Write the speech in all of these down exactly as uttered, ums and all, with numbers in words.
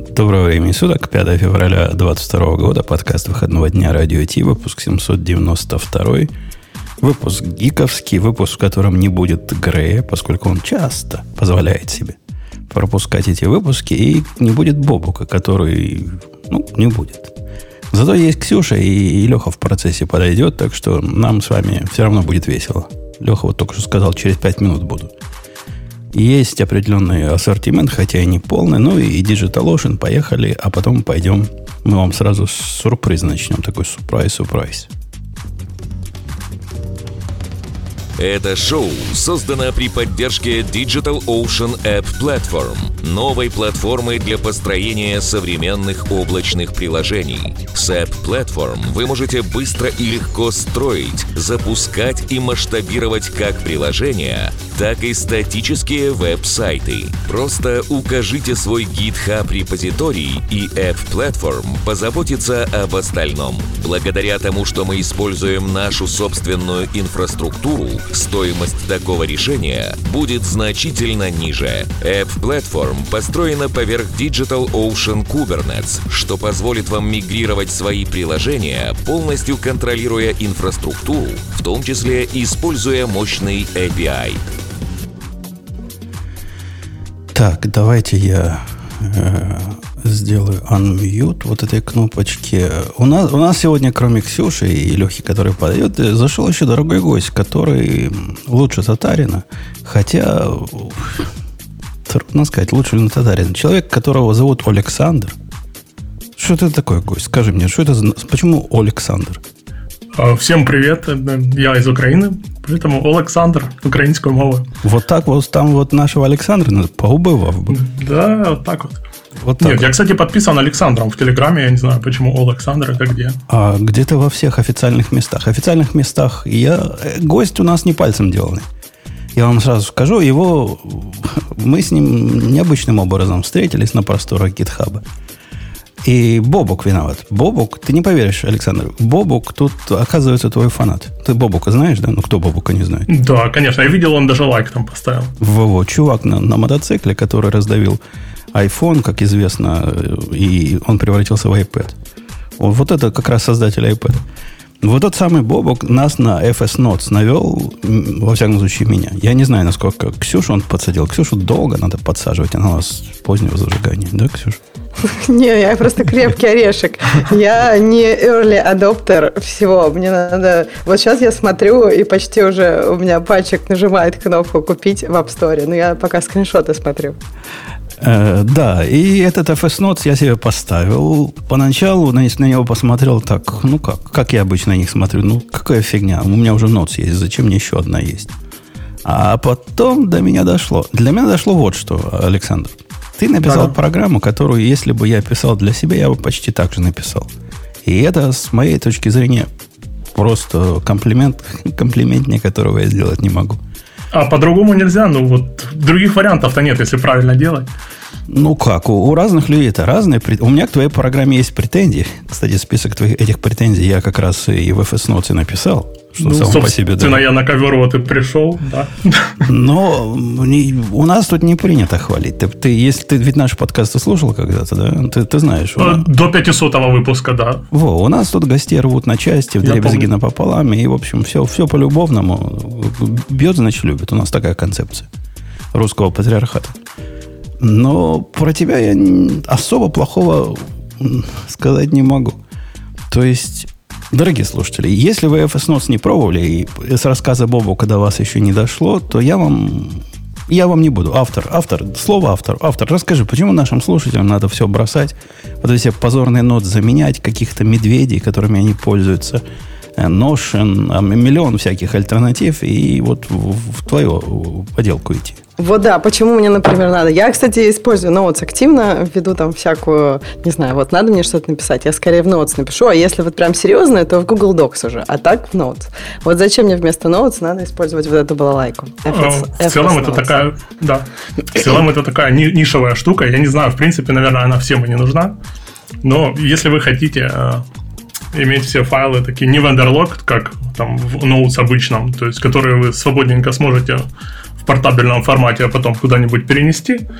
Доброго времени суток, пятое февраля двадцать второго года, подкаст выходного дня Радио Ти, выпуск семьсот девяносто два, выпуск гиковский, выпуск, в котором не будет Грея, поскольку он часто позволяет себе пропускать эти выпуски, и не будет Бобука, который, ну, не будет. Зато есть Ксюша, и, и Леха в процессе подойдет, так что нам с вами все равно будет весело. Леха вот только что сказал, через пять минут буду. Есть определенный ассортимент, хотя и не полный. Ну и DigitalOcean, поехали, а потом пойдем. Мы вам сразу с сюрприза начнем. Такой сюрприз-сюрприз. Это шоу создано при поддержке DigitalOcean App Platform, новой платформы для построения современных облачных приложений. С App Platform вы можете быстро и легко строить, запускать и масштабировать как приложения, так и статические веб-сайты. Просто укажите свой GitHub-репозиторий, и App Platform позаботится об остальном. Благодаря тому, что мы используем нашу собственную инфраструктуру, стоимость такого решения будет значительно ниже. App Platform построена поверх DigitalOcean Kubernetes, что позволит вам мигрировать свои приложения, полностью контролируя инфраструктуру, в том числе используя мощный эй пи ай. Так, давайте я э, сделаю unmute вот этой кнопочки. У нас, у нас сегодня, кроме Ксюши и Лехи, который подает, зашел еще дорогой гость, который лучше Татарина. Хотя, трудно сказать, лучше ли Татарина. Человек, которого зовут Александр. Что это такое, гость? Скажи мне, что это за... Почему Александр? Всем привет, я из Украины, поэтому Олександр, українською мовою. Вот так вот там вот нашего Александра поубывал бы. Да, вот так вот. Вот так Нет, вот. Я, кстати, подписан Александром в Телеграме, я не знаю, почему Олександр, это где. А где-то во всех официальных местах. Официальных местах я... Гость у нас не пальцем деланный. Я вам сразу скажу, его... Мы с ним необычным образом встретились на просторах гитхаба. И Бобук виноват. Бобук, ты не поверишь, Александр, Бобук тут, оказывается, твой фанат. Ты Бобука знаешь, да? Ну, кто Бобука не знает? Да, конечно, я видел, он даже лайк там поставил. Во-во, чувак на, на мотоцикле, который раздавил iPhone, как известно, и он превратился в iPad. Вот это как раз создатель iPad. Вот тот самый Бобук нас на эф эс Notes навел, во всяком случае, меня. Я не знаю, насколько Ксюшу он подсадил. Ксюшу долго надо подсаживать, она у нас позднего зажигания. Да, Ксюша? Не, я просто крепкий орешек. Я не early adopter всего. Мне надо... Вот сейчас я смотрю, и почти уже у меня пальчик нажимает кнопку «Купить» в App Store. Но я пока скриншоты смотрю. Э, да, и этот эф эс Notes я себе поставил. Поначалу на, на него посмотрел так, ну как, как я обычно на них смотрю. Ну, какая фигня, у меня уже Notes есть, зачем мне еще одна есть? А потом до меня дошло. Для меня дошло вот что, Александр. Ты написал да. программу, которую, если бы я писал для себя, я бы почти так же написал. И это, с моей точки зрения, просто комплимент, комплиментнее которого я сделать не могу. А по-другому нельзя, ну вот других вариантов-то нет, если правильно делать. Ну как, у, у разных людей это разные. У меня к твоей программе есть претензии. Кстати, список твоих этих претензий я как раз и в эф эс Notes написал. Что ну, само по себе, собственно, да. я на ковер вот и пришел, да. Но не, у нас тут не принято хвалить. Ты, ты, если ты ведь наши подкасты слушал когда-то, да? Ты, ты знаешь. Нас... До пятисотого выпуска, да. Во, у нас тут гостей рвут на части, вдребезги напополам. И, в общем, все, все по-любовному. Бьет, значит, любит. У нас такая концепция русского патриархата. Но про тебя я особо плохого сказать не могу. То есть... Дорогие слушатели, если вы эф эс Notes не пробовали, и с рассказа Бобука до вас еще не дошло, то я вам, я вам не буду. Автор, автор, слово автор, автор, расскажи, почему нашим слушателям надо все бросать, вот эти позорные ноты заменять, каких-то медведей, которыми они пользуются, Notion, миллион всяких альтернатив, и вот в, в твою поделку идти. Вот да, почему мне, например, надо. Я, кстати, использую Notes активно, введу там всякую, не знаю, вот надо мне что-то написать, я скорее в Notes напишу, а если вот прям серьезно, то в Google Docs уже, а так в Notes. Вот зачем мне вместо Notes надо использовать вот эту балалайку? эф эс, в целом это такая, да, в целом это такая нишевая штука, я не знаю, в принципе, наверное, она всем и не нужна, но если вы хотите иметь все файлы такие не vendor-locked, как там в Notes обычном, то есть которые вы свободненько сможете в портабельном формате, а потом куда-нибудь перенести,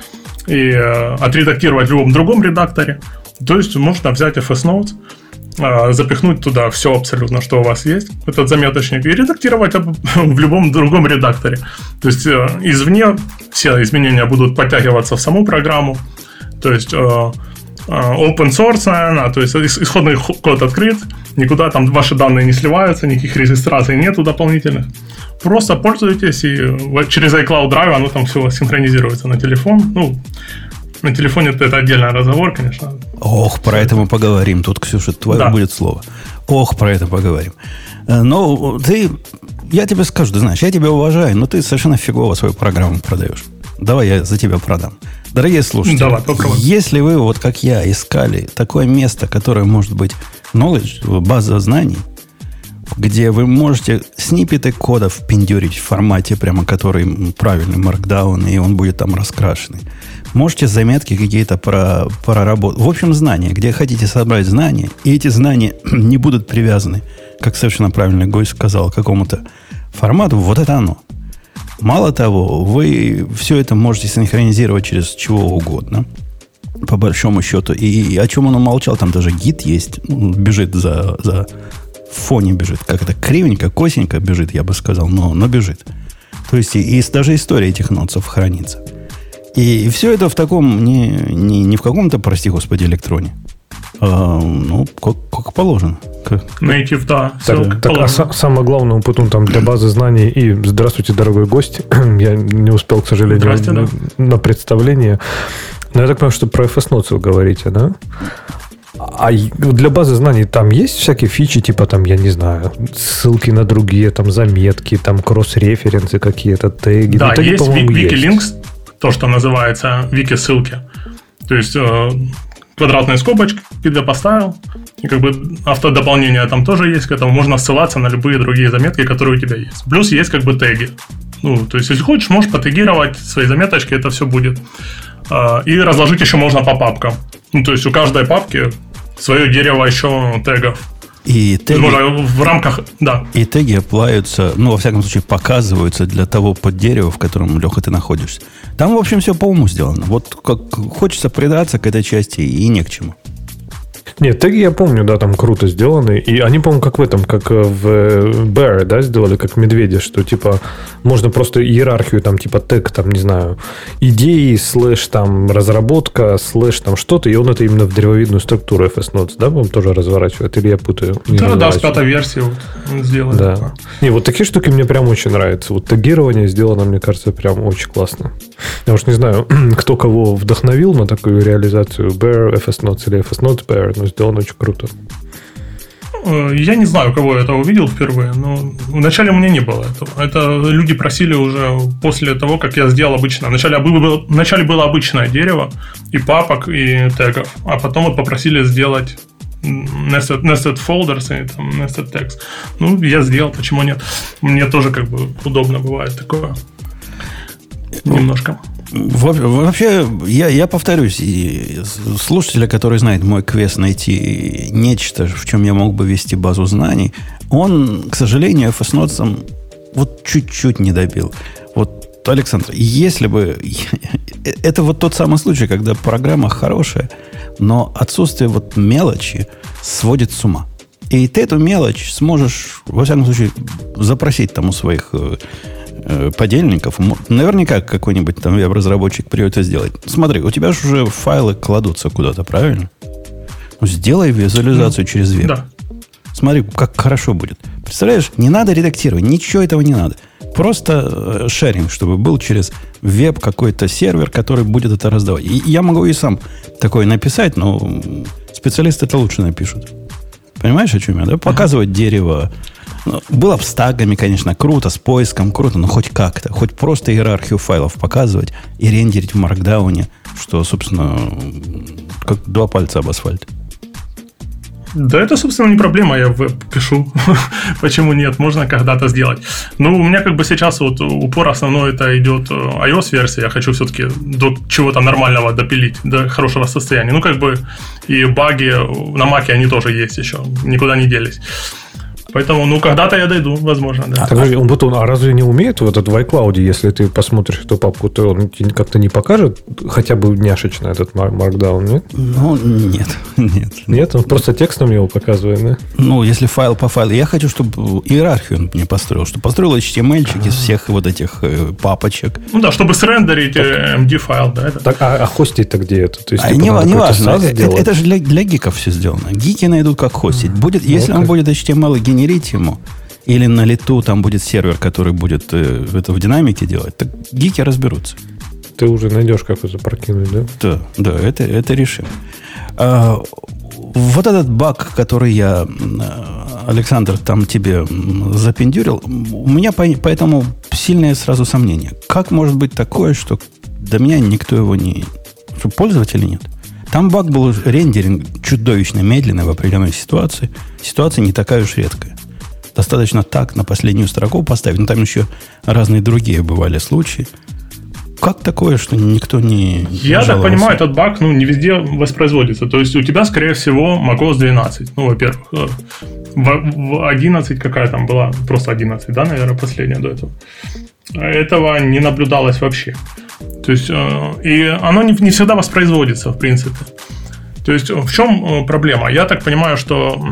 и э, отредактировать в любом другом редакторе. То есть можно взять эф эс Notes, э, запихнуть туда все абсолютно, что у вас есть, этот заметочник, и редактировать в любом другом редакторе. То есть э, извне все изменения будут подтягиваться в саму программу. То есть э, open source она, то есть исходный код открыт, никуда там ваши данные не сливаются, никаких регистраций нету дополнительных. Просто пользуйтесь, и через iCloud Drive оно там все синхронизируется на телефон. Ну, на телефоне это отдельный разговор, конечно. Ох, про это мы поговорим. Тут, Ксюша, твое да. будет слово. Ох, про это поговорим. Но ты, я тебе скажу, ты знаешь, я тебя уважаю, но ты совершенно фигово свою программу продаешь. Давай я за тебя продам. Дорогие слушатели, Давай, если вы, вот как я, искали такое место, которое может быть knowledge, база знаний, где вы можете сниппеты кода впендюрить в формате, прямо который правильный, markdown, и он будет там раскрашенный. Можете заметки какие-то про, про работу. В общем, знания, где хотите собрать знания, и эти знания не будут привязаны, как совершенно правильно гость сказал, к какому-то формату, вот это оно. Мало того, вы все это можете синхронизировать через чего угодно, по большому счету. И, и о чем он умолчал, там даже гид есть, бежит за... за в фоне бежит. Как это кривенько, косенько бежит, я бы сказал, но, но бежит. То есть и, и даже история этих нотсов хранится. И, и все это в таком, не, не, не в каком-то, прости господи, электроне. А, ну, как, как положено. Native, да. Так, так, а с- самое главное, потом там для базы знаний. И здравствуйте, дорогой гость. Я не успел, к сожалению, на, да. на представление. Но я так понимаю, что про эф эс Notes вы говорите, да? А для базы знаний там есть всякие фичи, типа там, я не знаю, ссылки на другие, там заметки, там кросс-референсы какие-то, теги. Да, вот есть Wikilinks, то, что называется вики-ссылки. То есть э, квадратные скобочки ты поставил, и как бы автодополнение там тоже есть к этому. Можно ссылаться на любые другие заметки, которые у тебя есть. Плюс есть как бы теги. Ну, то есть, если хочешь, можешь потегировать свои заметочки, это все будет. Э, и разложить еще можно по папкам. Ну, то есть, у каждой папки свое дерево еще тегов. И теги, в рамках, да. И теги оплаются, ну, во всяком случае, показываются для того поддерева, в котором, Леха, ты находишься. Там, в общем, все по уму сделано. Вот как хочется придаться к этой части, и не к чему. Нет, теги я помню, да, там круто сделаны. И они, по-моему, как в этом, как в Bear, да, сделали, как медведи, что, типа, можно просто иерархию, там, типа, тег, там, не знаю, идеи, слэш, там, разработка, слэш, там, что-то, и он это именно в древовидную структуру эф эс Notes, да, по-моему, тоже разворачивает? Или я путаю? Да, да, с пятой версии вот сделали. Да. Не, вот такие штуки мне прям очень нравятся. Вот тегирование сделано, мне кажется, прям очень классно. Я уж не знаю, кто кого вдохновил на такую реализацию, Bear, эф эс Notes или эф эс Notes Bear, но сделано очень круто. Я не знаю, кого я это увидел впервые, но вначале у меня не было этого. Это люди просили уже после того, как я сделал обычно. Вначале было, вначале было обычное дерево и папок, и тегов, а потом вот попросили сделать nested, nested folders и там, nested tags. Ну, я сделал, почему нет? Мне тоже как бы удобно бывает такое. Немножко. Вообще, я, я повторюсь, и слушателя, который знает мой квест найти нечто, в чем я мог бы вести базу знаний, он, к сожалению, эф эс Notes вот чуть-чуть не добил. Вот, Александр, если бы... Это вот тот самый случай, когда программа хорошая, но отсутствие вот мелочи сводит с ума. И ты эту мелочь сможешь, во всяком случае, запросить там у своих... подельников, наверняка какой-нибудь там веб-разработчик придет и сделать. Смотри, у тебя же уже файлы кладутся куда-то, правильно? Ну, сделай визуализацию mm, через веб. Да. Смотри, как хорошо будет. Представляешь, не надо редактировать, ничего этого не надо. Просто шеринг, чтобы был через веб какой-то сервер, который будет это раздавать. И я могу и сам такое написать, но специалисты это лучше напишут. Понимаешь, о чем я? Да? Показывать ага. дерево. Было бы с тагами, конечно, круто, с поиском круто, но хоть как-то, хоть просто иерархию файлов показывать и рендерить в маркдауне, что, собственно, как два пальца об асфальт. Да, это, собственно, не проблема, я в веб пишу. Почему нет? Можно когда-то сделать. Ну, у меня как бы сейчас вот упор основной это идет iOS-версия. Я хочу все-таки до чего-то нормального допилить, до хорошего состояния. Ну, как бы и баги на Mac они тоже есть еще, никуда не делись. Поэтому, ну, когда-то я дойду, возможно, да. А, а, Умпутун, а разве не умеет вот этот в iCloud, если ты посмотришь эту папку, то он как-то не покажет хотя бы няшечно этот Markdown, нет? Ну, нет, нет. Нет, он просто текстом его показывает, да? Ну, если файл по файлу. Я хочу, чтобы иерархию он мне построил, чтобы построил эйч ти эм эль-чик из всех вот этих э, папочек. Ну да, чтобы срендерить эм ди-файл, да. Это. Так, а, а хостить-то где это? То есть, а типа, не, не важно, это, это же для, для гиков все сделано. Гики найдут, как хостить. Будет, если okay. он будет эйч ти эм эль генерить ему, или на лету там будет сервер, который будет э, это в динамике делать, так гики разберутся. Ты уже найдешь, как его запрокинуть, да? Да, да, это, это решим. А, вот этот баг, который я, Александр, там тебе запендюрил, у меня по, поэтому сильное сразу сомнение. Как может быть такое, что до меня никто его не... Что пользователи нет? Там баг был рендеринг чудовищно медленный в определенной ситуации. Ситуация не такая уж редкая. Достаточно так на последнюю строку поставить. Но там еще разные другие бывали случаи. Как такое, что никто не Я так понимаю, этот баг ну, не везде воспроизводится. То есть, у тебя, скорее всего, macOS двенадцать. Ну, во-первых. В одиннадцать какая там была? Просто одиннадцать, да, наверное, последняя до этого. Этого не наблюдалось вообще. То есть, и оно не, не всегда воспроизводится, в принципе. То есть, в чем проблема? Я так понимаю, что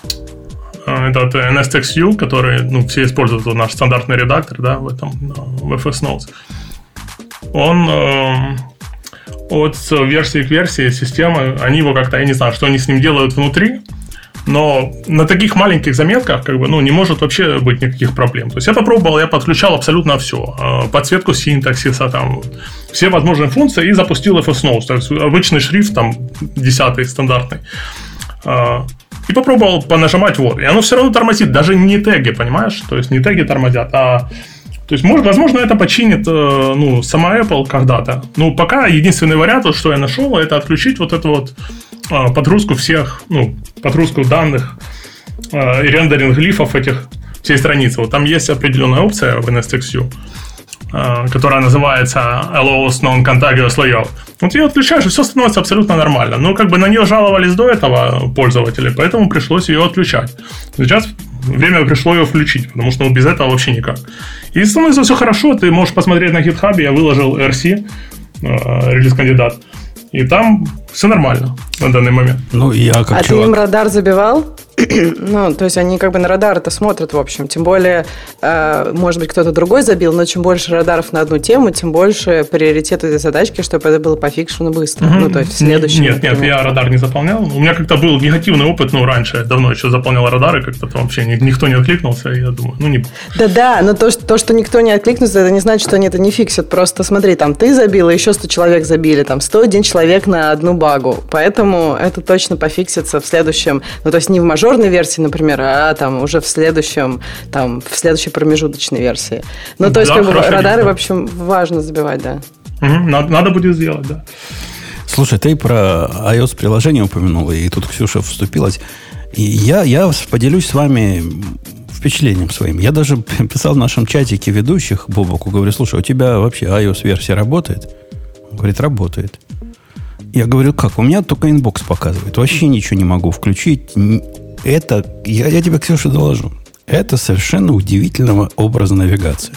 этот эн эс икс ю, который ну, все используют, наш стандартный редактор, да, в этом, в эф эс Notes, он э, от версии к версии системы, они его как-то, я не знаю, что они с ним делают внутри, но на таких маленьких заметках как бы, ну, не может вообще быть никаких проблем. То есть я попробовал, я подключал абсолютно все. Подсветку синтаксиса, там, все возможные функции и запустил эф эс Notes. То есть обычный шрифт, там, десятый, стандартный. И попробовал понажимать вот. И оно все равно тормозит. Даже не теги, понимаешь? То есть не теги тормозят, а... То есть, может, возможно, это починит ну, сама Apple когда-то. Ну, пока единственный вариант, вот, что я нашел, это отключить вот эту вот подгрузку всех, ну, подгрузку данных и рендеринг глифов этих всей страницы. Вот там есть определенная опция в эн эс икс ю, которая называется Allows Non-Contiguous Layout. Вот ее отключаешь, и все становится абсолютно нормально. Но как бы на нее жаловались до этого пользователи, поэтому пришлось ее отключать. Сейчас время пришло ее включить, потому что ну, без этого вообще никак. И становится все хорошо, ты можешь посмотреть на GitHub, я выложил эр си, релиз-кандидат, и там все нормально на данный момент. Ну, я как а чувак... ты им радар забивал? Ну, то есть они как бы на радар это смотрят, в общем. Тем более, э, может быть, кто-то другой забил, но чем больше радаров на одну тему, тем больше приоритет этой задачки, чтобы это было пофикшено быстро. Mm-hmm. Ну, то есть в следующем. Нет, нет, я радар не заполнял. У меня как-то был негативный опыт, ну, раньше я давно еще заполнял радары, как-то там вообще никто не откликнулся, и я думаю, ну, не... Да-да, но то что, то, что никто не откликнулся, это не значит, что они это не фиксят. Просто смотри, там ты забил, и еще сто человек забили, там сто один человек на одну багу. Поэтому это точно пофиксится в следующем, ну, то есть не в мажорной версии, например, а там уже в следующем, там, в следующей промежуточной версии. Ну, то есть, да, как бы радары, в общем, важно забивать, да. Угу, надо, надо будет сделать, да. Слушай, ты про iOS-приложение упомянул, и тут Ксюша вступилась. И я, я поделюсь с вами впечатлением своим. Я даже писал в нашем чатике ведущих Бобоку, говорю, слушай, у тебя вообще iOS-версия работает? Он говорит, работает. Я говорю, как? У меня только инбокс показывает. Вообще ничего не могу включить. Это, я, я тебе, Ксюша, доложу. Это совершенно удивительного образа навигации.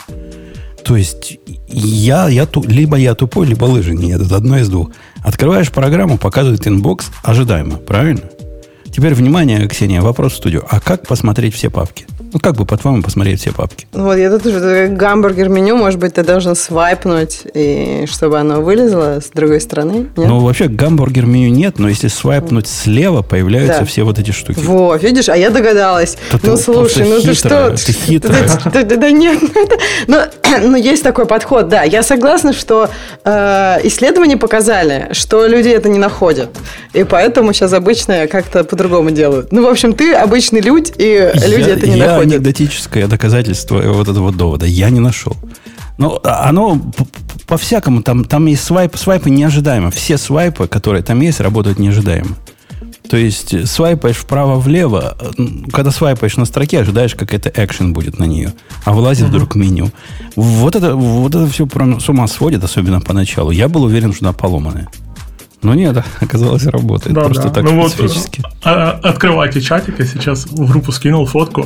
То есть, я, я, либо я тупой, либо лыжи не едут. Одно из двух. Открываешь программу, показывает инбокс ожидаемо. Правильно? Теперь, внимание, Ксения, вопрос в студию. А как посмотреть все папки? Ну, как бы, по-твоему, посмотреть все папки? Вот, я тут уже гамбургер меню, может быть, ты должен свайпнуть, и чтобы оно вылезло с другой стороны? Нет? Ну, вообще, гамбургер меню нет, но если свайпнуть слева, появляются да. все вот эти штуки. Во, видишь, а я догадалась. То ну, слушай, ну ты что? Ты хитрая. Да нет, ну, есть такой подход, да. Я согласна, что исследования показали, что люди это не находят. И поэтому сейчас обычно как-то по-другому делают. Ну, в общем, ты обычный людь, и люди это не находят. Анекдотическое доказательство вот этого довода я не нашел. Но оно по-всякому, там, там есть свайпы, свайпы неожидаемо. Все свайпы, которые там есть, работают неожидаемо. То есть свайпаешь вправо-влево, когда свайпаешь на строке, ожидаешь, как это экшен будет на нее. А вылазит uh-huh. вдруг меню. Вот это, вот это все с ума сводит, особенно поначалу. Я был уверен, что она поломанная. Но нет, оказалось, работает. Да, Просто да. так ну специфически. Вот, а, открывайте чатик, я сейчас в группу скинул фотку.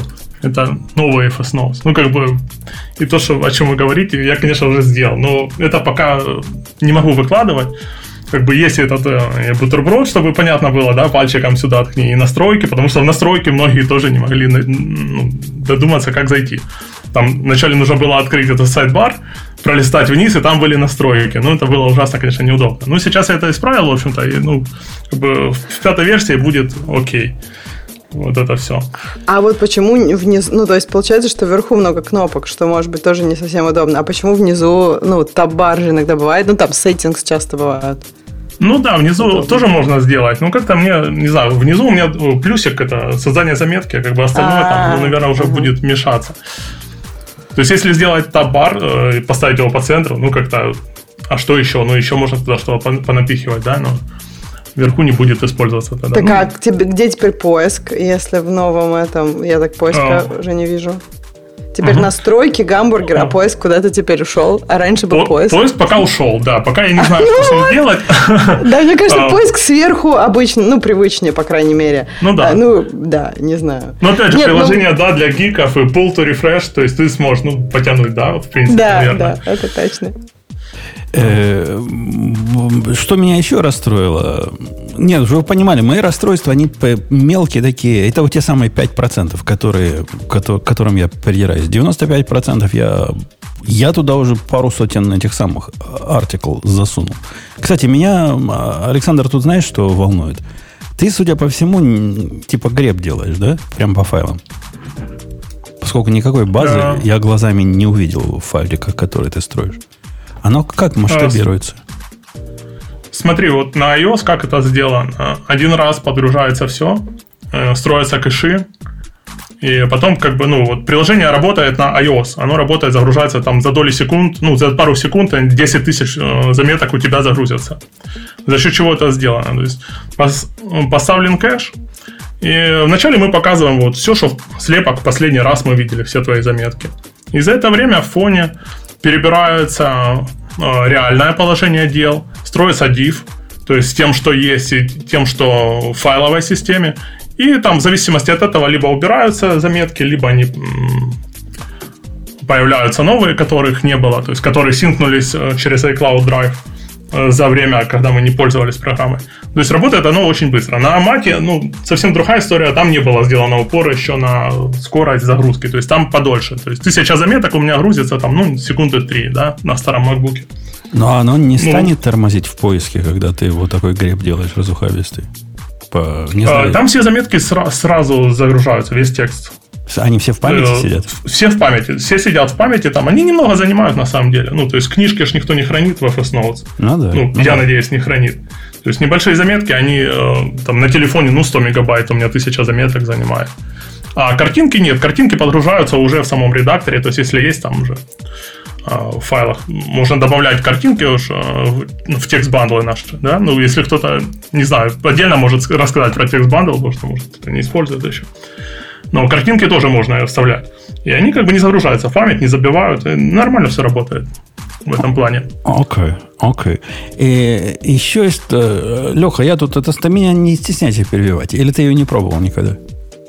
это новый эф эс Notes. Ну, как бы, и то, что, о чем вы говорите, я, конечно, уже сделал. Но это пока не могу выкладывать. Как бы есть этот э, бутерброд, чтобы понятно было, да, пальчиком сюда ткни, и настройки, потому что в настройки многие тоже не могли ну, додуматься, как зайти. Там вначале нужно было открыть этот сайдбар, пролистать вниз, и там были настройки. Ну, это было ужасно, конечно, неудобно. Ну, сейчас я это исправил, в общем-то, и, ну, как бы в пятой версии будет окей. Вот это все. А вот почему внизу, ну, то есть получается, что вверху много кнопок, что, может быть, тоже не совсем удобно. А почему внизу, ну, таб-бар же иногда бывает, ну, там settings часто бывают. Ну да, внизу удобно. Тоже можно сделать. Ну, как-то мне, не знаю, внизу у меня плюсик, это создание заметки, как бы остальное там, ну, наверное, уже будет мешаться. То есть, если сделать таб-бар и поставить его по центру, ну, как-то, а что еще? Ну, еще можно туда что-то понапихивать, да, но вверху не будет использоваться тогда. Так ну, а тебе, где теперь поиск, если в новом этом, я так поиска а. уже не вижу? Теперь угу. настройки, гамбургер, а поиск куда-то теперь ушел, а раньше был По- поиск. Поиск пока ушел, да, пока я не знаю, что с ним делать. Да, мне кажется, поиск сверху обычно, ну, привычнее, по крайней мере. Ну да. Ну, да, не знаю. Ну, опять же, приложение, да, для гиков и pull to refresh, то есть ты сможешь, ну, потянуть, да, в принципе, наверное. Да, да, это точно. Что меня еще расстроило? Нет, уже вы понимали, мои расстройства, они мелкие такие. Это вот те самые пять процентов, которые, к которым я придираюсь. девяносто пять процентов я, я туда уже пару сотен этих самых артикл засунул. Кстати, меня, Александр, тут знаешь, что волнует? Ты, судя по всему, типа греб делаешь, да? Прям по файлам. Поскольку никакой базы да. я глазами не увидел в файликах, которые ты строишь. Оно как масштабируется? Смотри, вот на iOS как это сделано. Один раз подгружается все, строятся кэши, и потом как бы, ну, вот приложение работает на iOS. Оно работает, загружается там за доли секунд, ну, за пару секунд десять тысяч заметок у тебя загрузятся. За счет чего это сделано? То есть поставлен кэш, и вначале мы показываем вот все, что слепок последний раз мы видели, все твои заметки. И за это время в фоне перебирается э, реальное положение дел, строится div, то есть с тем, что есть, и тем, что в файловой системе. И там в зависимости от этого либо убираются заметки, либо они м- появляются новые, которых не было, то есть которые синкнулись э, через iCloud Drive э, за время, когда мы не пользовались программой. То есть работает оно очень быстро. На Mac, ну, совсем другая история, там не было сделано упора еще на скорость загрузки, то есть там подольше. То есть тысяча заметок у меня грузится там, ну, секунды три, да, на старом MacBook. Но оно не ну, станет тормозить в поиске, когда ты вот такой греб делаешь разухабистый? По... Там все заметки сра- сразу загружаются, весь текст. Они все в памяти э, сидят? Все в памяти. Все сидят в памяти там. Они немного занимают на самом деле. Ну, то есть книжки ж никто не хранит в эф эс Notes. Ну, да. Ну, ну, я да. надеюсь, не хранит. То есть небольшие заметки, они э, там на телефоне, ну, сто мегабайт, у меня тысяча заметок занимает. А картинки нет. Картинки подгружаются уже в самом редакторе. То есть, если есть там уже э, в файлах, можно добавлять картинки уж э, в, в текст-бандлы наши. Да? Ну, если кто-то, не знаю, отдельно может рассказать про текст-бандл, потому что, может, кто-то не использует еще. Но картинки тоже можно вставлять. И они как бы не загружаются в память, не забивают. И нормально все работает в этом плане. Окей, okay, окей. Okay. И еще есть... Леха, я тут... Это меня не стесняйся перебивать. Или ты ее не пробовал никогда?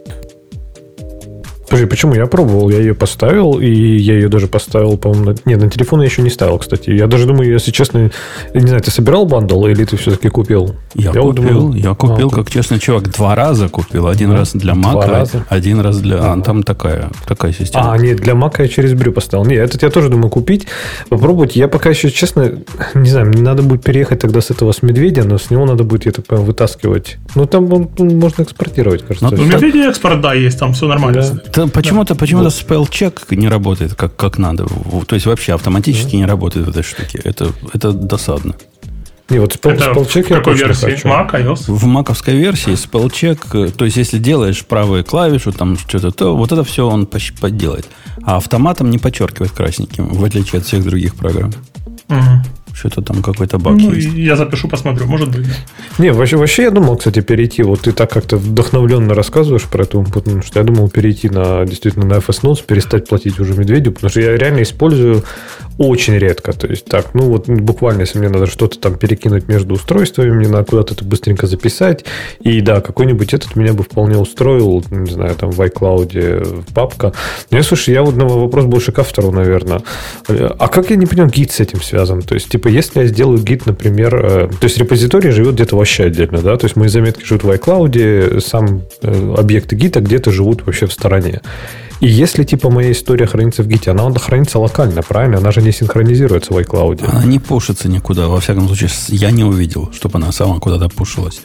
Подожди, почему? Я пробовал, я ее поставил, и я ее даже поставил, по-моему... На... Нет, на телефон я еще не ставил, кстати. Я даже думаю, если честно... Не знаю, ты собирал бандл, или ты все-таки купил? Я, я купил, думал... я купил, а, как честный чувак, два раза купил. Один да, раз для Mac, один раз для... А, там такая, такая система. А, нет, для Mac я через Брю поставил. Нет, этот я тоже думаю купить, попробовать. Я пока еще, честно, не знаю, мне надо будет переехать тогда с этого, с Медведя, но с него надо будет, я так понимаю, вытаскивать. Ну, там он, можно экспортировать, кажется. Ну, у Медведя экспорт, да, есть, там все нормально. Да. Почему-то, почему-то спелл-чек не работает как, как надо. То есть вообще автоматически mm-hmm. не работает в этой штуке. Это, это досадно. Не, вот спелл-чек я в какой версии? Mac, iOS? В маковской версии спелл-чек, то есть если делаешь правую клавишу, там что-то, то вот это все он подделает. А автоматом не подчеркивает красненьким, в отличие от всех других программ. Mm-hmm. Что-то там какой-то баг ну, есть. Я запишу, посмотрю, может быть. Не, вообще, вообще я думал, кстати, перейти. Вот ты так как-то вдохновленно рассказываешь про это, потому что я думал перейти на действительно на эф эс Notes, перестать платить уже Медведю, потому что я реально использую очень редко. То есть так, ну вот буквально, если мне надо что-то там перекинуть между устройствами, мне надо куда-то это быстренько записать. И да, какой-нибудь этот меня бы вполне устроил, не знаю, там в iCloud папка. Но, слушай, я вот на вопрос больше к автору, наверное. А как, я не понимаю, гид с этим связан? То есть, типа, если я сделаю гид, например, то есть репозиторий живет где-то вообще отдельно, да? То есть мои заметки живут в iCloud, сам объекты гита где-то живут вообще в стороне. И если, типа, моя история хранится в гите, она хранится локально, правильно? Она же не синхронизируется в iCloud. Она не пушится никуда. Во всяком случае, я не увидел, чтобы она сама куда-то пушилась.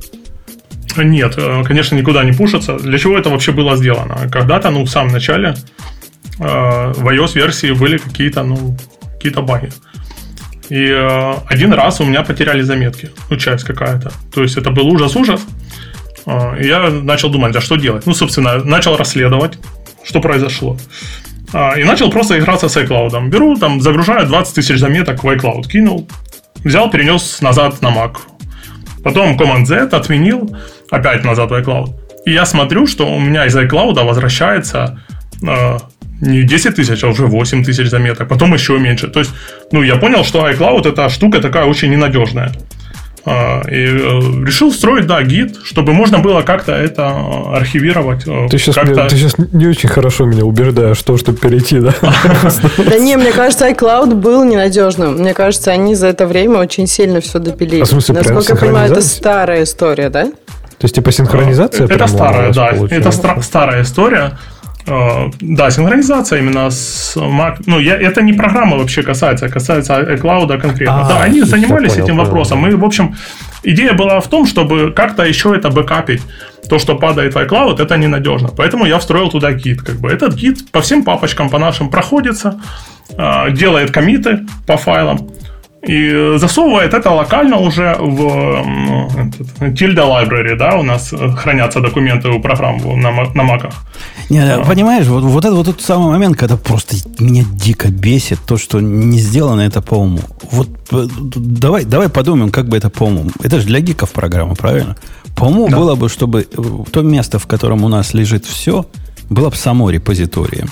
Нет, конечно, никуда не пушится. Для чего это вообще было сделано? Когда-то, ну, в самом начале в iOS-версии были какие-то, ну, какие-то баги. И один раз у меня потеряли заметки. Ну, часть какая-то. То есть, это был ужас-ужас. И я начал думать, а что делать? Ну, собственно, начал расследовать, что произошло. И начал просто играться с iCloud. Беру, там, загружаю двадцать тысяч заметок в iCloud, кинул, взял, перенес назад на Mac. Потом Command-Z отменил, опять назад в iCloud. И я смотрю, что у меня из iCloud возвращается э, не десять тысяч, а уже восемь тысяч заметок. Потом еще меньше. То есть, ну, я понял, что iCloud это штука такая очень ненадежная. И решил строить, да, гид, чтобы можно было как-то это архивировать. Ты сейчас, меня, ты сейчас не очень хорошо меня убеждаешь в том, чтобы перейти, да? Да не, мне кажется, iCloud был ненадежным. Мне кажется, они за это время очень сильно все допилили. Насколько я понимаю, это старая история, да? То есть, типа, синхронизация? Это старая, да. Это старая история. Да, синхронизация именно с Mac. Ну, я, это не программа вообще касается, касается iCloud конкретно. А, да, они занимались понял, этим понял, вопросом. Понял. И, в общем, идея была в том, чтобы как-то еще это бэкапить. То, что падает в iCloud, это ненадежно. Поэтому я встроил туда гид. Как бы. Этот гид по всем папочкам, по нашим проходится, делает коммиты по файлам. И засовывает это локально уже в Tilda Library, да, у нас хранятся документы у программ на, на Mac'ах. Не, а. Понимаешь, вот, вот это вот тот самый момент, когда просто меня дико бесит то, что не сделано это по уму. Вот давай, давай подумаем, как бы это по уму. Это же для гиков программа, правильно? По уму да. было бы, чтобы то место, в котором у нас лежит все, было бы само репозиторием.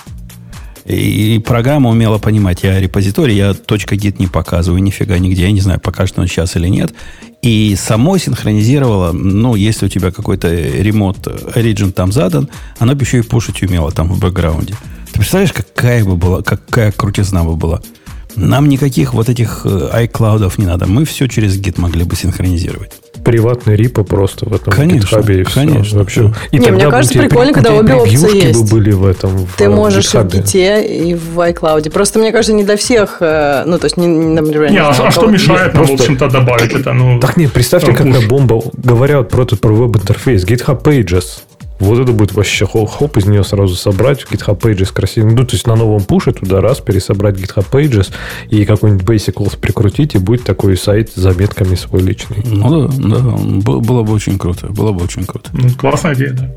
И программа умела понимать, я репозиторий, я .git не показываю нифига нигде, я не знаю, покажет он сейчас или нет. И само синхронизировало, ну, если у тебя какой-то ремонт origin там задан, оно бы еще и пушить умело там в бэкграунде. Ты представляешь, какая бы была, какая крутизна бы была? Нам никаких вот этих iCloud'ов не надо. Мы все через Git могли бы синхронизировать. Приватный репо просто в этом конечно, GitHub и все. Конечно, вообще. И не, мне кажется, прикольно, при, когда обе опции есть. Бы были в этом, Ты в можешь GitHub. в Git и в iCloud. Просто, мне кажется, не для всех, ну, то есть, не, например... Не, не а, а что мешает нам, просто... в общем-то, добавить это? Ну, так нет, представьте, какая бомба. Говорят про этот про веб-интерфейс. GitHub Pages. Вот это будет вообще хоп-хоп, из нее сразу собрать в GitHub Pages красиво. Ну, то есть на новом пуше туда раз пересобрать GitHub Pages и какой-нибудь Basicals прикрутить, и будет такой сайт с заметками свой личный. Ну да, да, было бы очень круто. Было бы очень круто. Ну, классная идея, да.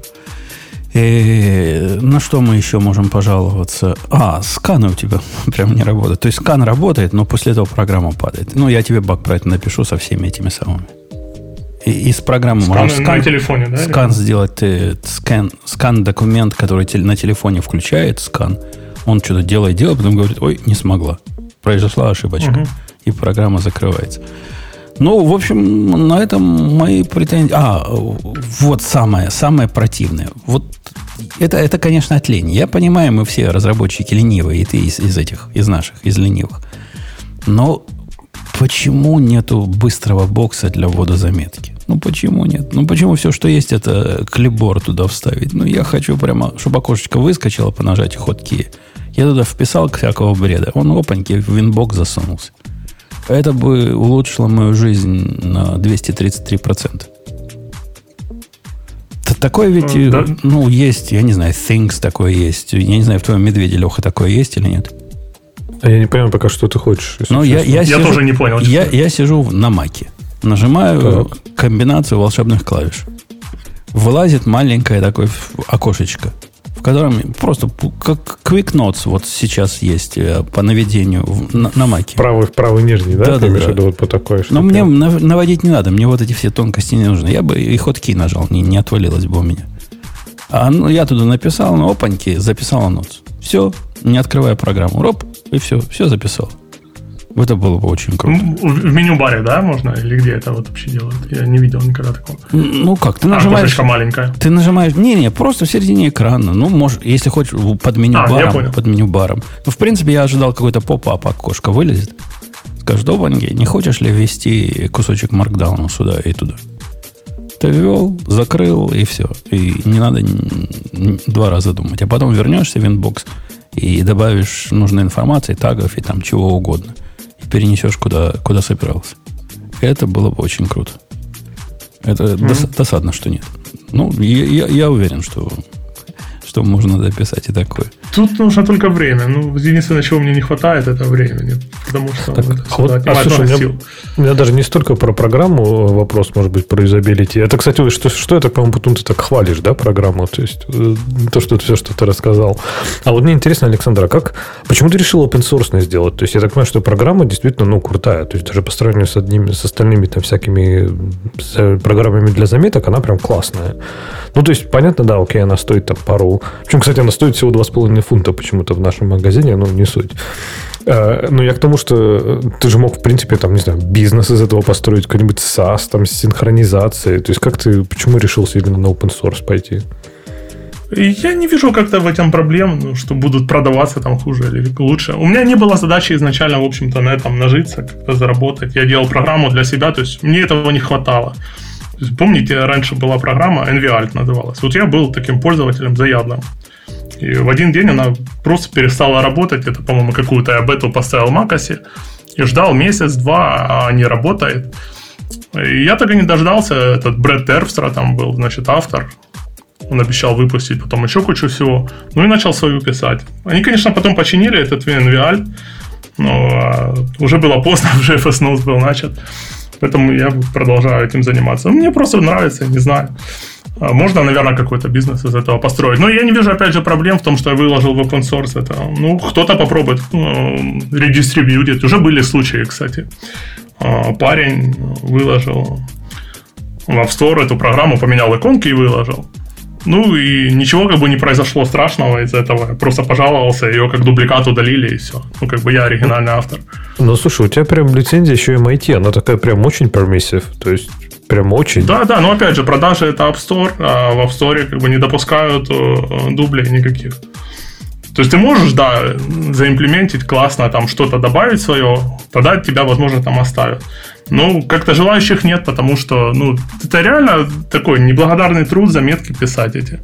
И на что мы еще можем пожаловаться? А, сканы у тебя прям не работают. То есть скан работает, но после этого программа падает. Ну, я тебе баг про это напишу со всеми этими самыми. И, из программы скан можно скан, на телефоне, да? Скан сделать, э, скан, скан документ, который те, на телефоне включает скан. Он что-то делает, делает, потом говорит, ой, не смогла. Произошла ошибочка. Угу. И программа закрывается. Ну, в общем, на этом мои претензии... А, вот самое, самое противное. Вот это, это, конечно, от лени. Я понимаю, мы все разработчики ленивые, и ты из, из этих, из наших, из ленивых. Но почему нету быстрого бокса для ввода заметки? Ну, почему нет? Ну, почему все, что есть, это клипборд туда вставить? Ну, я хочу прямо, чтобы окошечко выскочило по нажатию хоткея. Я туда вписал всякого бреда. Он опаньки в винбокс засунулся. Это бы улучшило мою жизнь на двести тридцать три процента. Такое ведь, да. ну, есть, я не знаю, Things такое есть. Я не знаю, в твоем медведе, Леха, такое есть или нет? Я не понимаю пока, что ты хочешь. Ну, я, я, я сижу, тоже не понял. Я, я сижу на Маке. Нажимаю так. комбинацию волшебных клавиш. Вылазит маленькое такое окошечко, в котором просто как Quick Notes вот сейчас есть по наведению на, на Маке. Правый, правый нижний, да? Да, ты да, да. Вот по такой, но мне наводить не надо. Мне вот эти все тонкости не нужны. Я бы и хоткей нажал, не, не отвалилось бы у меня. А ну, я туда написал, ну, опаньки, записал анонс. Все, не открывая программу. Роп, И все, все записал. Это было бы очень круто. В меню-баре, да, можно? Или где это вот вообще делают? Я не видел никогда такого. Ну как, ты нажимаешь... А, маленькая. Ты нажимаешь... Не-не, просто в середине экрана. Ну, может, если хочешь, под меню-баром. А, под меню-баром. Ну, в принципе, я ожидал какой-то поп-ап, окошко вылезет. Скажет, опаньки, не хочешь ли ввести кусочек маркдауна сюда и туда? Ты ввел, закрыл, и все. И не надо два раза думать. А потом вернешься в инбокс и добавишь нужной информации, тагов и там чего угодно. И перенесешь куда, куда собирался. Это было бы очень круто. Это mm-hmm. дос, досадно, что нет. Ну, я, я, я уверен, что, что можно дописать и такое. Тут нужно только время. Ну, единственное, чего мне не хватает, это времени. Потому что так, это вот, а, слушай, у, меня, у меня даже не столько про программу вопрос, может быть, про юзабилити. Это, кстати, что, что это, по-моему, потом ты так хвалишь, да, программу? То есть, то, что все, что ты рассказал. А вот мне интересно, Александр, а как, почему ты решил open source сделать? То есть, я так понимаю, что программа действительно, ну, крутая. То есть, даже по сравнению с, одними, с остальными там всякими программами для заметок, она прям классная. Ну, то есть, понятно, да, окей, она стоит там пару... Причем, кстати, она стоит всего два с половиной фунта почему-то в нашем магазине, но не суть. Но я к тому, что ты же мог, в принципе, там, не знаю, бизнес из этого построить, какой-нибудь SaaS, там, с синхронизацией. То есть, как ты, почему решился именно на open source пойти? Я не вижу как-то в этом проблем, ну, что будут продаваться там хуже или лучше. У меня не было задачи изначально, в общем-то, на этом нажиться, как-то заработать. Я делал программу для себя, то есть, мне этого не хватало. То есть, помните, раньше была программа Envialt называлась. Вот я был таким пользователем заядлым. И в один день она просто перестала работать. Это, по-моему, какую-то я бету поставил в Макосе. И ждал месяц-два, а не работает. И я так и не дождался. Этот Брэд Терпстра там был, значит, автор. Он обещал выпустить потом еще кучу всего. Ну и начал свою писать. Они, конечно, потом починили этот Envialt. Но уже было поздно, уже эф эс Notes был начат. Поэтому я продолжаю этим заниматься. Мне просто нравится, не знаю. Можно, наверное, какой-то бизнес из этого построить. Но я не вижу, опять же, проблем в том, что я выложил в open source это. Ну, кто-то попробует редистрибьютить. Уже были случаи, кстати. Парень выложил в App Store эту программу, поменял иконки и выложил. Ну, и ничего как бы не произошло страшного из этого. Я просто пожаловался, ее как дубликат удалили, и все. Ну, как бы я оригинальный автор. Ну, слушай, у тебя прям лицензия еще эм ай ти, она такая прям очень permissive, то есть прям очень. Да, да, но опять же, продажи это App Store, а в App Store как бы не допускают дублей никаких. То есть ты можешь, да, заимплементить классно, там что-то добавить свое, тогда тебя, возможно, там оставят. Ну, как-то желающих нет, потому что, ну, это реально такой неблагодарный труд, заметки писать эти.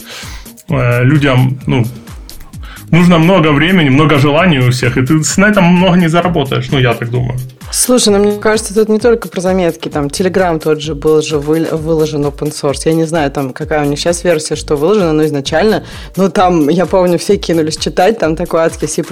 Людям, ну, нужно много времени, много желаний у всех, и ты на этом много не заработаешь, ну, я так думаю. Слушай, ну, мне кажется, тут не только про заметки, там, Telegram тот же был же выложен open source, я не знаю, там, какая у них сейчас версия, что выложено, но изначально, ну, там, я помню, все кинулись читать, там такой адский C++,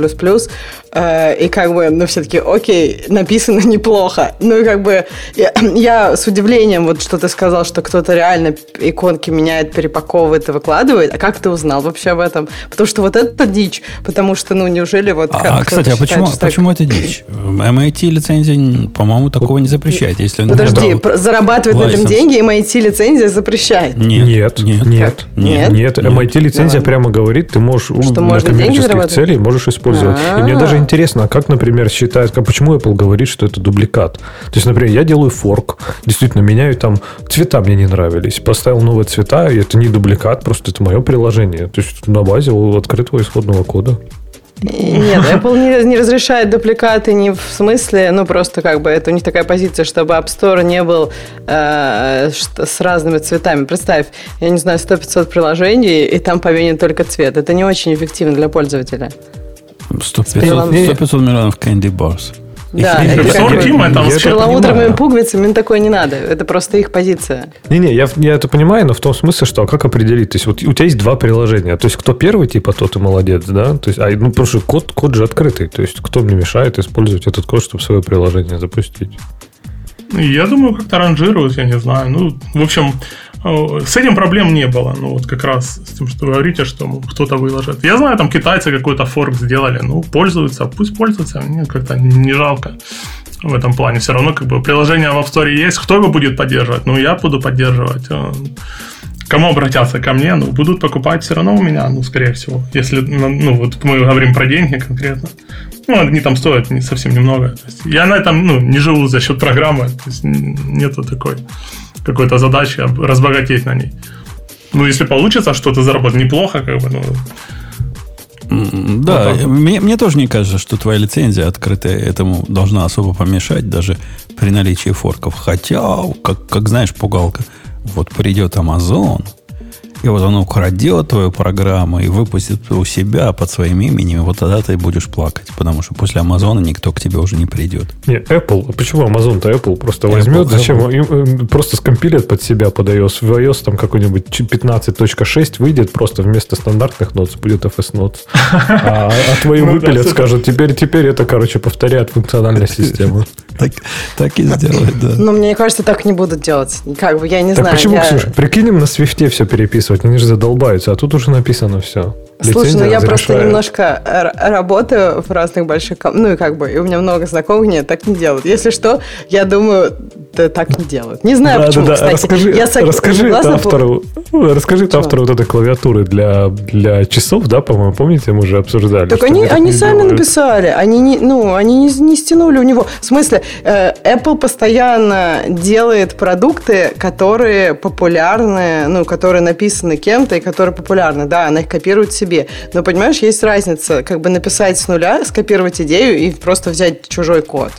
э, и как бы, ну, все таки окей, написано неплохо, ну, и как бы, я, я с удивлением, вот, что ты сказал, что кто-то реально иконки меняет, перепаковывает и выкладывает, а как ты узнал вообще об этом? Потому что вот это дичь, потому что, ну, неужели вот... А, кстати, а почему, так... почему это дичь? эм ай ти лицензия, по-моему, такого не запрещает. Если Подожди, брал... зарабатывать на этом деньги эм ай ти лицензия запрещает? Нет, нет, нет. Нет, нет, нет. эм ай ти лицензия да. прямо говорит, ты можешь что для коммерческих целей можешь использовать. А-а-а. И мне даже интересно, а как, например, считают, как, почему Apple говорит, что это дубликат? То есть, например, я делаю форк, действительно меняю там, цвета мне не нравились, поставил новые цвета, и это не дубликат, просто это мое приложение. То есть, на базе открытого исходного кода. Нет, Apple не, не разрешает дупликаты не в смысле, ну просто как бы это у них такая позиция, чтобы App Store не был э, с разными цветами. Представь, я не знаю, сто-пятьсот приложений, и там поменен только цвет. Это не очень эффективно для пользователя. сто-пятьсот миллионов candy bars. Да, это с перламутровыми пуговицами такое не надо. Это просто их позиция. Не-не, я, я это понимаю, но в том смысле, что а как определить? То есть, вот у тебя есть два приложения. То есть, кто первый, типа, тот и молодец, да? То есть, а, ну, потому что код, код же открытый. То есть, кто мне мешает использовать этот код, чтобы свое приложение запустить? Я думаю, как-то ранжируют, я не знаю. Ну, в общем, с этим проблем не было. Ну, вот как раз с тем, что вы говорите, что кто-то выложит. Я знаю, там китайцы какой-то форк сделали. Ну, пользуются, пусть пользуются. Мне как-то не жалко в этом плане. Все равно, как бы, приложение в App Store есть. Кто его будет поддерживать? Ну, я буду поддерживать. Кому обратятся? Ко мне? Ну, будут покупать все равно у меня, ну, скорее всего. Если, ну, вот мы говорим про деньги конкретно. Ну, они там стоят не, совсем немного. То есть я на этом ну, не живу за счет программы. То есть нету такой какой-то задачи разбогатеть на ней. Ну, если получится что-то заработать, неплохо, как бы, ну... Да, вот мне, мне тоже не кажется, что твоя лицензия открытая этому должна особо помешать, даже при наличии форков. Хотя, как, как знаешь, пугалка. Вот придет Amazon, и вот он украдет твою программу и выпустит у себя под своим именем, и вот тогда ты будешь плакать, потому что после Амазона никто к тебе уже не придет. Не, Apple, почему Amazon-то Apple просто Apple, возьмет, зачем? Им, просто скомпилит под себя, под iOS. В iOS там какой-нибудь пятнадцать точка шесть выйдет, просто вместо стандартных Notes будет эф эс Notes. А, а твои выпилят, скажут, теперь, теперь это, короче, повторяет функциональность системы. Так, так и сделают, да. Но мне кажется, так не будут делать. Как бы, я не так знаю. Почему, я... Ксюша? Прикинем на Свифте все переписывать. Они же задолбаются, а тут уже написано все. Слушай, ну я разрешает. Просто немножко р- работаю в разных больших компаниях, ну и как бы, и у меня много знакомых, нет, так не делают. Если что, я думаю, да, так не делают. Не знаю, да, почему, да, да. кстати. Расскажи, я сог... расскажи это автору, по... расскажи это автору вот этой клавиатуры для, для часов, да, по-моему, помните, мы уже обсуждали. Так они, они, они сами делают. Написали, они, не, ну, они не, не стянули у него. В смысле, э, Apple постоянно делает продукты, которые популярны, ну, которые написаны кем-то и которые популярны. Да, она их копирует себе. Но, понимаешь, есть разница, как бы написать с нуля, скопировать идею и просто взять чужой код.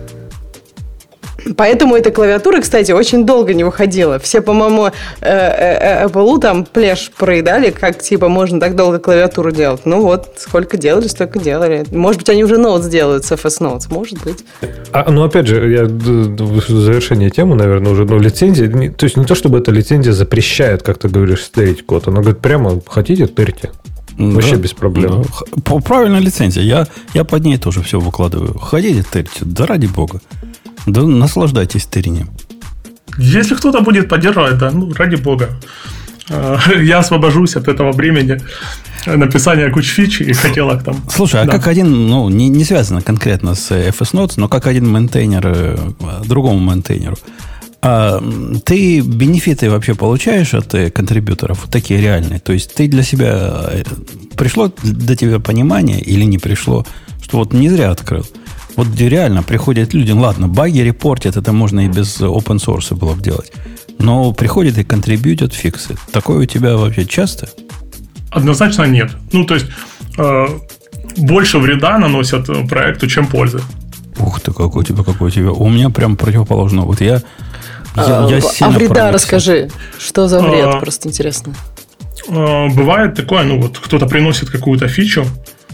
Поэтому эта клавиатура, кстати, очень долго не выходила. Все, по-моему, Apple там плешь проедали, как, типа, можно так долго клавиатуру делать. Ну вот, сколько делали, столько делали. Может быть, они уже Notes делают с эф эс Notes, может быть. А, ну, опять же, я в завершение темы, наверное, уже, ну, лицензия, не, то есть не то, чтобы эта лицензия запрещает, как ты говоришь, стырить код. Она говорит, прямо хотите, тырьте. Вообще да, без проблем. Да. Правильная лицензия. Я, я под ней тоже все выкладываю. Хотите, тырьте, да ради бога. Да наслаждайтесь тырением. Если кто-то будет поддерживать, да, ну, ради бога. Я освобожусь от этого бремени написания кучи фич и хотелок там. Слушай, а да. как один, ну, не, не связано конкретно с эф эс Notes, но как один мейнтейнер другому мейнтейнеру, а ты бенефиты вообще получаешь от контрибьюторов, такие реальные? То есть ты для себя, пришло до тебя понимание или не пришло, что вот не зря открыл? Вот где реально приходят люди, ладно, баги репортят, это можно и без open source было бы делать. Но приходят и контрибьютят фиксы. Такое у тебя вообще часто? Однозначно нет. Ну, то есть, э, больше вреда наносят проекту, чем пользы. Ух ты, какой у тебя, какой у тебя. У меня прям противоположно. Вот я, я, а, я а вреда расскажи. Что за вред? А, просто интересно. А, бывает такое, ну вот кто-то приносит какую-то фичу.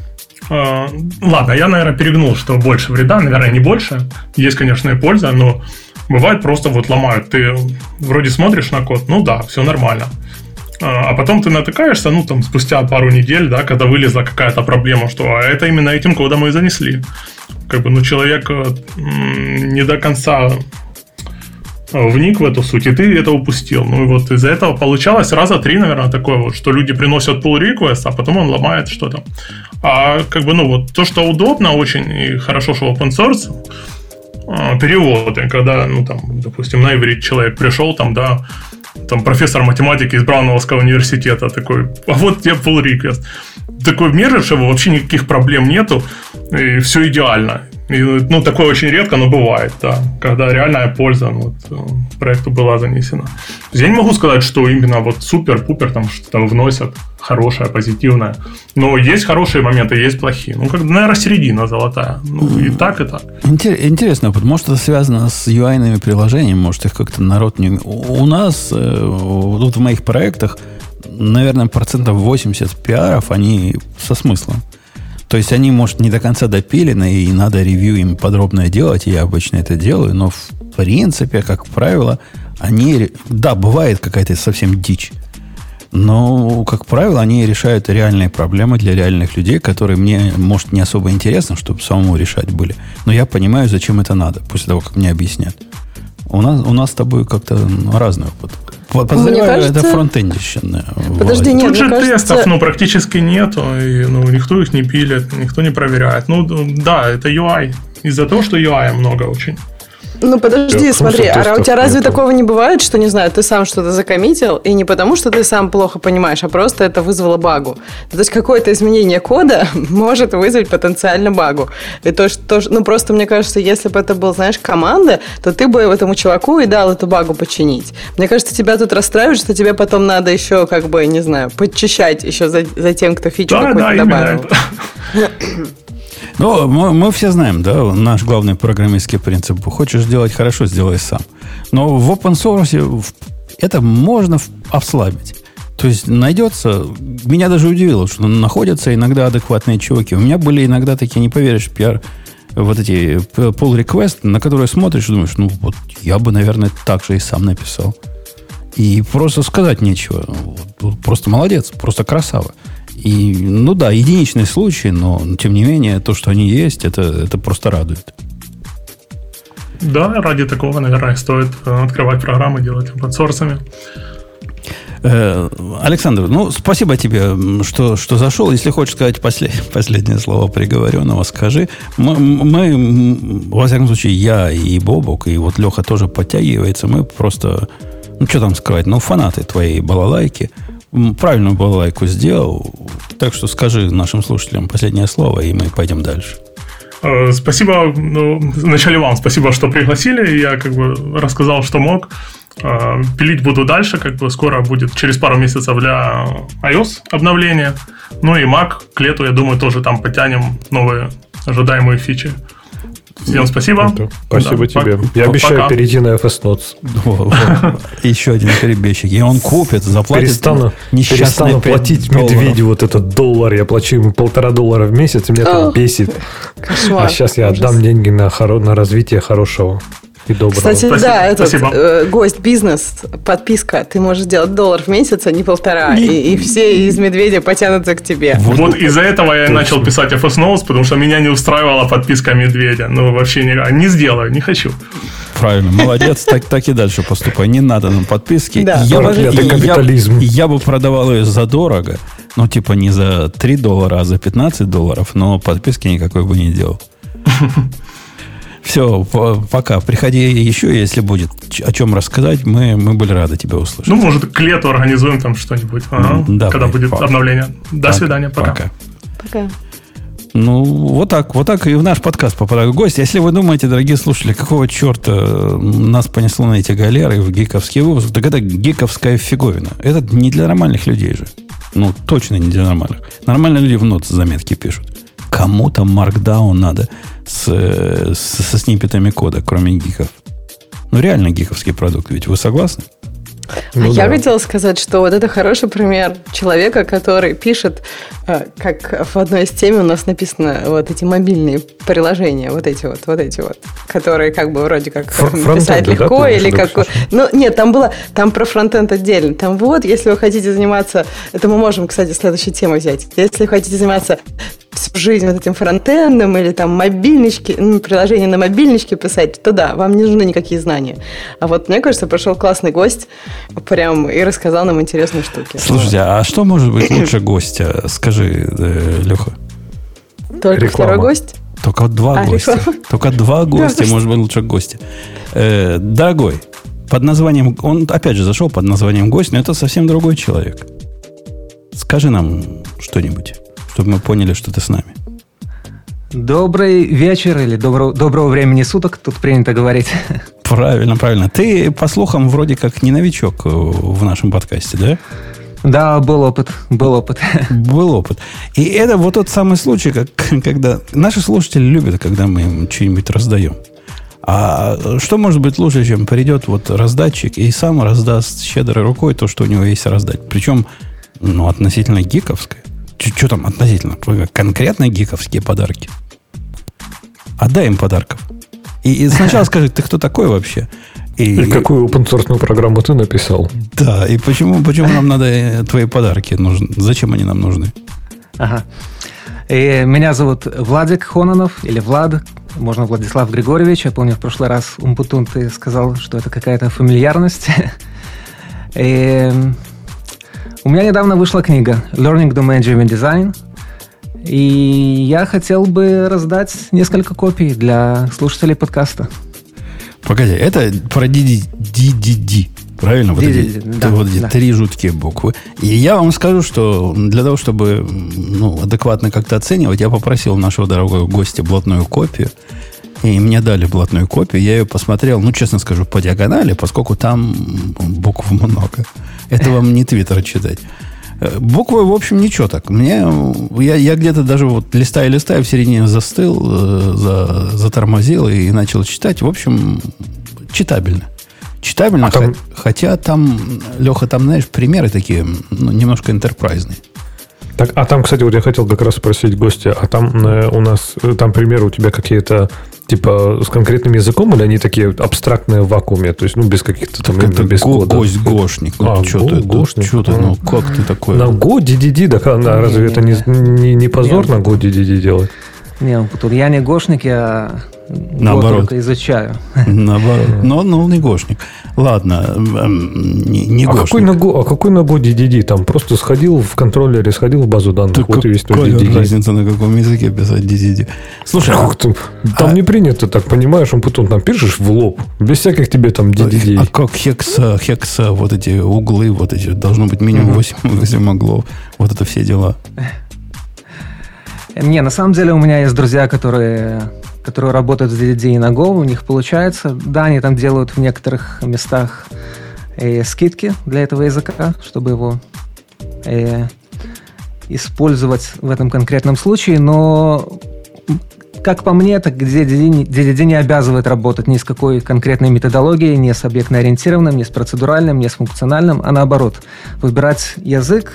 Ладно, я, наверное, перегнул, что больше вреда, наверное, не больше. Есть, конечно, и польза, но бывает просто вот ломают. Ты вроде смотришь на код, ну да, все нормально. А потом ты натыкаешься, ну там спустя пару недель, да, когда вылезла какая-то проблема, что а это именно этим кодом и занесли. Как бы, ну, человек не до конца вник в эту суть, и ты это упустил. Ну и вот из-за этого получалось раза три, наверное, такое вот, что люди приносят pull request, а потом он ломает что-то. А как бы, ну вот, то, что удобно очень и хорошо, что open source, переводы, когда, ну там, допустим, на иврит человек пришел, там, да, там профессор математики из Брауновского университета такой, а вот тебе pull request. Такой меришь его, вообще никаких проблем нету, и все идеально. И, ну, такое очень редко, но бывает, да, когда реальная польза ну, вот, проекту была занесена. Я не могу сказать, что именно вот супер-пупер там что-то вносят хорошее, позитивное. Но есть хорошие моменты, есть плохие. Ну, как, наверное, середина золотая. Ну, и так, и так. Интересно, может, это связано с ю ай-ными приложениями, может, их как-то народ не... У нас, вот в моих проектах, наверное, процентов восемьдесят пиаров, они со смыслом. То есть они, может, не до конца допилены, и надо ревью им подробное делать, и я обычно это делаю, но в принципе, как правило, они... Да, бывает какая-то совсем дичь, но, как правило, они решают реальные проблемы для реальных людей, которые мне, может, не особо интересно, чтобы самому решать были. Но я понимаю, зачем это надо, после того, как мне объяснят. У нас, у нас с тобой как-то разный опыт. Подозреваю, кажется... это фронтендищина. Подожди, нет, тут же кажется... тестов ну, практически нету, и, ну, никто их не пилит, никто не проверяет. Ну, да, это ю ай. Из-за того, что ю ай много очень. Ну, подожди, Я смотри, а у тебя разве этого. такого не бывает, что, не знаю, ты сам что-то закоммитил, и не потому, что ты сам плохо понимаешь, а просто это вызвало багу? То есть какое-то изменение кода может вызвать потенциально багу. И то, что, ну, просто мне кажется, если бы это был, знаешь, команда, то ты бы этому чуваку и дал эту багу починить. Мне кажется, тебя тут расстраивает, что тебе потом надо еще, как бы, не знаю, подчищать еще за, за тем, кто фичу Да, какой-то да, добавил. Ну, мы, мы все знаем, да, наш главный программистский принцип. Хочешь сделать хорошо, сделай сам. Но в open source это можно ослабить. То есть найдется... Меня даже удивило, что находятся иногда адекватные чуваки. У меня были иногда такие, не поверишь, пиар, вот эти pull request, на которые смотришь и думаешь, ну, вот я бы, наверное, так же и сам написал. И просто сказать нечего. Просто молодец, просто красава. И, ну да, единичный случай, но тем не менее, то, что они есть, это, это просто радует. Да, ради такого, наверное, стоит открывать программы, делать open-source'ами. Александр, ну, спасибо тебе, что, что зашел. Если хочешь сказать послед, последнее слово приговоренного, скажи. Мы, мы, во всяком случае, я и Бобок, и вот Леха тоже подтягивается. Мы просто, ну, что там сказать, ну, фанаты твоей балалайки. Правильную балалайку сделал. Так что скажи нашим слушателям последнее слово, и мы пойдем дальше. Спасибо, ну, вначале вам спасибо, что пригласили. Я как бы рассказал, что мог. Пилить буду дальше, как бы скоро будет через пару месяцев для iOS обновление. Ну и Mac к лету, я думаю, тоже там потянем новые ожидаемые фичи. Всем спасибо. Это, спасибо да, тебе. Пока. Я обещаю Пока. перейти на эф эс Notes. Еще один перебежчик. И он купит, заплатит. Перестану, несчастные перестану пять платить долларов. медведю вот этот доллар. Я плачу ему полтора доллара в месяц, и меня это О, бесит. Кошмар. А сейчас я Ужас. отдам деньги на, хоро- на развитие хорошего и доброго. Кстати, Спасибо. да, этот Спасибо. э, гость бизнес, подписка, ты можешь делать доллар в месяц, а не полтора, и, и все из медведя потянутся к тебе. Вот, вот из-за этого я и начал писать эф эс Notes, потому что меня не устраивала подписка медведя. Ну, вообще не, не сделаю, не хочу. Правильно, молодец, так, так и дальше поступай. Не надо нам подписки. Да, я, бы, проклятый я, капитализм. я бы продавал ее задорого, ну, типа не за три доллара, а за пятнадцать долларов, но подписки никакой бы не делал. Все, пока. Приходи еще, если будет о чем рассказать, мы, мы были рады тебя услышать. Ну, может, к лету организуем там что-нибудь, ага, Да, когда будет пока. обновление. До Пока, свидания, пока. Пока. Пока. Ну, вот так, вот так и в наш подкаст попадают гости. Если вы думаете, дорогие слушатели, какого черта нас понесло на эти галеры в гиковский выпуск, так это гиковская фиговина. Это не для нормальных людей же. Ну, точно не для нормальных. Нормальные люди в нот заметки пишут. Кому-то маркдаун надо с, с, со сниппетами кода, кроме гиков. Ну, реально гиковский продукт, ведь вы согласны? Ну а я да. хотела сказать, что вот это хороший пример человека, который пишет, э, как в одной из тем у нас написано, вот эти мобильные приложения, вот эти вот, вот эти вот, которые как бы вроде как Фр- написать фронтенды, легко да, или как... думаешь, Ну, нет, там было, там про фронтенд отдельно. Там вот, если вы хотите заниматься, это мы можем, кстати, следующую тему взять. Если вы хотите заниматься всю жизнь вот этим фронтендом или там мобильнички, ну, приложение на мобильничке писать, то да, вам не нужны никакие знания. А вот, мне кажется, пришел классный гость прям и рассказал нам интересные штуки. Слушайте, а что может быть лучше гостя? Скажи, э, Леха. Только Реклама. второй гость? Только два А, гостя. реклама. Только два гостя, гостя. может быть, лучше гостя. Э, дорогой, под названием... Он опять же зашел под названием гость, но это совсем другой человек. Скажи нам что-нибудь, чтобы мы поняли, что ты с нами. Добрый вечер или доброго, доброго времени суток, тут принято говорить. Правильно, правильно. Ты, по слухам, вроде как не новичок в нашем подкасте, да? Да, был опыт, был опыт. Был опыт. И это вот тот самый случай, как, когда... Наши слушатели любят, когда мы им что-нибудь раздаем. А что может быть лучше, чем придет вот раздатчик и сам раздаст щедрой рукой то, что у него есть раздать. Причем, ну, относительно гиковское. Что там относительно? Конкретно гиковские подарки. Отдай им подарков. И, и сначала скажи, ты кто такой вообще? И, И какую open-source программу ты написал? Да, и почему, почему нам надо твои подарки нужны? Зачем они нам нужны? Ага. И меня зовут Владик Хононов, или Влад, можно Владислав Григорьевич. Я помню, в прошлый раз, Умпутун, ты сказал, что это какая-то фамильярность. И у меня недавно вышла книга «Learning Domain Driven Design», и я хотел бы раздать несколько копий для слушателей подкаста. Погоди, это про ди ди ди. Правильно? Вот ди ди эти, ди, да, вот эти да. три жуткие буквы. И я вам скажу, что для того, чтобы ну, адекватно как-то оценивать, я попросил нашего дорогого гостя блатную копию. И мне дали блатную копию. Я ее посмотрел, ну, честно скажу, по диагонали, поскольку там букв много. Это вам не Твиттер читать. Буквы, в общем, ничего так. Мне, я, я где-то даже вот листая-листая в середине застыл, за, затормозил и начал читать. В общем, читабельно. Читабельно, а там... хотя там, Леха, там, знаешь, примеры такие, ну, немножко энтерпрайзные. Так, а там, кстати, вот я хотел как раз спросить гостя, а там э, у нас, там примеры у тебя какие-то, типа, с конкретным языком, или они такие абстрактные в вакууме, то есть, ну, без каких-то там, именно без го, кода? Гость, гошник. А, что ты, гошник. Что ты, ну, как ты такое? На Go ди ди ди, да, а разве это не, не, не позор на Go ди ди ди делать? Не, тут я не гошник, я Наоборот. только изучаю. Наоборот. Но, ну, не гошник. Ладно, не, не а гошник. Какой на Go, а какой на Go ди ди ди? Там просто сходил в контроллере, сходил в базу данных, Так вот и весь твой ди ди ди. Разница, на каком языке писать ди ди ди. Слушай, как там, там а... не принято так, понимаешь, он потом там пишешь в лоб, без всяких тебе там ди ди ди. А как хекса, хекса, вот эти углы, вот эти, должно быть минимум восемь, восемь углов, вот это все дела. Не, на самом деле у меня есть друзья, которые, которые работают с ди ди ди и на Go, у них получается. Да, они там делают в некоторых местах э, скидки для этого языка, чтобы его э, использовать в этом конкретном случае, но, как по мне, так ди ди ди не обязывает работать ни с какой конкретной методологией, ни с объектно-ориентированным, ни с процедуральным, ни с функциональным, а наоборот, выбирать язык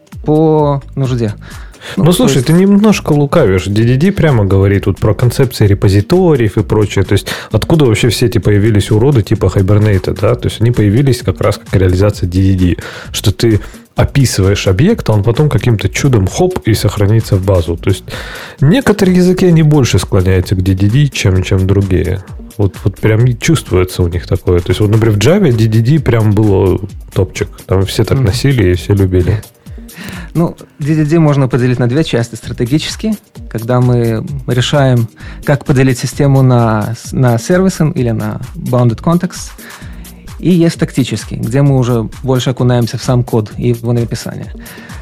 по нужде. Ну, ну слушай, есть... ты немножко лукавишь. ди ди ди прямо говорит тут про концепции репозиториев и прочее. То есть, откуда вообще все эти появились уроды типа Hibernate, да? То есть, они появились как раз как реализация ди ди ди. Что ты описываешь объект, а он потом каким-то чудом хоп и сохранится в базу. То есть, некоторые языки, они больше склоняются к ди ди ди, чем, чем другие. Вот, вот прям чувствуется у них такое. То есть, вот, например, в Java ди ди ди прям было топчик. Там все так носили и все любили. Ну, ди ди ди можно поделить на две части. Стратегически, когда мы решаем, как поделить систему на, на сервисы или на bounded context. И есть тактический, где мы уже больше окунаемся в сам код и его написание.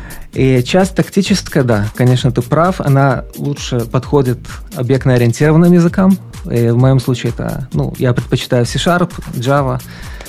И часть тактическая, да, конечно, ты прав, она лучше подходит объектно-ориентированным языкам. И в моем случае это, ну, я предпочитаю C-Sharp, Java.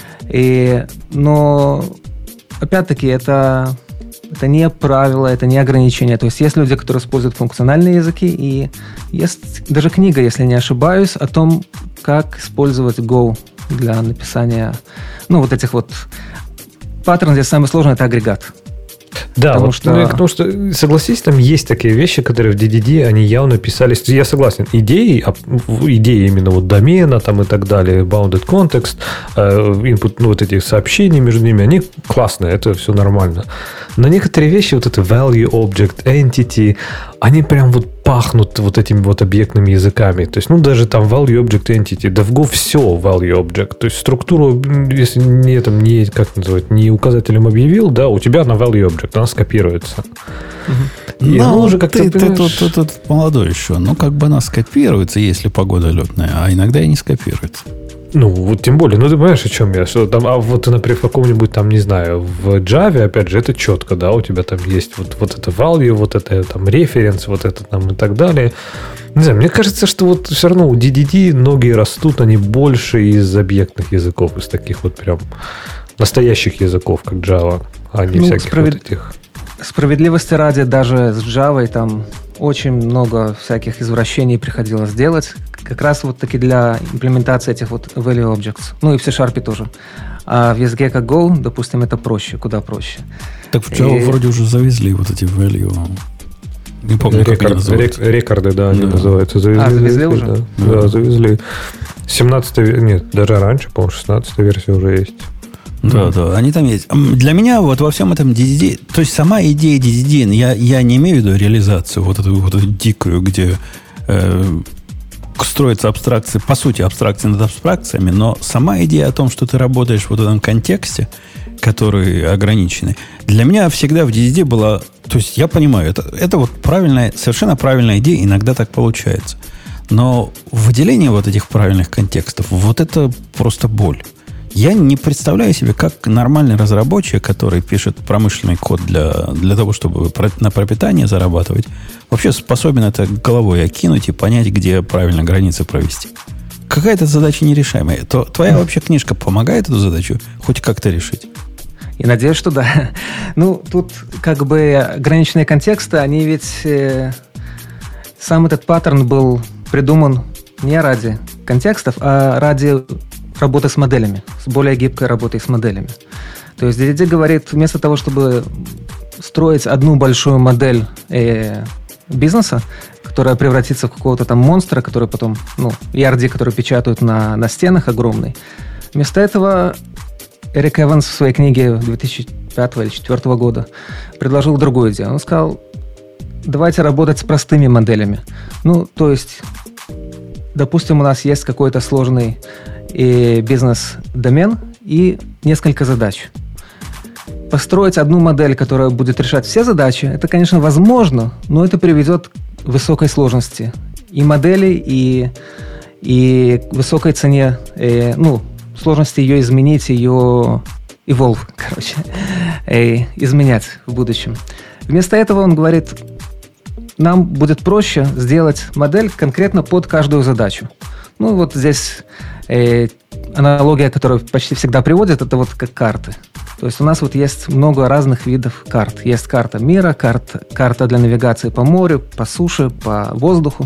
И, но, опять-таки, это... Это не правило, это не ограничение. То есть есть люди, которые используют функциональные языки, и есть даже книга, если не ошибаюсь, о том, как использовать Go для написания, ну, вот этих вот паттернов, здесь самое сложное – это агрегат. Да, потому, вот, что... ну, потому что, согласись, там есть такие вещи, которые в ди ди ди, они явно писались. Я согласен, идеи, идеи именно вот домена там и так далее, bounded context, input, ну, вот эти сообщения между ними, они классные, это все нормально. Но некоторые вещи, вот это value object, entity, они прям вот пахнут вот этими вот объектными языками. То есть, ну, даже там value object, entity, да в Go все value object. То есть, структуру, если не, там, не, как называть, не указателем объявил, да, у тебя на value object, она скопируется. Угу. И ну, уже как-то, ты, ты, тут, ты тут молодой еще. Ну, как бы она скопируется, если погода летная, а иногда и не скопируется. Ну, вот тем более, ну, ты понимаешь, о чем я? Что там, а вот, например, в каком-нибудь там, не знаю, в Java, опять же, это четко, да, у тебя там есть вот, вот это value, вот это там референс, вот это там и так далее. Не знаю, мне кажется, что вот все равно у ди ди ди ноги растут, они больше из объектных языков, из таких вот прям настоящих языков, как Java, а не ну, всяких справед... вот этих. Справедливости ради, даже с Java там очень много всяких извращений приходилось делать, как раз вот таки для имплементации этих вот value objects. Ну и в C-Sharp тоже. А в языке как Go, допустим, это проще, куда проще. Так в Java и... вроде уже завезли вот эти value. Не помню, Рекорд, как они называются. Рекорды, да, они да. называются. Завезли, а, завезли уже? Да, да. да завезли. семнадцатая, нет, даже раньше, по-моему, шестнадцатая версия уже есть. Да, mm-hmm. да, они там есть. Для меня вот во всем этом ди ди ди, то есть сама идея ди ди ди, я, я не имею в виду реализацию вот эту, вот эту дикую, где э, строятся абстракции, по сути, абстракции над абстракциями, но сама идея о том, что ты работаешь вот в этом контексте, который ограниченный, для меня всегда в ди ди ди была, то есть я понимаю, это, это вот правильная, совершенно правильная идея, иногда так получается. Но выделение вот этих правильных контекстов, вот это просто боль. Я не представляю себе, как нормальный разработчик, который пишет промышленный код для, для того, чтобы на пропитание зарабатывать, вообще способен это головой окинуть и понять, где правильно границы провести. Какая-то задача нерешаемая. То, твоя вообще книжка помогает эту задачу хоть как-то решить? И надеюсь, что да. Ну, тут как бы ограниченные контексты, они ведь... Э, сам этот паттерн был придуман не ради контекстов, а ради работы с моделями, с более гибкой работой с моделями. То есть ди ди ди говорит, вместо того, чтобы строить одну большую модель э, бизнеса, которая превратится в какого-то там монстра, который потом, ну, и ар ди, который печатают на, на стенах огромный, вместо этого Эрик Эванс в своей книге две тысячи пятого или две тысячи четвёртого года предложил другую идею. Он сказал, давайте работать с простыми моделями. Ну, то есть, допустим, у нас есть какой-то сложный и бизнес-домен и несколько задач. Построить одну модель, которая будет решать все задачи, это, конечно, возможно, но это приведет к высокой сложности и модели, и, и высокой цене, и, ну, сложности ее изменить, ее evolve, короче, и изменять в будущем. Вместо этого он говорит, нам будет проще сделать модель конкретно под каждую задачу. Ну, вот здесь э, аналогия, которую почти всегда приводят, это вот как карты. То есть у нас вот есть много разных видов карт. Есть карта мира, карта, карта для навигации по морю, по суше, по воздуху.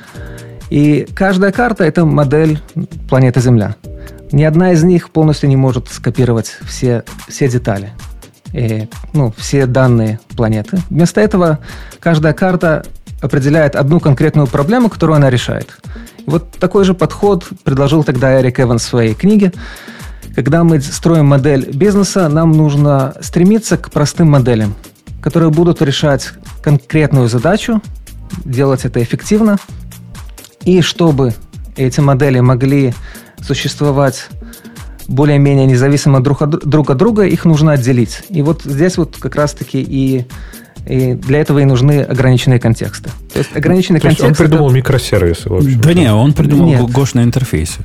И каждая карта – это модель планеты Земля. Ни одна из них полностью не может скопировать все, все детали, и, ну, все данные планеты. Вместо этого каждая карта определяет одну конкретную проблему, которую она решает. И вот такой же подход предложил тогда Эрик Эванс в своей книге. Когда мы строим модель бизнеса, нам нужно стремиться к простым моделям, которые будут решать конкретную задачу, делать это эффективно, и чтобы эти модели могли существовать более-менее независимо друг от, друг от друга, их нужно отделить. И вот здесь вот как раз-таки и, и для этого и нужны ограниченные контексты. То есть ограниченные То контексты... есть он придумал это... микросервисы, в общем. Да не, он придумал Нет. гошные интерфейсы.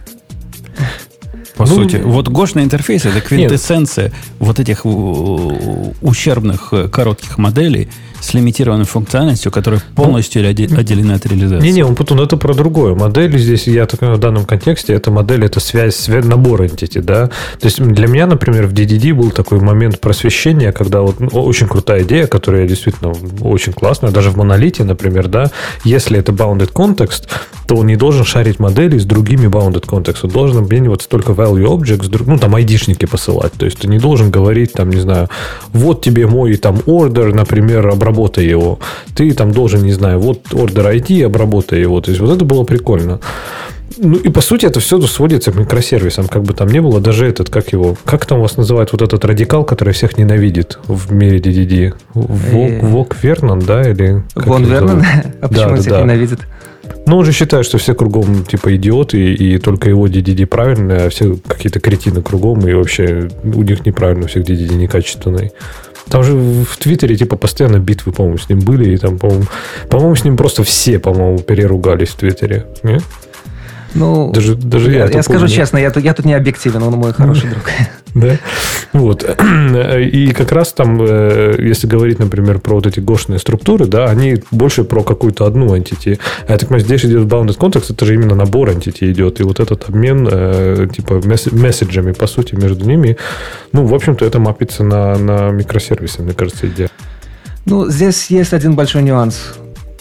По Ну, сути. Вот гошные интерфейсы – это квинтэссенция нет. вот этих ущербных коротких моделей с лимитированной функциональностью, которые полностью ну, отделены от реализации. Не-не, он потом это про другое. Модель здесь, я так понимаю, в данном контексте, это модель, это связь, связь набор entity, да. То есть для меня, например, в ди ди ди был такой момент просвещения, когда вот ну, очень крутая идея, которая действительно очень классная, даже в монолите, например, да, если это bounded context, то он не должен шарить модели с другими bounded context, он должен обмениваться только value objects, ну, там, айдишники посылать, то есть ты не должен говорить, там, не знаю, вот тебе мой, там, order, например, обработай его, ты там должен, не знаю, вот order ай ди, обработай его, то есть вот это было прикольно. Ну, и по сути это все сводится к микросервисам, как бы там не было, даже этот, как его, как там у вас называют вот этот радикал, который всех ненавидит в мире ди ди ди? Вок, Вок Вернон, да, или... Вон Вернон? А почему он всех ненавидит? Ну, он же считает, что все кругом типа идиоты, и только его ди ди ди правильный, а все какие-то кретины кругом, и вообще у них неправильно, у всех ди ди ди некачественный. Там же в Твиттере типа постоянно битвы, по-моему, с ним были, и там, по-моему, по-моему, с ним просто все, по-моему, переругались в Твиттере. Нет? Ну, даже, даже я, я, я скажу помню. Честно, я, я тут не объективен, он мой хороший друг. Да? Вот. И как раз там, если говорить, например, про вот эти гошные структуры, да, они больше про какую-то одну entity. А я так понимаю, здесь идет bounded context, это же именно набор entity идет. И вот этот обмен типа месседжами, по сути, между ними, ну, в общем-то, это мапится на, на микросервисы, мне кажется, идея. Ну, здесь есть один большой нюанс.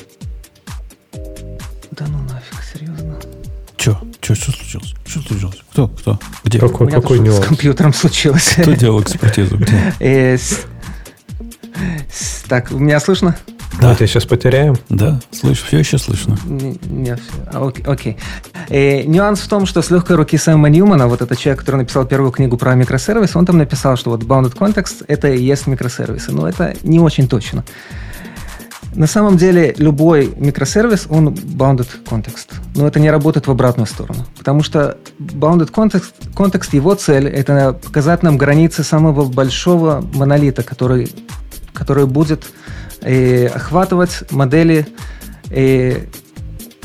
Да ну нафиг, серьезно. Че? Че, что случилось? Что случилось? Кто? Кто? Где? Какой, У меня какой нюанс? С компьютером случилось. Кто делал экспертизу? Где? Так, меня слышно? Да. Мы тебя сейчас потеряем? Да, слышу, все еще слышно. Нет, все. Окей. И нюанс в том, что с легкой руки Сэма Ньюмана, вот этот человек, который написал первую книгу про микросервисы, он там написал, что вот bounded context – это и есть микросервисы. Но это не очень точно. На самом деле любой микросервис, он bounded context. Но это не работает в обратную сторону. Потому что bounded context, context его цель – это показать нам границы самого большого монолита, который, который будет э, охватывать модели, э,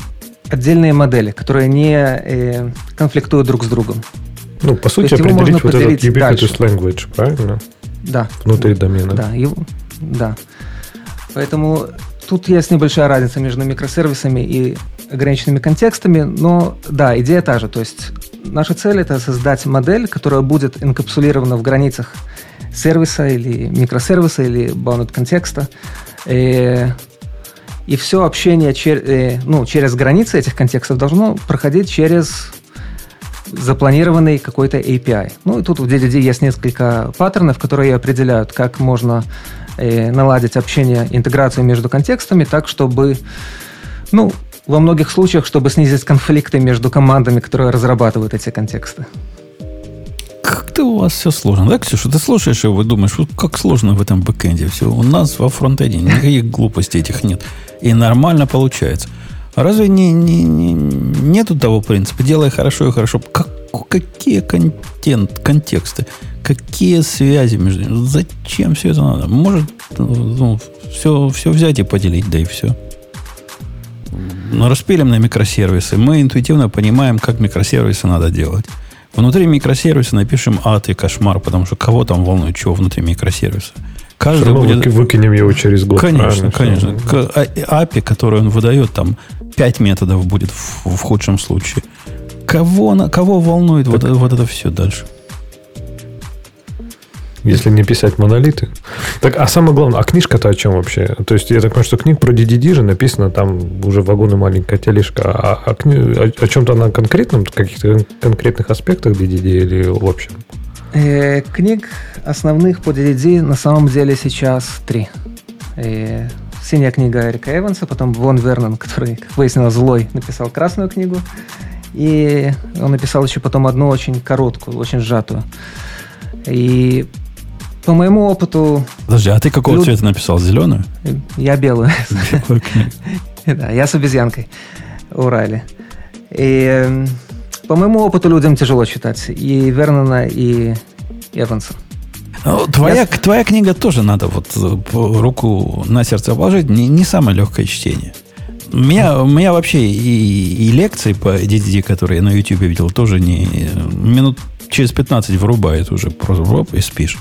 отдельные модели, которые не э, конфликтуют друг с другом. Ну, по сути, определить вот этот ubiquitous language, правильно? Да. Внутри домена. Да, его, да. Поэтому тут есть небольшая разница между микросервисами и ограниченными контекстами, но да, идея та же. То есть наша цель – это создать модель, которая будет инкапсулирована в границах сервиса или микросервиса или bounded контекста. И, и все общение чер, ну, через границы этих контекстов должно проходить через запланированный какой-то эй пи ай. Ну и тут в ди ди ди есть несколько паттернов, которые определяют, как можно э, наладить общение, интеграцию между контекстами так, чтобы, ну, во многих случаях, чтобы снизить конфликты между командами, которые разрабатывают эти контексты. Как-то у вас все сложно. Да, Ксюша, ты слушаешь его и думаешь, вот как сложно в этом бэкэнде все. У нас во фронтенде никаких глупостей этих нет. И нормально получается. А разве не, не, не, нету того принципа? Делай хорошо и хорошо. Как, какие контент, контексты? Какие связи между ними? Зачем все это надо? Может, ну, все, все взять и поделить, да и все. Но распилим на микросервисы. Мы интуитивно понимаем, как микросервисы надо делать. Внутри микросервиса напишем ад и кошмар, потому что кого там волнует, чего внутри микросервиса. Каждый будет... Выкинем его через год. Конечно, конечно. эй пи ай, который он выдает, там пять методов будет в, в худшем случае. Кого, кого волнует вот, вот это все дальше? Если не писать монолиты. Так, а самое главное, а книжка-то о чем вообще? То есть, я так понимаю, что книга про ди ди ди же написана, там уже вагон и маленькая тележка. А, а кни... о, о чем-то она конкретном, каких-то конкретных аспектах ди ди ди или в общем? Э, книг основных по ди ди ди на самом деле сейчас три. Э, синяя книга Эрика Эванса, потом Вон Вернон, который, как выяснилось, злой, написал красную книгу. И он написал еще потом одну очень короткую, очень сжатую. И по моему опыту... Подожди, а ты какого люд... цвета написал? Зеленую? Я белую. Да, я с обезьянкой у Райли. И по моему опыту людям тяжело читать. И Вернона, и Эванса. Ну, твоя, я... твоя книга тоже надо вот руку на сердце положить. Не, не самое легкое чтение. У меня, у меня вообще и, и лекции по ди ди ди, которые я на YouTube видел, тоже не минут через пятнадцать врубает уже. Просто вруб и спишь.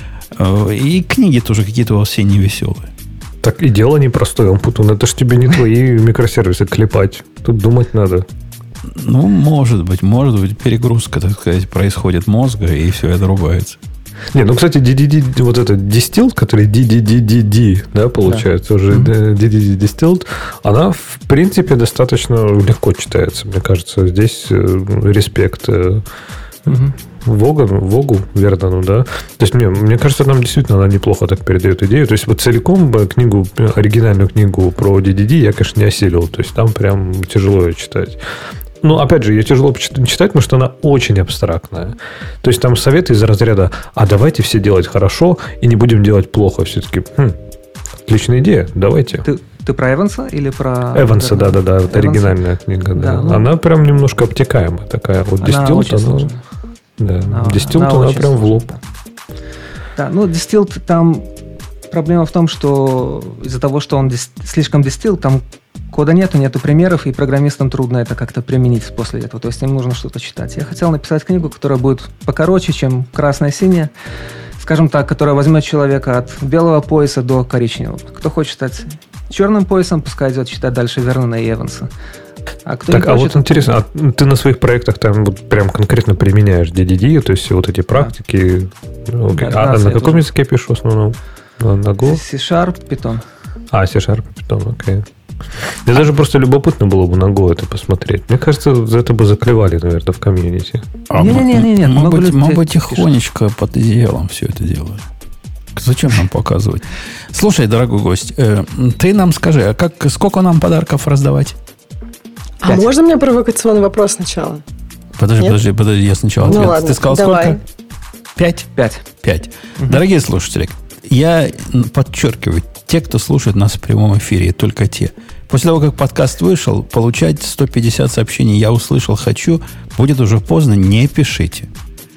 И книги тоже какие-то у вас все невеселые. Так и дело непростое, Умпутун. Это ж тебе не твои микросервисы клепать. Тут думать надо. Ну, может быть, может быть, перегрузка, так сказать, происходит мозга, и все это рубается. Не, ну, кстати, ди ди ди, вот этот Distilled, который ди ди ди ди ди, да, получается, да. уже mm-hmm. ди ди ди Distilled, она, в принципе, достаточно легко читается, мне кажется. Здесь респект mm-hmm. Вогану, Вогу, Вернону, да. То есть, мне, мне кажется, нам действительно она неплохо так передает идею. То есть, вот целиком книгу, оригинальную книгу про ди ди ди я, конечно, не осилил. То есть, там прям тяжело ее читать. Ну, опять же, ее тяжело читать, потому что она очень абстрактная. То есть, там советы из разряда, а давайте все делать хорошо и не будем делать плохо. Все-таки, хм, отличная идея, давайте. Ты, ты про Эванса или про... Эванса, да-да-да, это оригинальная книга. Да. Да, ну, она прям немножко обтекаемая такая. Вот Distilled, она... Да, а, Distilled, она, она прям в лоб. Да, ну, Distilled, там проблема в том, что из-за того, что он дис... слишком Distilled, там кода нету, нету примеров, и программистам трудно это как-то применить после этого. То есть им нужно что-то читать. Я хотел написать книгу, которая будет покороче, чем красная-синяя. Скажем так, которая возьмет человека от белого пояса до коричневого. Кто хочет стать черным поясом, пускай идет читать дальше Вернона и Эванса. А кто так, а хочет, вот интересно, а ты на своих проектах там вот прям конкретно применяешь ди ди ди, то есть вот эти практики? Да. Okay. Да, а на каком тоже. языке пишу в основном? На, на Go? C-Sharp, Python. А, C-Sharp, Python, окей. Okay. Мне даже просто любопытно было бы на Go это посмотреть. Мне кажется, за это бы заклевали, наверное, в комьюнити. А не, не, не, не, мы, бы, мы бы тихонечко под одеялом все это делали. Зачем нам показывать? Слушай, дорогой гость, э, ты нам скажи, а как, сколько нам подарков раздавать? А Пять. Можно мне провокационный вопрос сначала? Подожди, Нет? подожди, подожди, я сначала ну, ответ. Ладно, Ты сказал давай. сколько? Пять? Пять. Пять. Угу. Дорогие слушатели, я подчеркиваю, те, кто слушает нас в прямом эфире, только те. После того, как подкаст вышел, получать сто пятьдесят сообщений «я услышал, хочу» будет уже поздно, не пишите.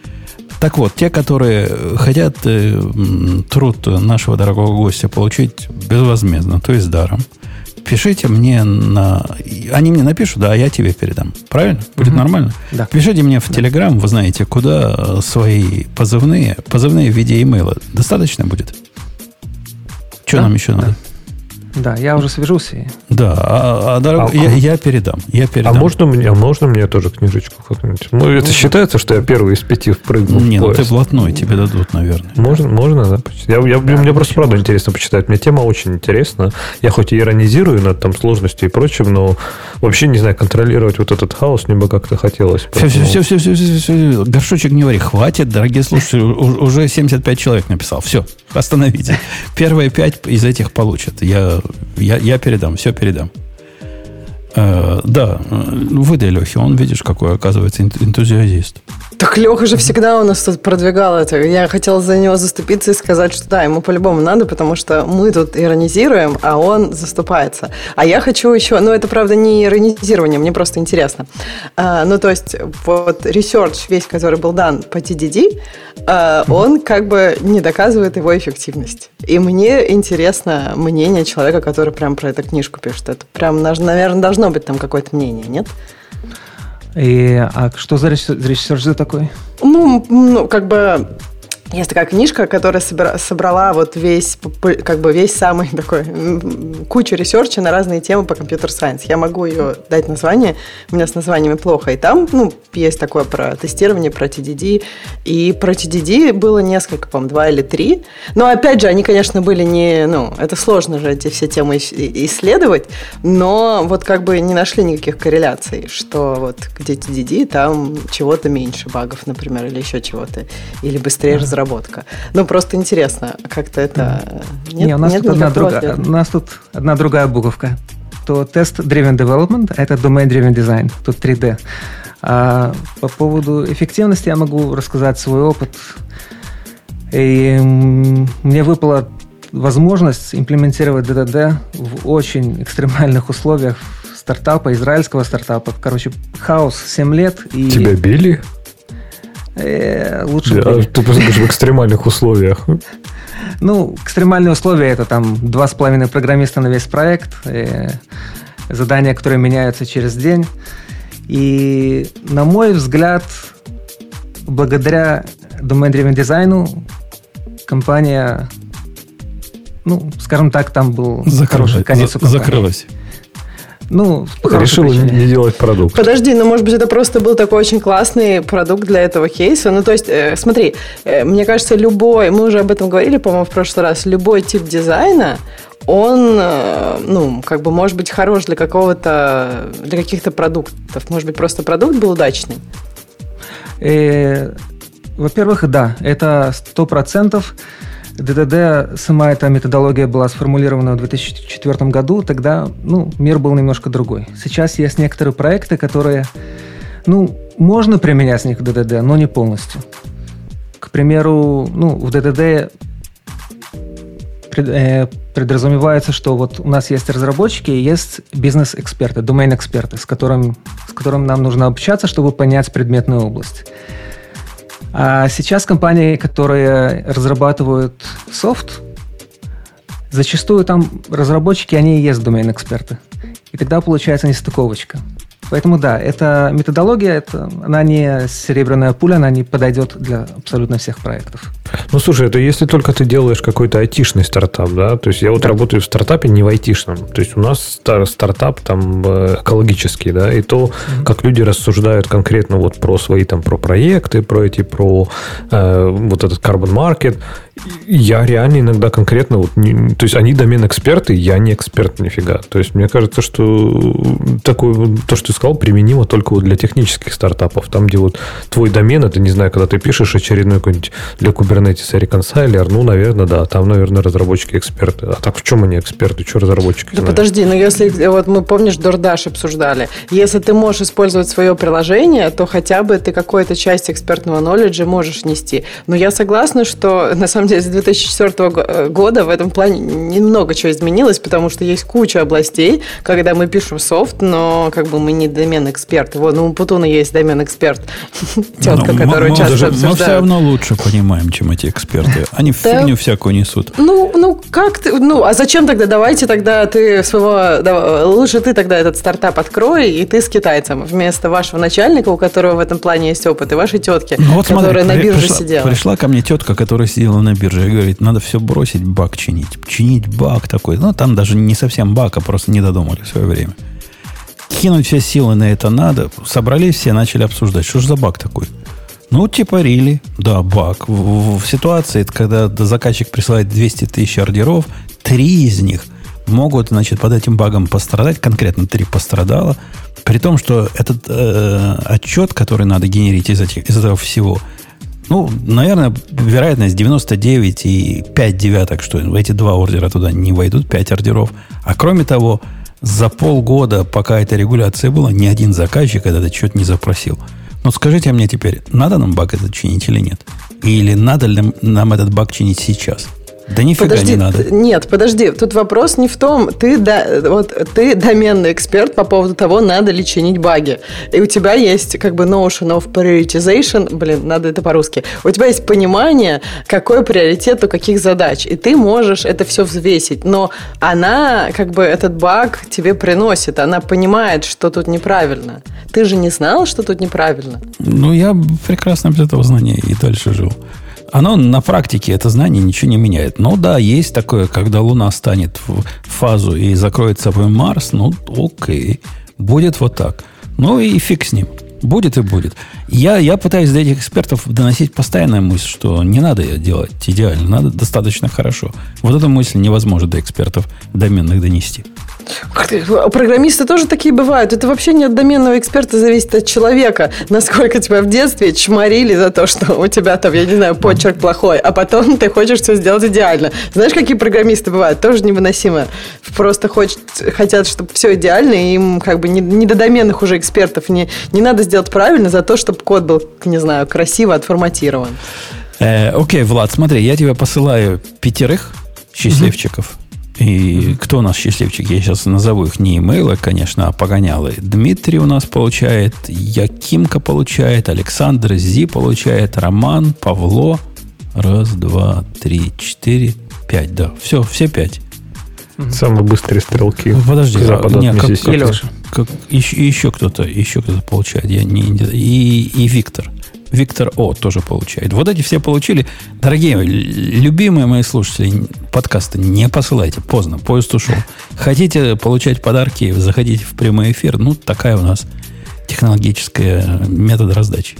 Так вот, те, которые хотят э, труд нашего дорогого гостя получить безвозмездно, то есть даром, пишите мне на... Они мне напишут, да, а я тебе передам. Правильно? Будет угу. нормально? Да. Пишите мне в Telegram, вы знаете, куда свои позывные, позывные в виде имейла. Достаточно будет? Что да? нам еще надо? Да. Да, я уже свяжусь. Да, а, а, дорогой, а, я, я передам. Я передам. А можно мне, а можно мне тоже книжечку как-нибудь? Ну, это ну, считается, что я первый из пяти впрыгнул не, в ну ты блатной, тебе дадут, наверное. Можно, можно, да? Я, я, да мне просто правда интересно почитать. Мне тема очень интересна. Я хоть и иронизирую над там сложностью и прочим, но вообще, не знаю, контролировать вот этот хаос мне бы как-то хотелось. Все, все, все, все, все, все, все. Горшочек не вари, хватит, дорогие слушатели. Уже семьдесят пять человек написал. Все, остановите. Первые пять из этих получат. Я... Я, я передам, все передам. Э, да, выдай Лехе, он, видишь, какой, оказывается, энтузиазист. Так Леха же всегда у нас тут продвигал это. Я хотела за него заступиться и сказать, что да, ему по-любому надо, потому что мы тут иронизируем, а он заступается. А я хочу еще... Ну, это, правда, не иронизирование, мне просто интересно. А, ну, то есть, вот ресерч весь, который был дан по ти ди ди, а, он как бы не доказывает его эффективность. И мне интересно мнение человека, который прям про эту книжку пишет. Это прям, наверное, должно быть там какое-то мнение, нет? И, а что за ресерч за такой? Ну, ну, как бы... Есть такая книжка, которая собира- собрала вот весь, как бы весь самый такой, кучу ресерча на разные темы по компьютер-сайенс. Я могу ее дать название, у меня с названиями плохо. И там, ну, есть такое про тестирование, про ти ди ди. И про ти ди ди было несколько, по-моему, два или три. Но, опять же, они, конечно, были не... Ну, это сложно же эти все темы исследовать, но вот как бы не нашли никаких корреляций, что вот где ти ди ди, там чего-то меньше багов, например, или еще чего-то. Или быстрее разработка. Разработка. Ну, просто интересно, как-то это... Нет, Не, у, нас нет тут одна другая, у нас тут одна другая буковка. То Test-Driven Development, а это Domain-Driven Design, тут три дэ. А по поводу эффективности я могу рассказать свой опыт. И мне выпала возможность имплементировать ди ди ди в очень экстремальных условиях стартапа, израильского стартапа. Короче, хаос семь лет. И... Тебя били? Э, лучше да, бы. Ты просто в экстремальных условиях. Ну, экстремальные условия — это там два с половиной программиста на весь проект, э, задания, которые меняются через день. И, на мой взгляд, благодаря domain-driven дизайну компания, ну, скажем так, там был Закрылась. хороший конец у компании. Закрылась. Ну, решила не делать продукт. Подожди, ну, может быть, это просто был такой очень классный продукт для этого кейса. Ну, то есть, э, смотри, э, мне кажется, любой, мы уже об этом говорили, по-моему, в прошлый раз, любой тип дизайна, он, э, ну, как бы, может быть, хорош для какого-то, для каких-то продуктов. Может быть, просто продукт был удачный? Э, во-первых, да, это сто процентов. ди ди ди, сама эта методология была сформулирована в две тысячи четвёртом году, тогда, ну, мир был немножко другой. Сейчас есть некоторые проекты, которые, ну, можно применять с них в ди ди ди, но не полностью. К примеру, ну, в ди ди ди пред, э, подразумевается, что вот у нас есть разработчики и есть бизнес-эксперты, домен-эксперты, с которым, с которым нам нужно общаться, чтобы понять предметную область. А сейчас компании, которые разрабатывают софт, зачастую там разработчики, они и есть домен-эксперты. И тогда получается нестыковочка. Поэтому да, эта методология, это, она не серебряная пуля, она не подойдет для абсолютно всех проектов. Ну, слушай, это если только ты делаешь какой-то айтишный стартап, да? То есть я вот да. работаю в стартапе, не в айтишном. То есть у нас стар- стартап там экологический, да, и то, mm-hmm. как люди рассуждают конкретно вот про свои там, про проекты, про эти, про э, вот этот carbon market. Я реально иногда конкретно, вот, не, то есть они домен-эксперты, я не эксперт нифига. То есть мне кажется, что такое, то, что ты сказал, применимо только вот для технических стартапов. Там, где вот твой домен, это, не знаю, когда ты пишешь очередной какой-нибудь для Kubernetes реконсайлер, ну, наверное, да, там, наверное, разработчики эксперты. А так в чем они эксперты? Что разработчики Да знают? подожди, ну если, вот мы, помнишь, DoorDash обсуждали, если ты можешь использовать свое приложение, то хотя бы ты какую-то часть экспертного knowledge можешь нести. Но я согласна, что, на самом деле, с две тысячи четвёртого года в этом плане немного чего изменилось, потому что есть куча областей, когда мы пишем софт, но как бы мы не домен-эксперты. Вот, ну, у Путуна есть домен-эксперт. Тетка, ну, которую мы, часто даже, обсуждают. Мы все равно лучше понимаем, чем чем эти эксперты. Они да. фигню всякую несут. Ну, ну, как ты... Ну, а зачем тогда? Давайте тогда ты своего... Да, лучше ты тогда этот стартап открой, и ты с китайцем. Вместо вашего начальника, у которого в этом плане есть опыт, и вашей тетки, ну, вот которая смотри, на бирже пришла, сидела. Пришла ко мне тетка, которая сидела на бирже, и говорит, надо все бросить, баг чинить. Чинить баг такой. Ну, там даже не совсем баг, а просто не додумали в свое время. Кинуть все силы на это надо. Собрались все, начали обсуждать, что же за баг такой. Ну, типа рили, да, баг. В, в, в ситуации, когда заказчик присылает двести тысяч ордеров, три из них могут, значит, под этим багом пострадать, конкретно три пострадало, при том, что этот э, отчет, который надо генерить из, этих, из этого всего, ну, наверное, вероятность девяносто девять и пять девяток, что эти два ордера туда не войдут, пять ордеров. А кроме того, за полгода, пока эта регуляция была, ни один заказчик этот отчет не запросил. Но скажите мне теперь, надо нам баг этот чинить или нет? Или надо ли нам этот баг чинить сейчас? Да нифига подожди, не надо. Нет, подожди, тут вопрос не в том, ты, да, вот, ты доменный эксперт по поводу того, надо ли чинить баги. И у тебя есть как бы notion of prioritization, блин, надо это по-русски. У тебя есть понимание, какой приоритет у каких задач. И ты можешь это все взвесить. Но она, как бы, этот баг тебе приносит. Она понимает, что тут неправильно. Ты же не знал, что тут неправильно? Ну, я прекрасно без этого знания и дальше жил. Оно на практике, это знание ничего не меняет. Но да, есть такое, когда Луна станет в фазу и закроет собой Марс, ну окей, будет вот так. Ну и фиг с ним. Будет и будет. Я, я пытаюсь до этих экспертов доносить постоянную мысль, что не надо делать идеально, надо достаточно хорошо. Вот эту мысль невозможно до экспертов доменных донести. Программисты тоже такие бывают. Это вообще не от доменного эксперта зависит от человека. Насколько тебя в детстве чморили за то, что у тебя там, я не знаю, почерк плохой, а потом ты хочешь все сделать идеально. Знаешь, какие программисты бывают? Тоже невыносимо. Просто хочет, хотят, чтобы все идеально, и им как бы не, не до доменных уже экспертов. Не, не надо сделать правильно за то, чтобы код был, не знаю, красиво отформатирован. Э, окей, Влад, смотри, я тебе посылаю пятерых счастливчиков. Mm-hmm. И кто у нас счастливчик? Я сейчас назову их не имейлы, конечно, а погонялы. Дмитрий у нас получает, Якимка получает, Александр Зи получает, Роман, Павло. Раз, два, три, четыре, пять, да. Все, все пять. Самые быстрые стрелки. Подожди, а, не, как, как, как, еще, еще кто-то, еще кто-то получает. Я не, и, и Виктор. Виктор О тоже получает. Вот эти все получили. Дорогие, любимые мои слушатели подкаста, не посылайте. Поздно, поезд ушел. Хотите получать подарки, заходите в прямой эфир. Ну, такая у нас технологическая метод раздачи.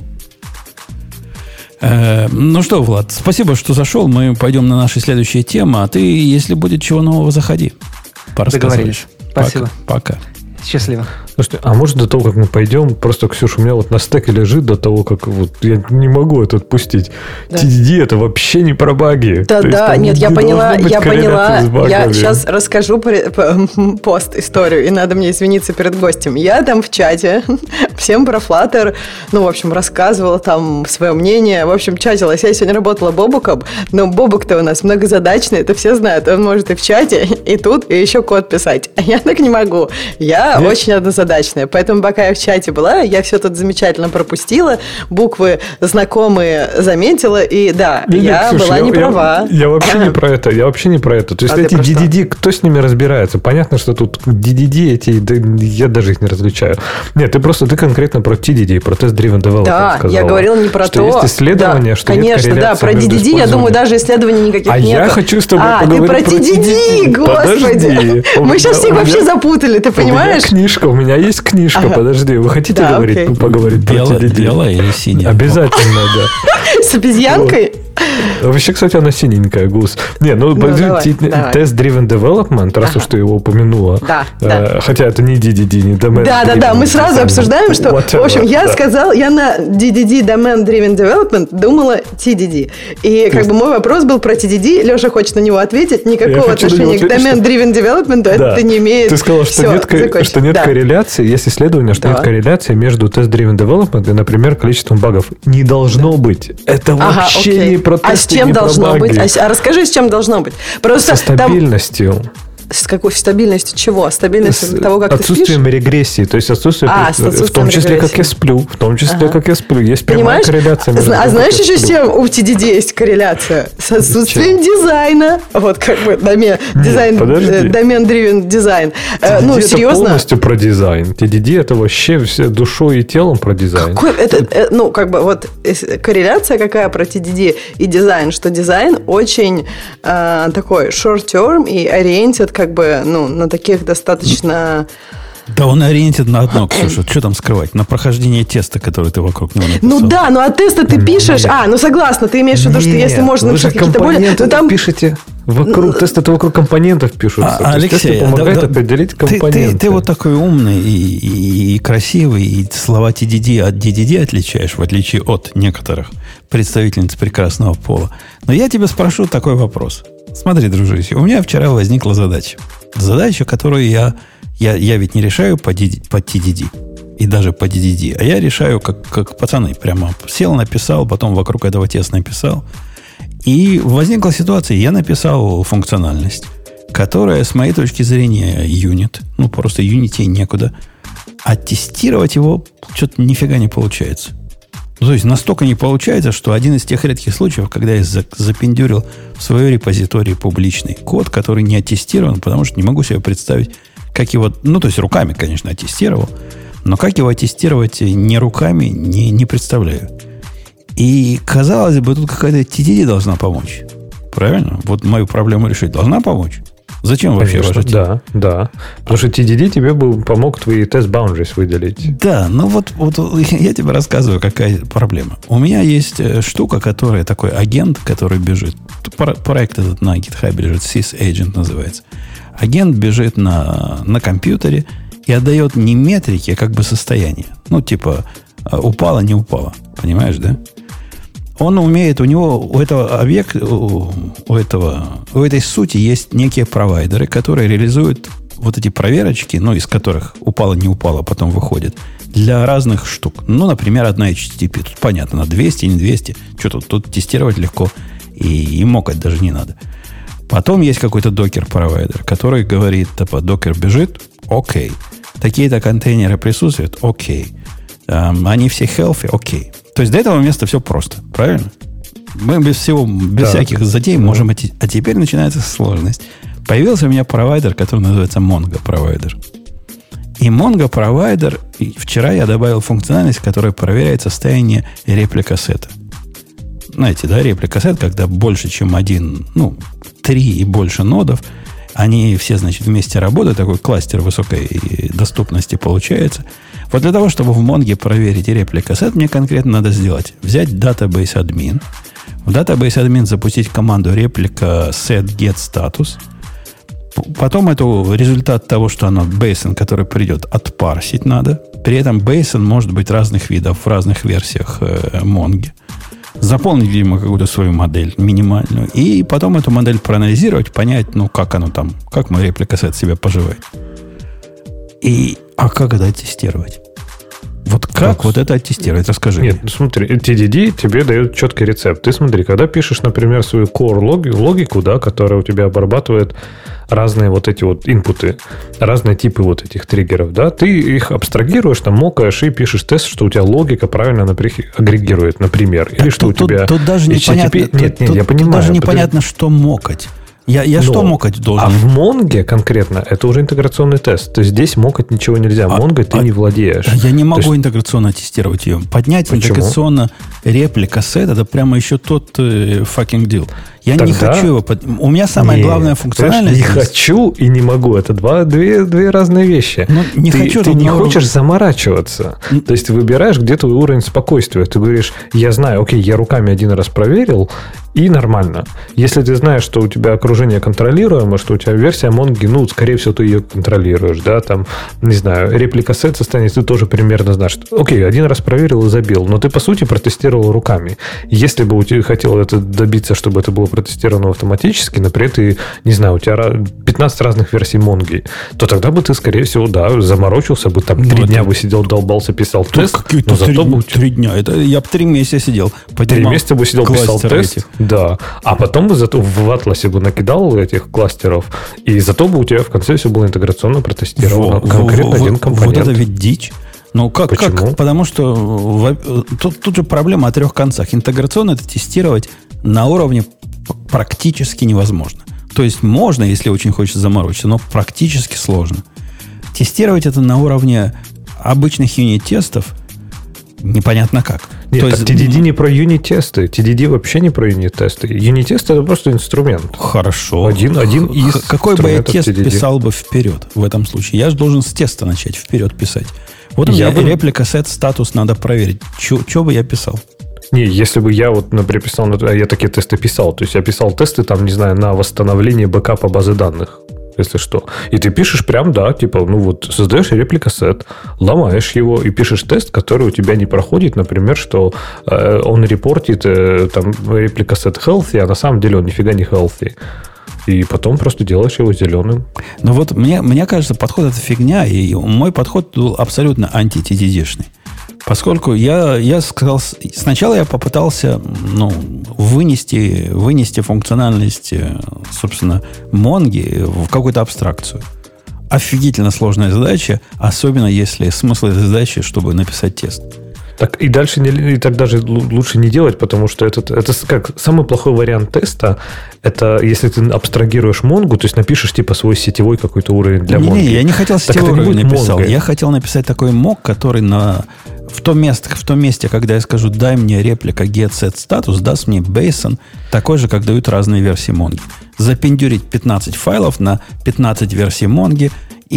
Э, ну что, Влад, спасибо, что зашел. Мы пойдем на наши следующие темы. А ты, если будет чего нового, заходи. Договорились. Спасибо. Пока. Пока. Счастливо. Слушайте, а может до того, как мы пойдем, просто, Ксюша, у меня вот на стеке лежит до того, как вот я не могу это отпустить. Да. ти ди ди это вообще не про баги. Да, То да, нет, я поняла, я поняла. Я сейчас расскажу пост историю, и надо мне извиниться перед гостем. Я там в чате всем про Flutter, ну, в общем, рассказывала там свое мнение. В общем, чатилась. Я сегодня работала Бобуком, но Бобук-то у нас многозадачный, это все знают. Он может и в чате, и тут, и еще код писать. А я так не могу. Я Нет? очень однозадачная. Поэтому, пока я в чате была, я все тут замечательно пропустила, буквы знакомые заметила, и да, Нет, я слушай, была я, не права. Я, я вообще не про это. Я вообще не про это. То есть а эти ди ди ди, кто с ними разбирается? Понятно, что тут ди ди ди эти, да, я даже их не различаю. Нет, ты просто, ты конкретно про ти ди ди, про Test-Driven Development да, сказала. я говорила не про что то. Есть исследования, да, что конечно, нет да, про ди ди ди, я думаю, даже исследований никаких а нет. А я хочу с тобой а, поговорить ты про ти ди ди, господи. Мы сейчас всех вообще запутали, ты понимаешь? У меня книжка, у меня есть книжка, ага. Подожди, вы хотите да, говорить, окей. поговорить Бело, про ти ди ди? Белая или синяя? Обязательно, да. С обезьянкой? Вообще, кстати, она синенькая, Гус. Не, ну, ну Test-Driven Development, раз ага. уж ты его упомянула. Да, э, да. Хотя это не ди ди ди, не Domain. Да, да, да, мы сразу обсуждаем, что, whatever, в общем, я да. сказал, я на ди ди ди Domain Driven Development думала ти ди ди. И как бы мой вопрос был про ти ди ди, Леша хочет на него ответить, никакого отношения к Domain Driven Development да. это не имеет. Ты сказал, что Все, нет, что нет да. корреляции, есть исследование, что да. нет корреляции между Test-Driven Development и, например, количеством багов. Не должно да. быть. Это ага, вообще окей. не про тесты, а с чем не должно про баги. быть? А, а расскажи, с чем должно быть. Просто со стабильностью. Там... С какой стабильностью чего? Стабильностью с того, как ты спишь? Отсутствием регрессии. То есть отсутствие, а, в том числе, регрессии. Как я сплю. В том числе, ага. как я сплю. Есть прямая корреляция. Между а тем, знаешь еще с чем у ти ди ди есть корреляция? С отсутствием дизайна. Вот как бы домен, дизайн, домен-дривен дизайн. ти ди ди ну, это серьезно? полностью про дизайн. ти ди ди это вообще все душой и телом про дизайн. Какой, это, ну, как бы вот корреляция какая про ти ди ди и дизайн, что дизайн очень э, такой short-term и ориентит как бы, ну, на таких достаточно... Да он ориентирован на одно, Ксюша. Что там скрывать? На прохождение теста, который ты вокруг него написал. Ну да, ну а теста ты пишешь... Нет. А, ну согласна, ты имеешь в виду, что если можно написать какие-то более... Ну там пишете... Вокруг, тест это вокруг компонентов пишутся. А, Алексей, помогает да, определить компоненты. Ты, ты, ты вот такой умный и, и, и красивый, и слова ти ди ди от ди ди ди отличаешь, в отличие от некоторых представительниц прекрасного пола. Но я тебя спрошу такой вопрос. Смотри, дружище, у меня вчера возникла задача. Задача, которую я... Я, я ведь не решаю по, по ти ди ди и даже по ди ди ди, а я решаю, как, как пацаны. Прямо сел, написал, потом вокруг этого теста написал. И возникла ситуация, я написал функциональность, которая, с моей точки зрения, юнит. Ну, просто юнити некуда. А тестировать его что-то нифига не получается. Ну, то есть, настолько не получается, что один из тех редких случаев, когда я запендюрил в свое репозиторий публичный код, который не оттестирован, потому что не могу себе представить, как его... Ну, то есть, руками, конечно, оттестировал, но как его оттестировать не руками, не, не представляю. И, казалось бы, тут какая-то ти ти ди должна помочь. Правильно? Вот мою проблему решить. Должна помочь? Зачем вообще ваша ти ди ди? Да, да. Потому что ти ди ди тебе бы помог твои тест boundaries выделить. Да, ну вот, вот я тебе рассказываю, какая проблема. У меня есть штука, которая такой агент, который бежит. Проект этот на GitHub лежит, sysagent называется. Агент бежит на, на компьютере и отдает не метрики, а как бы состояние. Ну, типа, упало, не упало. Понимаешь, да? Он умеет, у него, у этого объекта, у, у, этого, у этой сути есть некие провайдеры, которые реализуют вот эти проверочки, ну, из которых упало, не упало, потом выходит, для разных штук. Ну, например, одна эйч ти ти пи. Тут понятно, на двести, не двести. Что тут? Тут тестировать легко. И, и мокать даже не надо. Потом есть какой-то докер-провайдер, который говорит, типа, докер бежит, окей. Такие-то контейнеры присутствуют, окей. Эм, они все healthy, окей. То есть до этого места все просто, правильно? Мы без всего, без да. всяких затей да. можем идти. А теперь начинается сложность. Появился у меня провайдер, который называется Mongo провайдер. И Mongo провайдер, вчера я добавил функциональность, которая проверяет состояние реплика-сета. Знаете, да, реплика-сет, когда больше, чем один, ну, три и больше нодов, они все, значит, вместе работают, такой кластер высокой доступности получается. Вот для того, чтобы в Mongo проверить реплика-сет, мне конкретно надо сделать, взять database admin, в database admin запустить команду реплика set get status, потом это результат того, что оно basin, который придет, отпарсить надо. При этом basin может быть разных видов в разных версиях э, Mongo. Заполнить, видимо, какую-то свою модель минимальную. И потом эту модель проанализировать, понять, ну, как оно там, как мой реплика-сет себя поживает. И, а как это оттестировать? Вот как, как вот это оттестировать? Расскажи. Нет, ну, смотри, ти ди ди тебе дает четкий рецепт. Ты смотри, когда пишешь, например, свою core логику, логику, да, которая у тебя обрабатывает разные вот эти вот инпуты, разные типы вот этих триггеров, да, ты их абстрагируешь, там, мокаешь и пишешь тест, что у тебя логика правильно агрегирует, например. Или так что тут, у тебя... Тут даже непонятно, нет, нет, тут, я тут понимаю. даже непонятно, потому... что мокать. Я, я что мокать должен? А в Mongo конкретно это уже интеграционный тест. То есть здесь мокать ничего нельзя. А, Mongo ты а, не владеешь. Я не могу есть... интеграционно тестировать ее. Поднять Почему? интеграционно реплика сет, это прямо еще тот э, fucking deal. Я Тогда... не хочу его... Под... У меня самая Нет, главная функциональность... Не хочу и не могу. Это два, две, две разные вещи. Ну, не ты хочу, ты не но... хочешь заморачиваться. Mm. То есть ты выбираешь, где твой уровень спокойствия. Ты говоришь, я знаю, окей, я руками один раз проверил, и нормально. Если ты знаешь, что у тебя окружение контролируемо, что у тебя версия Mongo, ну, скорее всего, ты ее контролируешь, да, там, не знаю, реплика сет состояние, ты тоже примерно знаешь. Окей, один раз проверил и забил, но ты, по сути, протестировал руками. Если бы у тебя хотел это добиться, чтобы это было протестировано автоматически, например, ты, не знаю, у тебя пятнадцать разных версий Монги, то тогда бы ты, скорее всего, да, заморочился бы, там, три ну, дня это... бы сидел, долбался, писал Тут тест. Какие-то но три, зато бы... три дня. Это я бы три месяца сидел. Три месяца бы сидел, писал тест. Этих. Да. А потом бы зато в Атласе бы накидал этих кластеров, и зато бы у тебя в конце все было интеграционно протестировано. Во, конкретно во, один во, компонент. Вот это ведь дичь. Ну, как, как? Потому что в, тут, тут же проблема о трех концах. Интеграционно это тестировать на уровне практически невозможно. То есть можно, если очень хочется заморочиться, но практически сложно. Тестировать это на уровне обычных юнит-тестов непонятно как. Нет, То так есть, ти ди ди не про юнит-тесты. ти ди ди вообще не про юнит-тесты. Юнит-тесты это просто инструмент. Хорошо. Один, один из Какой бы я тест ти ди ди писал бы вперед в этом случае? Я же должен с теста начать вперед писать. Вот у меня бы... реплика set статус надо проверить. Что бы я писал? Не, если бы я вот, например, писал, я такие тесты писал, то есть я писал тесты там, не знаю, на восстановление бэкапа базы данных, если что. И ты пишешь прям, да, типа, ну вот, создаешь реплика сет, ломаешь его и пишешь тест, который у тебя не проходит, например, что э, он репортит э, там реплика сет healthy, а на самом деле он нифига не healthy. И потом просто делаешь его зеленым. Ну вот мне, мне кажется, подход это фигня, и мой подход был абсолютно анти-ти ди ди-шный. Поскольку я, я сказал, сначала я попытался ну, вынести, вынести функциональность, собственно, Монги в какую-то абстракцию. Офигительно сложная задача, особенно если смысл этой задачи, чтобы написать тест. Так и дальше не, и так даже лучше не делать, потому что это, это как самый плохой вариант теста. Это если ты абстрагируешь Монгу, то есть напишешь типа свой сетевой какой-то уровень для Монги. Не, я не хотел сетевой уровень написал. Я хотел написать такой мок, который на в том месте, в том месте, когда я скажу, дай мне реплика get set status, даст мне JSON, такой же, как дают разные версии Монги. Запендюрить пятнадцать файлов на пятнадцать версий Монги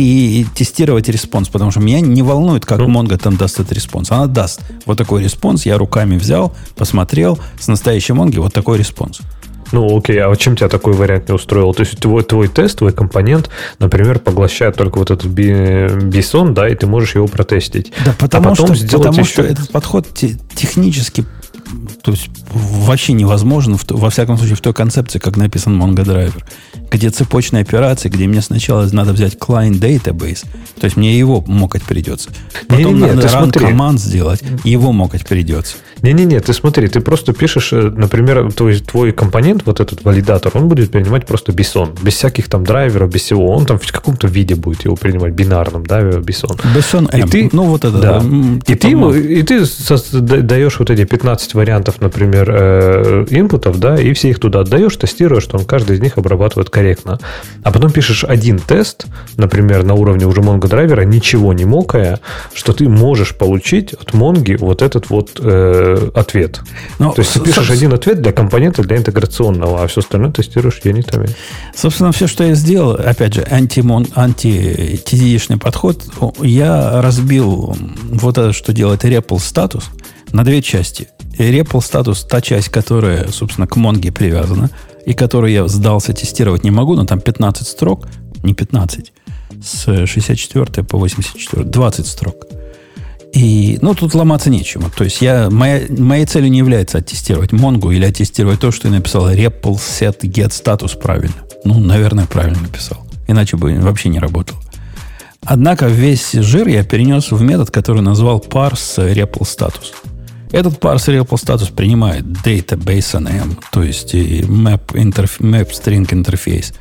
и тестировать респонс, потому что меня не волнует, как Монго там даст этот респонс. Она даст вот такой респонс, я руками взял, посмотрел, с настоящей Монги вот такой респонс. Ну, окей, а вот чем тебя такой вариант не устроил? То есть твой, твой тест, твой компонент, например, поглощает только вот этот бейсон, да, и ты можешь его протестить. Да, потому, а потом что, потому еще... что этот подход те, технически то есть вообще невозможен, в, во всяком случае, в той концепции, как написан MongoDriver, где цепочные операции, где мне сначала надо взять client database, то есть мне его мокать придется. Потом не, не, не, надо run команд сделать, его мокать придется. Не-не-не, ты смотри, ты просто пишешь, например, твой, твой компонент, вот этот валидатор, он будет принимать просто бейсон, без всяких там драйверов, без всего. Он там в каком-то виде будет его принимать, бинарном, да, бейсон. Бейсон и M. ты, ну вот это. Да. Типа и, ты ему, и ты даешь вот эти пятнадцать вариантов, например, э, инпутов, да, и все их туда отдаешь, тестируешь, что он каждый из них обрабатывает корректно. А потом пишешь один тест, например, на уровне уже MongoDriver, ничего не мокая, что ты можешь получить от Монги вот этот вот э, ответ. Но, То есть ты пишешь с... один ответ для компонента, для интеграционного, а все остальное тестируешь юнитами. Собственно, все, что я сделал, опять же, анти-ти ди ди-шный подход, я разбил вот это, что делает REPL статус, на две части. REPL статус, та часть, которая, собственно, к Монге привязана, и которую я сдался тестировать не могу, но там пятнадцать строк, не пятнадцать, с шестьдесят четыре по восемьдесят четыре, двадцать строк. И, ну, тут ломаться нечему. То есть, я, моя, моей целью не является оттестировать Монгу или оттестировать то, что я написал REPL set get статус правильно. Ну, наверное, правильно написал. Иначе бы вообще не работал. Однако весь жир я перенес в метод, который назвал parse REPL status. Этот parse REPL статус принимает database name, то есть map, interf, map string interface.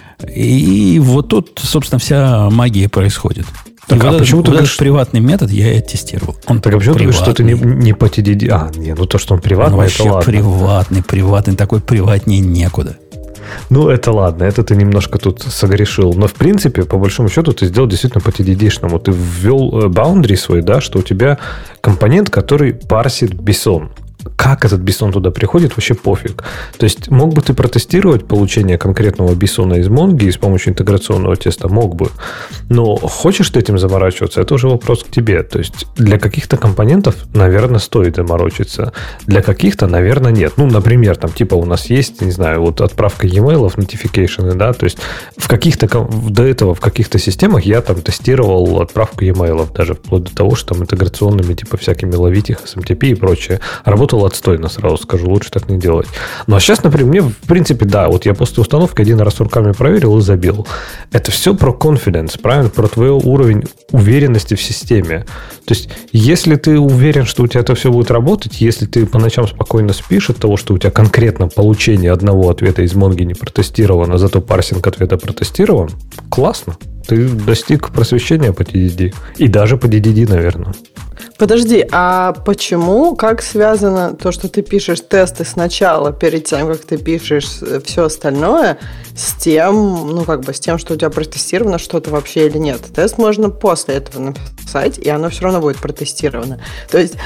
И вот тут, собственно, вся магия происходит. Так, а вот почему этот, ты говоришь, приватный метод я и оттестировал. Он так, а почему ты говоришь, что это не, не по ти ди ди? А, не, ну то, что он приватный, он вообще это ладно. приватный, приватный, такой приватнее некуда. Ну, это ладно, это ты немножко тут согрешил. Но, в принципе, по большому счету, ты сделал действительно по ти ди ди-шному. Ты ввел boundary свой, да, что у тебя компонент, который парсит бейсон. Как этот бейсон туда приходит, вообще пофиг. То есть, мог бы ты протестировать получение конкретного бейсона из Монги с помощью интеграционного теста? Мог бы. Но хочешь ты этим заморачиваться, это уже вопрос к тебе. То есть, для каких-то компонентов, наверное, стоит заморочиться. Для каких-то, наверное, нет. Ну, например, там, типа, у нас есть, не знаю, вот отправка e-mail, notification, да, то есть, в каких-то, до этого в каких-то системах я там тестировал отправку e-mail, даже вплоть до того, что там интеграционными, типа, всякими ловить их, эс эм ти пи и прочее. Работал работал отстойно, сразу скажу, лучше так не делать. Ну, а сейчас, например, мне, в принципе, да, вот я после установки один раз руками проверил и забил. Это все про confidence, правильно? Про твой уровень уверенности в системе. То есть, если ты уверен, что у тебя это все будет работать, если ты по ночам спокойно спишь от того, что у тебя конкретно получение одного ответа из Монги не протестировано, зато парсинг ответа протестирован, классно. Ты достиг просвещения по ти ди ди. И даже по ди ди ди, наверное. Подожди, а почему, как связано то, что ты пишешь тесты сначала, перед тем, как ты пишешь все остальное, с тем, ну, как бы, с тем, что у тебя протестировано что-то вообще или нет? Тест можно после этого написать, и оно все равно будет протестировано. То есть,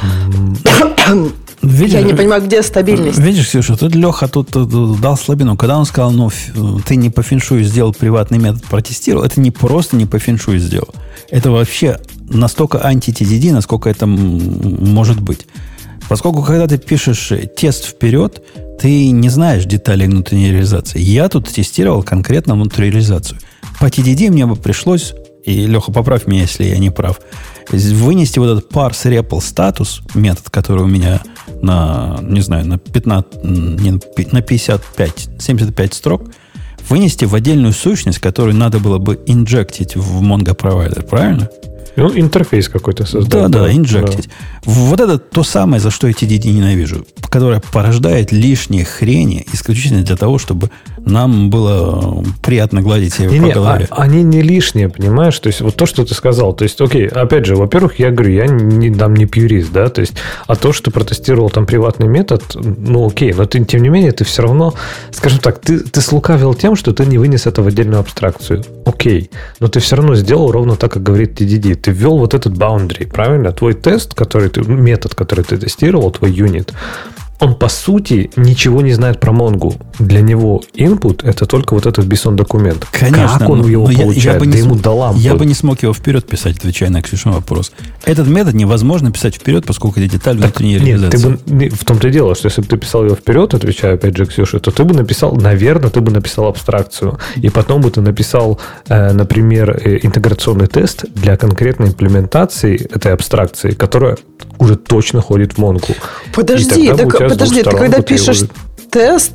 видишь, я не понимаю, где стабильность. Видишь, Ксюша, тут Леха тут, тут дал слабину. Когда он сказал, ну, ты не по феншую сделал приватный метод, протестировал, это не просто не по феншую сделал. Это вообще настолько анти-ти ди ди, насколько это может быть. Поскольку, когда ты пишешь тест вперед, ты не знаешь деталей внутренней реализации. Я тут тестировал конкретно внутреннюю реализацию. По ти ди ди мне бы пришлось, и, Леха, поправь меня, если я не прав, вынести вот этот parse repl status, метод, который у меня на, не знаю, на пятнадцать, не, на пятьдесят пять, семьдесят пять строк, вынести в отдельную сущность, которую надо было бы инжектить в Mongo Provider, правильно? Ну, интерфейс какой-то создать. Да, да, инжектить. Да. Вот это то самое, за что я ти ди ди ненавижу, которое порождает лишние хрени исключительно для того, чтобы нам было приятно гладить себе не, по голове. А, они не лишние, понимаешь? То есть, вот то, что ты сказал. То есть, окей, опять же, во-первых, я говорю, я не, там не пьюрист, да, то есть, а то, что ты протестировал там приватный метод, ну, окей, но ты, тем не менее, ты все равно, скажем так, ты, ты слукавил тем, что ты не вынес это в отдельную абстракцию. Окей, но ты все равно сделал ровно так, как говорит ти ди ди. Ты ввел вот этот boundary, правильно? Твой тест, который ты, метод, который ты тестировал, твой юнит, он, по сути, ничего не знает про Монгу. Для него input – это только вот этот JSON-документ. Конечно. Как он но, его но получает? Я, я бы да не ему см... до лампы. Я бы не смог его вперед писать, отвечая на Ксюшин вопрос. Этот метод невозможно писать вперед, поскольку эти детали внутренней реализации. Нет, ты бы, в том-то и дело, что если бы ты писал его вперед, отвечая опять же Ксюше, то ты бы написал, наверное, ты бы написал абстракцию. И потом бы ты написал, э, например, интеграционный тест для конкретной имплементации этой абстракции, которая уже точно ходит в Монгу. Подожди, так, подожди, ты когда пишешь тест,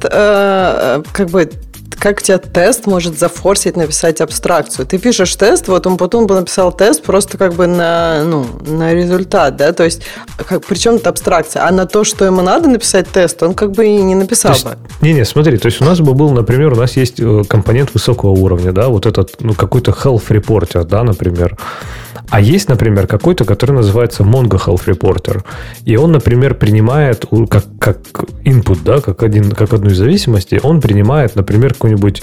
э, как бы, как тебя тест может зафорсить написать абстракцию? Ты пишешь тест, вот он потом бы написал тест просто как бы на, ну, на результат, да, то есть, как, причем это абстракция, а на то, что ему надо написать тест, он как бы и не написал есть, бы. Не-не, смотри, то есть у нас бы был, например, у нас есть компонент высокого уровня, да, вот этот, ну, какой-то health reporter, да, например. А есть, например, какой-то, который называется Mongo Health Reporter. И он, например, принимает как, как input, да, как, один, как одну из зависимостей, он принимает, например, какой-нибудь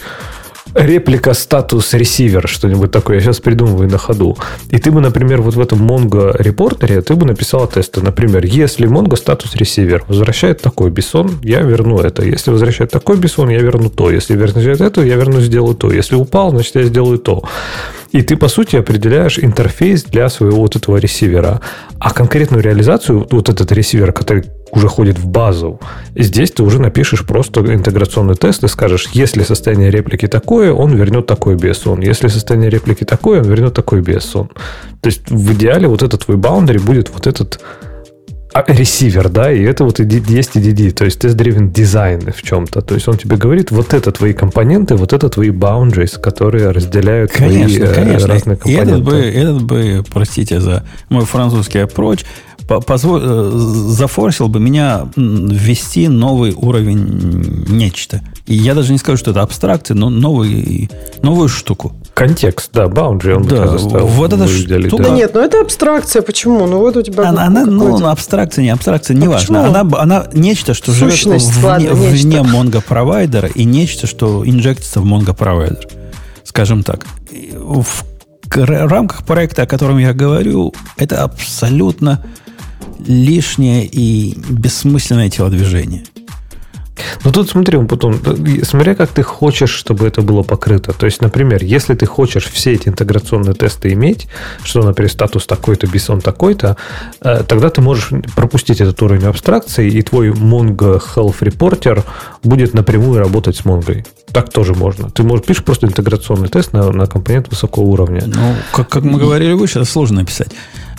реплика статус ресивер, что-нибудь такое. Я сейчас придумываю на ходу. И ты бы, например, вот в этом Mongo репортере ты бы написал тесты. Например, если Mongo статус ресивер возвращает такой биссон, я верну это. Если возвращает такой биссон, я верну то. Если возвращает это, я верну, сделаю то. Если упал, значит, я сделаю то. И ты, по сути, определяешь интерфейс для своего вот этого ресивера. А конкретную реализацию, вот этот ресивер, который уже ходит в базу, здесь ты уже напишешь просто интеграционный тест и скажешь, если состояние реплики такое, он вернет такой би эс он. Если состояние реплики такое, он вернет такой би эс он. То есть, в идеале вот этот твой boundary будет вот этот ресивер, да, и это вот и есть ти ди ди, то есть test-driven design в чем-то. То есть он тебе говорит, вот это твои компоненты, вот это твои boundaries, которые разделяют конечно, твои конечно. разные компоненты. И этот бы, этот бы, простите за мой французский approach, позволь, зафорсил бы меня ввести новый уровень нечто. И я даже не скажу, что это абстракция, но новый, новую штуку. Контекст, да, boundary он да, бы заставил. Вот это штука. Да нет, ну это абстракция, почему? Ну вот у тебя... Она, она ну, абстракция, не абстракция, неважно. Она, она нечто, что Сущность, живет ладно, вне, нечто. вне Mongo Provider, и нечто, что инжектится в Mongo Provider. Скажем так. В рамках проекта, о котором я говорю, это абсолютно лишнее и бессмысленное телодвижение. Ну, тут смотри, потом, смотря как ты хочешь, чтобы это было покрыто. То есть, например, если ты хочешь все эти интеграционные тесты иметь, что, например, статус такой-то, биссон такой-то, тогда ты можешь пропустить этот уровень абстракции, и твой Mongo Health Reporter будет напрямую работать с Mongo. Так тоже можно. Ты можешь пишешь просто интеграционный тест на, на компонент высокого уровня. Ну, как, как мы говорили выше, это сложно написать.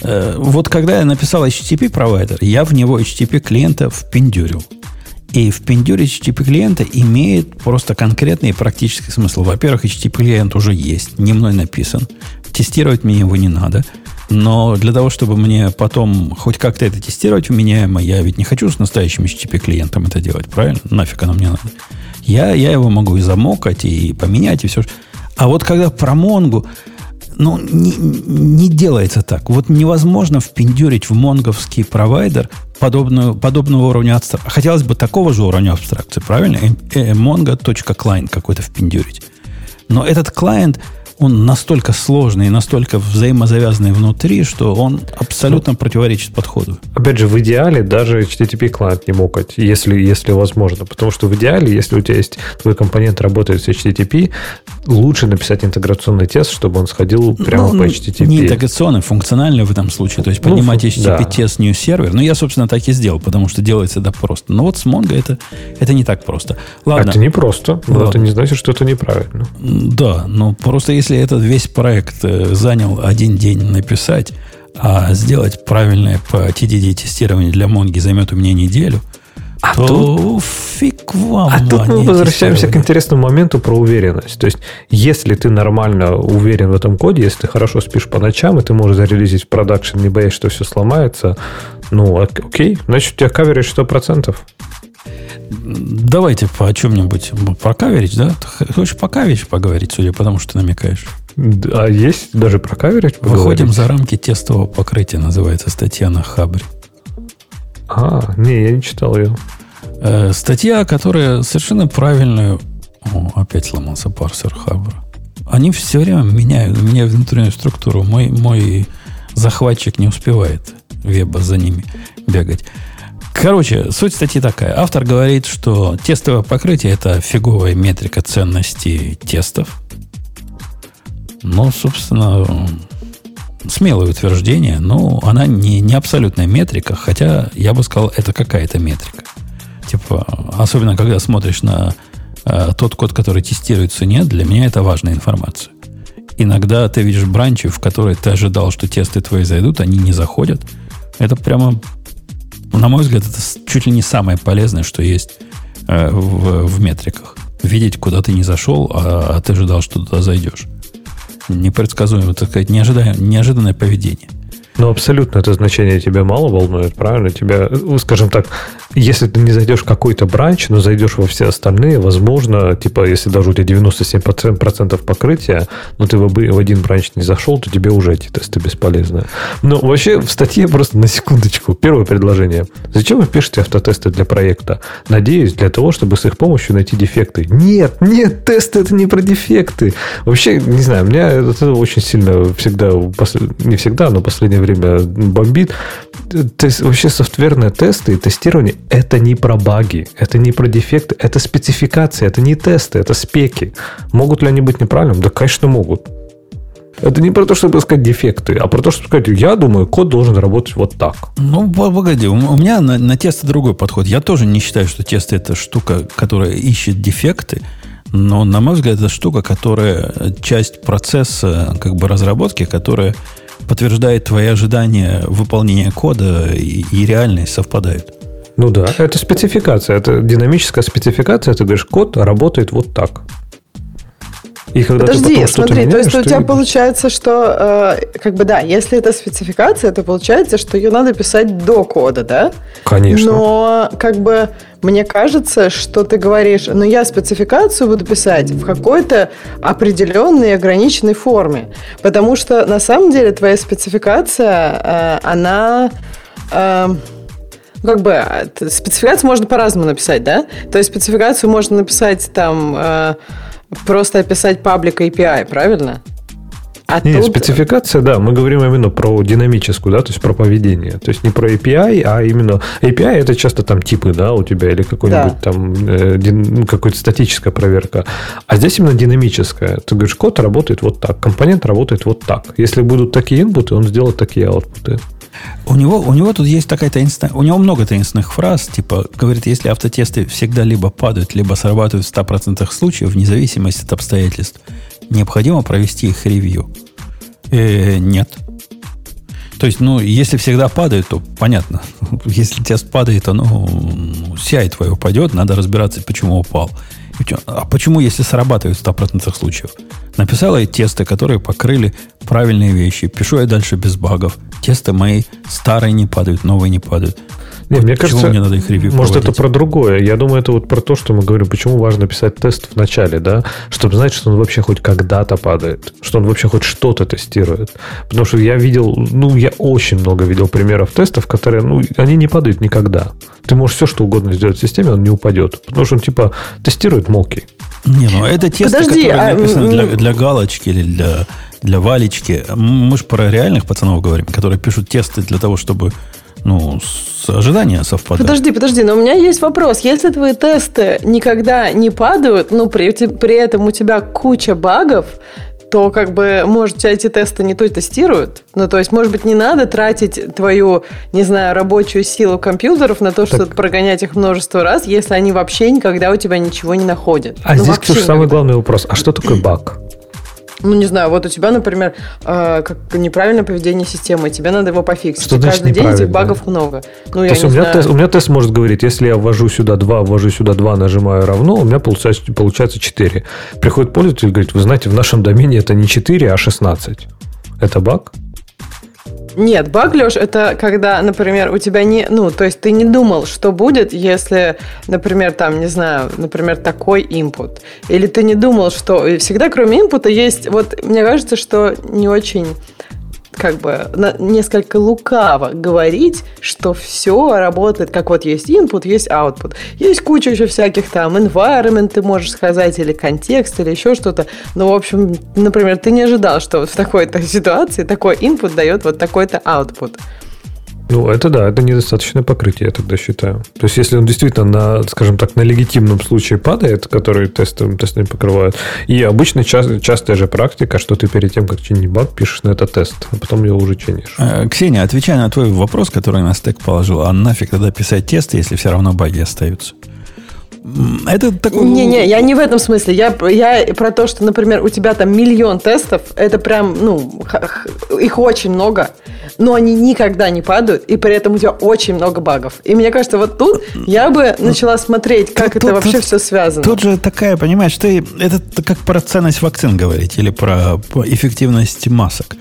Вот когда я написал эйч ти ти пи-провайдер, я в него эйч ти ти пи-клиента впендюрил. И впендюрить эйч ти ти пи-клиента имеет просто конкретный и практический смысл. Во-первых, эйч ти ти пи-клиент уже есть, не мной написан. Тестировать мне его не надо. Но для того, чтобы мне потом хоть как-то это тестировать вменяемо, я ведь не хочу с настоящим эйч ти ти пи-клиентом это делать, правильно? Нафиг оно мне надо. Я, я его могу и замокать, и поменять, и все. А вот когда про Mongo, ну, не, не делается так. Вот невозможно впендюрить в монговский провайдер подобную, подобного уровня абстракции. Хотелось бы такого же уровня абстракции, правильно? mongo.client какой-то впендюрить. Но этот клиент, он настолько сложный и настолько взаимозавязанный внутри, что он абсолютно ну, противоречит подходу. Опять же, в идеале даже эйч ти ти пи-клиент не мокать, если, если возможно. Потому что в идеале, если у тебя есть твой компонент работает с эйч ти ти пи, лучше написать интеграционный тест, чтобы он сходил прямо ну, по эйч ти ти пи. Не интеграционный, функциональный в этом случае. То есть поднимать ну, эйч ти ти пи-тест да. New Server. Ну, я, собственно, так и сделал, потому что делается это просто. Но вот с Mongo это, это не так просто. Ладно. Это не просто. Но это не значит, что это неправильно. Да, но просто если Если этот весь проект занял один день написать, а сделать правильное по ти ди ди-тестирование для Монги займет у меня неделю, а то тут, фиг вам. А тут мы возвращаемся к интересному моменту про уверенность. То есть, если ты нормально уверен в этом коде, если ты хорошо спишь по ночам, и ты можешь зарелизить в продакшн, не боясь, что все сломается, ну, окей, значит, у тебя каверидж сто процентов. Давайте по чем-нибудь про каверидж, да? Ты хочешь по каверидж поговорить, судя по тому, что ты намекаешь? А есть даже про каверидж поговорить? Выходим за рамки тестового покрытия, называется статья на Хабре. А, не, я не читал ее. Э, статья, которая совершенно правильную... О, опять сломался парсер Хабра. Они все время меняют, меняют внутреннюю структуру. Мой, мой захватчик не успевает веба за ними бегать. Короче, суть статьи такая. Автор говорит, что тестовое покрытие – это фиговая метрика ценности тестов. Ну, собственно, смелое утверждение, но она не, не абсолютная метрика, хотя я бы сказал, это какая-то метрика. Типа, особенно когда смотришь на э, тот код, который тестируется, нет, для меня это важная информация. Иногда ты видишь бранчи, в которые ты ожидал, что тесты твои зайдут, они не заходят. Это прямо... На мой взгляд, это чуть ли не самое полезное, что есть э, в, в метриках. Видеть, куда ты не зашел, а, а ты ожидал, что туда зайдешь. Непредсказуемое, так сказать, неожиданное, неожиданное поведение. Ну, абсолютно это значение тебя мало волнует, правильно? Тебя, скажем так, если ты не зайдешь в какой-то бранч, но зайдешь во все остальные, возможно, типа, если даже у тебя девяносто семь процентов покрытия, но ты в один бранч не зашел, то тебе уже эти тесты бесполезны. Но вообще в статье просто на секундочку. Первое предложение. Зачем вы пишете автотесты для проекта? Надеюсь, для того, чтобы с их помощью найти дефекты. Нет, нет, тесты это не про дефекты. Вообще, не знаю, меня это очень сильно всегда, не всегда, но в последнее время время бомбит. Тест, вообще софтверные тесты и тестирование – это не про баги, это не про дефекты, это спецификации, это не тесты, это спеки. Могут ли они быть неправильными? Да, конечно, могут. Это не про то, чтобы искать дефекты, а про то, чтобы сказать, я думаю, код должен работать вот так. Ну, погоди, у меня на, на тесты другой подход. Я тоже не считаю, что тесты – это штука, которая ищет дефекты. Но, на мой взгляд, это штука, которая часть процесса как бы разработки, которая подтверждает твои ожидания выполнения кода и, и реальность совпадают. Ну да, это спецификация, это динамическая спецификация. Ты говоришь, код работает вот так. И когда Подожди, ты потом смотри, меняешь, то есть у тебя видишь? Получается, что э, как бы да, если это спецификация, то получается, что ее надо писать до кода, да? Конечно. Но как бы мне кажется, что ты говоришь, ну я спецификацию буду писать в какой-то определенной ограниченной форме, потому что на самом деле твоя спецификация, э, она э, как бы спецификацию можно по-разному написать, да? То есть спецификацию можно написать там э, просто описать паблик эй пи ай, правильно? А Нет, тут... спецификация, да, мы говорим именно про динамическую, да, то есть про поведение. То есть не про эй пи ай, а именно... эй пи ай это часто там типы, да, у тебя, или какой-нибудь да. там э, дин... какая-то статическая проверка. А здесь именно динамическая. Ты говоришь, код работает вот так, компонент работает вот так. Если будут такие инпуты, он сделает такие аутпуты. У него, у него тут есть такая таинственная... У него много таинственных фраз, типа, говорит, если автотесты всегда либо падают, либо срабатывают в ста процентах случаев, вне зависимости от обстоятельств, необходимо провести их ревью. Э, нет. То То есть, ну, если всегда падает, то понятно. Если тест падает, то, ну, си ай твой упадет, надо разбираться, почему упал. А почему, если срабатывает в ста процентах случаев? Написал я тесты, которые покрыли правильные вещи. Пишу я дальше без багов. Тесты мои старые не падают, новые не падают. Не, мне кажется, мне надо их ревью может, проводить? Это про другое. Я думаю, это вот про то, что мы говорим, почему важно писать тест в начале, да, чтобы знать, что он вообще хоть когда-то падает, что он вообще хоть что-то тестирует. Потому что я видел, ну, я очень много видел примеров тестов, которые, ну, они не падают никогда. Ты можешь все, что угодно сделать в системе, он не упадет. Потому что он, типа, тестирует молки. Не, ну, это тесты, Подожди, которые а... написаны для, для галочки или для, для валечки. Мы же про реальных пацанов говорим, которые пишут тесты для того, чтобы... Ну, ожидания совпадают. Подожди, подожди, но у меня есть вопрос. Если твои тесты никогда не падают, ну, при, при этом у тебя куча багов, то, как бы, может, у тебя эти тесты не то тестируют? Ну, то есть, может быть, не надо тратить твою, не знаю, рабочую силу компьютеров на то, чтобы так... прогонять их множество раз, если они вообще никогда у тебя ничего не находят. А ну, здесь, Ксюша, самый главный вопрос. А что такое баг? Ну, не знаю, вот у тебя, например, э, как неправильное поведение системы, тебе надо его пофиксить. Что значит каждый день этих багов много. Ну, то я есть не у, меня знаю. тест, у меня тест может говорить, если я ввожу сюда два, ввожу сюда два, нажимаю равно, у меня получается, получается четыре. Приходит пользователь и говорит, вы знаете, в нашем домене это не четыре, а шестнадцать. Это баг? Нет, баг, Леш, это когда, например, у тебя не... Ну, то есть ты не думал, что будет, если, например, там, не знаю, например, такой input. Или ты не думал, что... И всегда, кроме инпута, есть... Вот мне кажется, что не очень... как бы несколько лукаво говорить, что все работает, как вот есть input, есть output. Есть куча еще всяких там environment, ты можешь сказать, или контекст, или еще что-то. Но, в общем, например, ты не ожидал, что вот в такой-то ситуации такой input дает вот такой-то output. Ну, это да, это недостаточное покрытие, я тогда считаю. То есть, если он действительно на, скажем так, на легитимном случае падает, который тестом, тестами покрывают, и обычно часто, частая же практика, что ты перед тем, как чинить баг, пишешь на это тест, а потом его уже чинишь. Ксения, отвечая на твой вопрос, который на стек положил, а нафиг тогда писать тесты, если все равно баги остаются? Это такой... Не-не, я не в этом смысле. Я, я про то, что, например, у тебя там миллион тестов, это прям, ну, их очень много, но они никогда не падают, и при этом у тебя очень много багов. И мне кажется, вот тут я бы начала смотреть, как тут, это тут, вообще тут, все связано. Тут же такая, понимаешь, ты, это как про ценность вакцин говорить, или про эффективность масок.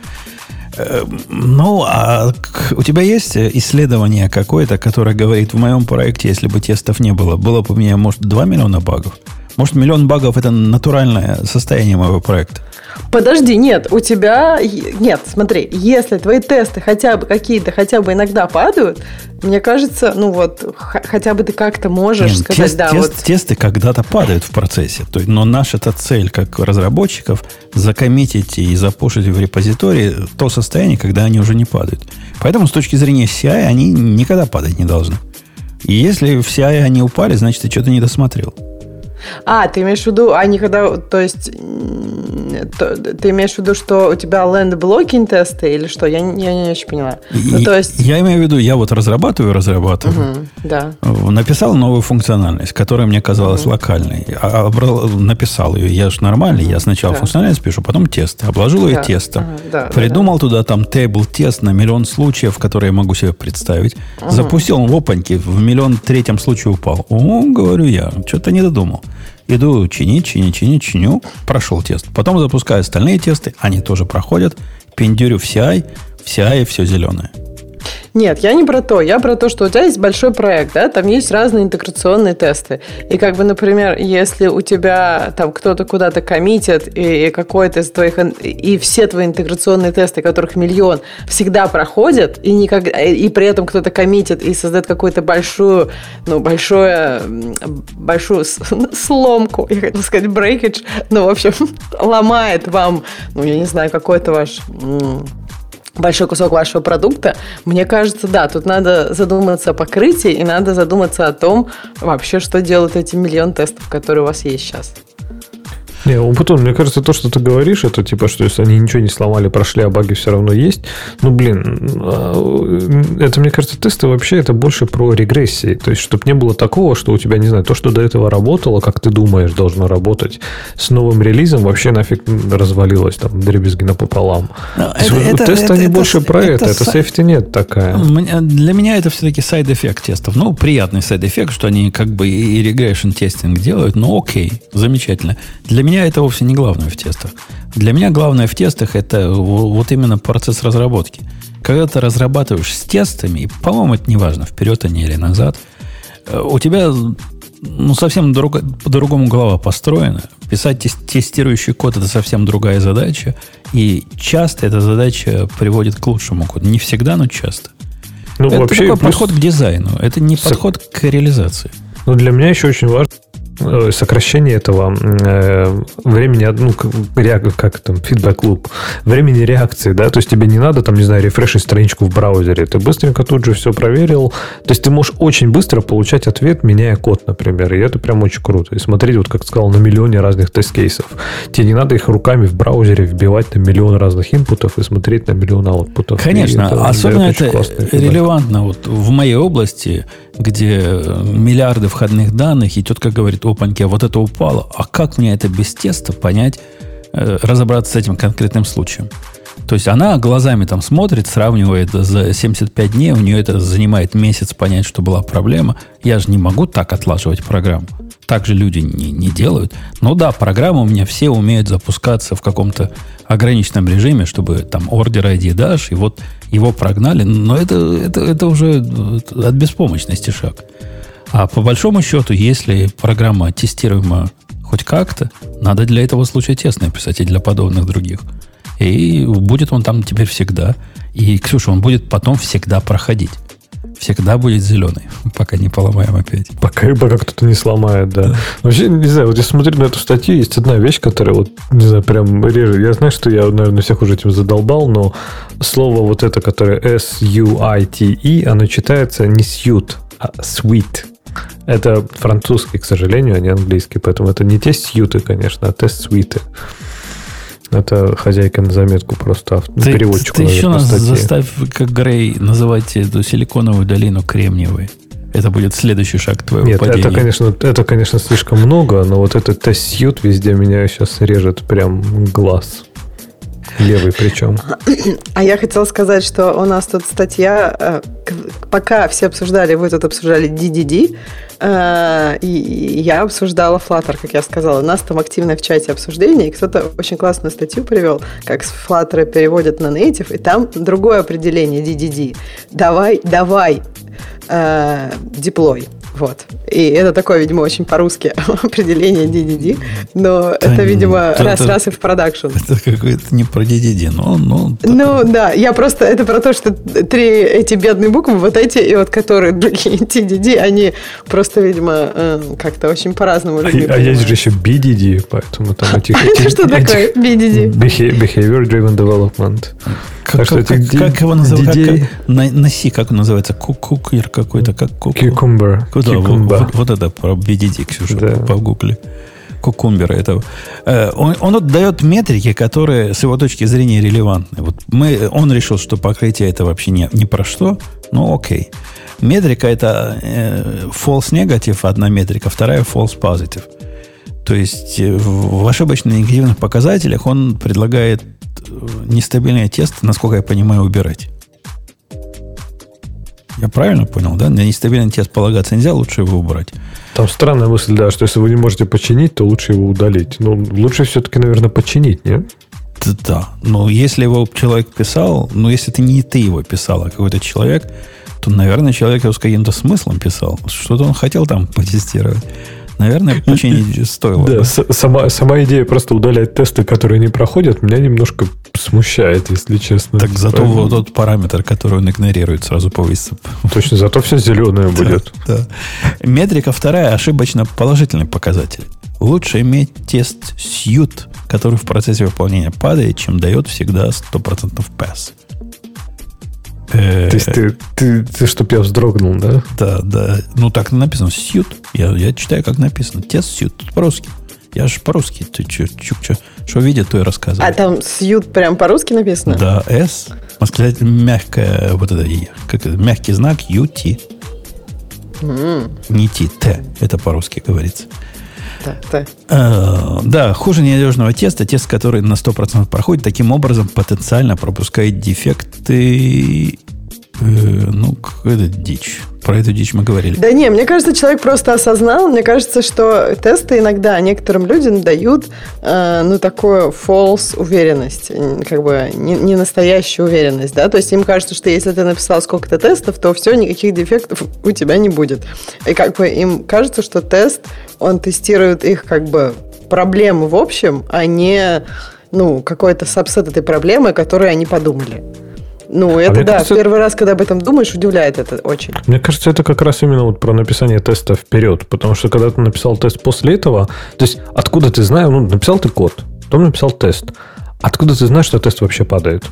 Ну, а у тебя есть исследование какое-то, которое говорит, в моем проекте, если бы тестов не было, было бы у меня, может, два миллиона багов? Может, миллион багов – это натуральное состояние моего проекта? Подожди, нет, у тебя... Нет, смотри, если твои тесты хотя бы какие-то, хотя бы иногда падают, мне кажется, ну вот, х- хотя бы ты как-то можешь нет, сказать, тест, да, тест, вот... Тесты когда-то падают в процессе, то есть, но наша-то цель, как разработчиков, закоммитить и запушить в репозитории то состояние, когда они уже не падают. Поэтому с точки зрения си ай они никогда падать не должны. И если в си ай они упали, значит, ты что-то не досмотрел. А, ты имеешь в виду, они когда, то есть, то, ты имеешь в виду, что у тебя land-blocking тесты или что? Я, я не очень поняла. Ну, то есть... Я имею в виду, я вот разрабатываю, разрабатываю, угу, да. написал новую функциональность, которая мне казалась угу. локальной, а, а, написал ее, я же нормальный, угу, я сначала да. функциональность пишу, потом тест, обложил ее да. тестом, ага, да, придумал да, да. туда там table-тест на миллион случаев, которые я могу себе представить, угу. запустил, он в опаньки, в миллион третьем случае упал. О, говорю я, что-то не додумал. Иду чинить, чинить, чинить, чиню. Прошел тест. Потом запускаю остальные тесты. Они тоже проходят. Пиндюрю в си ай. В си ай все зеленое. Нет, я не про то. Я про то, что у тебя есть большой проект, да, там есть разные интеграционные тесты. И как бы, например, если у тебя там кто-то куда-то коммитит, и, и какой-то из твоих... И все твои интеграционные тесты, которых миллион, всегда проходят, и, никак, и при этом кто-то коммитит и создает какую-то большую, ну, большое, большую сломку, я хотела сказать breakage, ну, в общем, ломает вам, ну, я не знаю, какой-то ваш... большой кусок вашего продукта, мне кажется, да, тут надо задуматься о покрытии и надо задуматься о том, вообще, что делают эти миллион тестов, которые у вас есть сейчас. Не, Умпутун, мне кажется, то, что ты говоришь, это типа, что если они ничего не сломали, прошли, а баги все равно есть. Ну, блин, это, мне кажется, тесты вообще это больше про регрессии. То есть, чтобы не было такого, что у тебя, не знаю, то, что до этого работало, как ты думаешь, должно работать, с новым релизом вообще нафиг развалилось, там, дребезги напополам. Это, это, тесты, это, они это, больше про это. Это, это safety нет такая. Для меня это все-таки сайд-эффект тестов. Ну, приятный сайд-эффект, что они как бы и регрессион тестинг делают. Ну, окей, замечательно. Для меня это вовсе не главное в тестах. Для меня главное в тестах это вот именно процесс разработки. Когда ты разрабатываешь с тестами, и, по-моему, это не важно, вперед они или назад, у тебя ну, совсем друг, по-другому голова построена. Писать тест, тестирующий код – это совсем другая задача. И часто эта задача приводит к лучшему коду. Не всегда, но часто. Ну, это вообще такой плюс... подход к дизайну. Это не Со... подход к реализации. Ну, для меня еще очень важно сокращение этого э, времени, ну, как, как там, фидбэк-луп, времени реакции, да, то есть тебе не надо, там, не знаю, рефрешить страничку в браузере, ты быстренько тут же все проверил, то есть ты можешь очень быстро получать ответ, меняя код, например, и это прям очень круто, и смотреть, вот как ты сказал, на миллионе разных тест-кейсов, тебе не надо их руками в браузере вбивать на миллион разных инпутов и смотреть на миллион аутпутов. Конечно, это, особенно это релевантно вот в моей области, где миллиарды входных данных, и тетка говорит, опаньки, а вот это упало. А как мне это без теста понять, э, разобраться с этим конкретным случаем? То есть она глазами там смотрит, сравнивает за семьдесят пять дней, у нее это занимает месяц понять, что была проблема. Я же не могу так отлаживать программу. Так же люди не, не делают. Но да, программы у меня все умеют запускаться в каком-то ограниченном режиме, чтобы там ордер ай ди дашь, и вот его прогнали. Но это, это, это уже от беспомощности шаг. А по большому счету, если программа тестируема хоть как-то, надо для этого случая тест написать и для подобных других. И будет он там теперь всегда. И, Ксюша, он будет потом всегда проходить. Всегда будет зеленый, пока не поломаем опять. Пока, пока кто-то не сломает, да. да. Вообще, не знаю, вот я смотрю на эту статью, есть одна вещь, которая вот, не знаю, прям режет. Я знаю, что я, наверное, всех уже этим задолбал, но слово вот это, которое эс ю ай ти и, оно читается не suite, а suite. Это французский, к сожалению, а не английский. Поэтому это не тест-сьюты, конечно, а тест-суиты. Это хозяйка на заметку просто ты, переводчику. Ты еще нас статьи. Заставь, как Грей, называть эту силиконовую долину кремниевой. Это будет следующий шаг твоего Нет, падения. Это, конечно, это, конечно, слишком много, но вот этот тест-сьют везде меня сейчас режет прям глаз. Левый причем. А я хотела сказать, что у нас тут статья, пока все обсуждали, вы тут обсуждали ди ди ди, и я обсуждала Flutter, как я сказала. У нас там активное в чате обсуждение, и кто-то очень классную статью привел, как с Flutter переводят на native, и там другое определение ди ди ди. Давай, давай, деплой. Вот. И это такое, видимо, очень по-русски определение ди ди ди, но да, это, видимо, раз-раз и в продакшн. Это какое-то не про ди ди ди, но... но ну, да, я просто... Это про то, что три эти бедные буквы, вот эти и вот которые другие ди ди ди, они просто, видимо, как-то очень по-разному. А, а есть же еще би ди ди, поэтому там этих... Это что такое би ди ди? Behavior Driven Development. Как, как, как, как его называют? На, на C, как он называется? Кукукер какой-то, как куку. Cucumber. Да, вот, вот это про би ди ди, Ксюша, да. Погугли. Кукумбера этого. Он, он отдает метрики, которые с его точки зрения релевантны. Вот мы, он решил, что покрытие это вообще не, не про что, ну окей. Метрика это э, false negative, одна метрика, вторая false positive. То есть в ошибочных негативных показателях он предлагает нестабильные тесты, насколько я понимаю, убирать. Я правильно понял, да? На нестабильный тест полагаться нельзя, лучше его убрать. Там странная мысль, да, что если вы не можете починить, то лучше его удалить. Ну, лучше все-таки, наверное, починить, нет? Да, но если его человек писал, ну, если ты не ты его писал, а какой-то человек, то, наверное, человек его с каким-то смыслом писал. Что-то он хотел там потестировать. Наверное, починить стоило. Да, сама, сама идея просто удалять тесты, которые не проходят, меня немножко смущает, если честно. Так зато вот тот параметр, который он игнорирует, сразу повысится. Точно, зато все зеленое будет. Да, да. Метрика вторая, ошибочно положительный показатель. Лучше иметь тест сьют, который в процессе выполнения падает, чем дает всегда сто процентов pass. То есть ты, ты, ты чтоб я вздрогнул, да? Да, да. Ну, так написано. Сьют. Я, я читаю, как написано. Тест сьют. Тут по-русски. Я же по-русски. Ты что, что, что видит, то и рассказывает. А там сьют прям по-русски написано? Да, S, восклицательное мягкое, вот это, как это, мягкий знак ю ти. Mm. Не T, T. Это по-русски говорится. Да, да. А, да, хуже ненадежного теста, тест, который на сто процентов проходит, таким образом потенциально пропускает дефекты. Э, ну, какая-то дичь. Про эту дичь мы говорили. Да не, мне кажется, человек просто осознал. Мне кажется, что тесты иногда некоторым людям дают э, ну, такую false уверенность, как бы не, не настоящую уверенность, да, то есть им кажется, что если ты написал сколько-то тестов, то все, никаких дефектов у тебя не будет. И как бы им кажется, что тест, он тестирует их как бы проблему в общем, а не ну, какой-то сабсет этой проблемы, которую они подумали. Ну, это а да, кажется, первый раз, когда об этом думаешь, удивляет это очень. Мне кажется, это как раз именно вот про написание теста вперед, потому что когда ты написал тест после этого, то есть откуда ты знаешь, ну, написал ты код, потом написал тест, откуда ты знаешь, что тест вообще падает?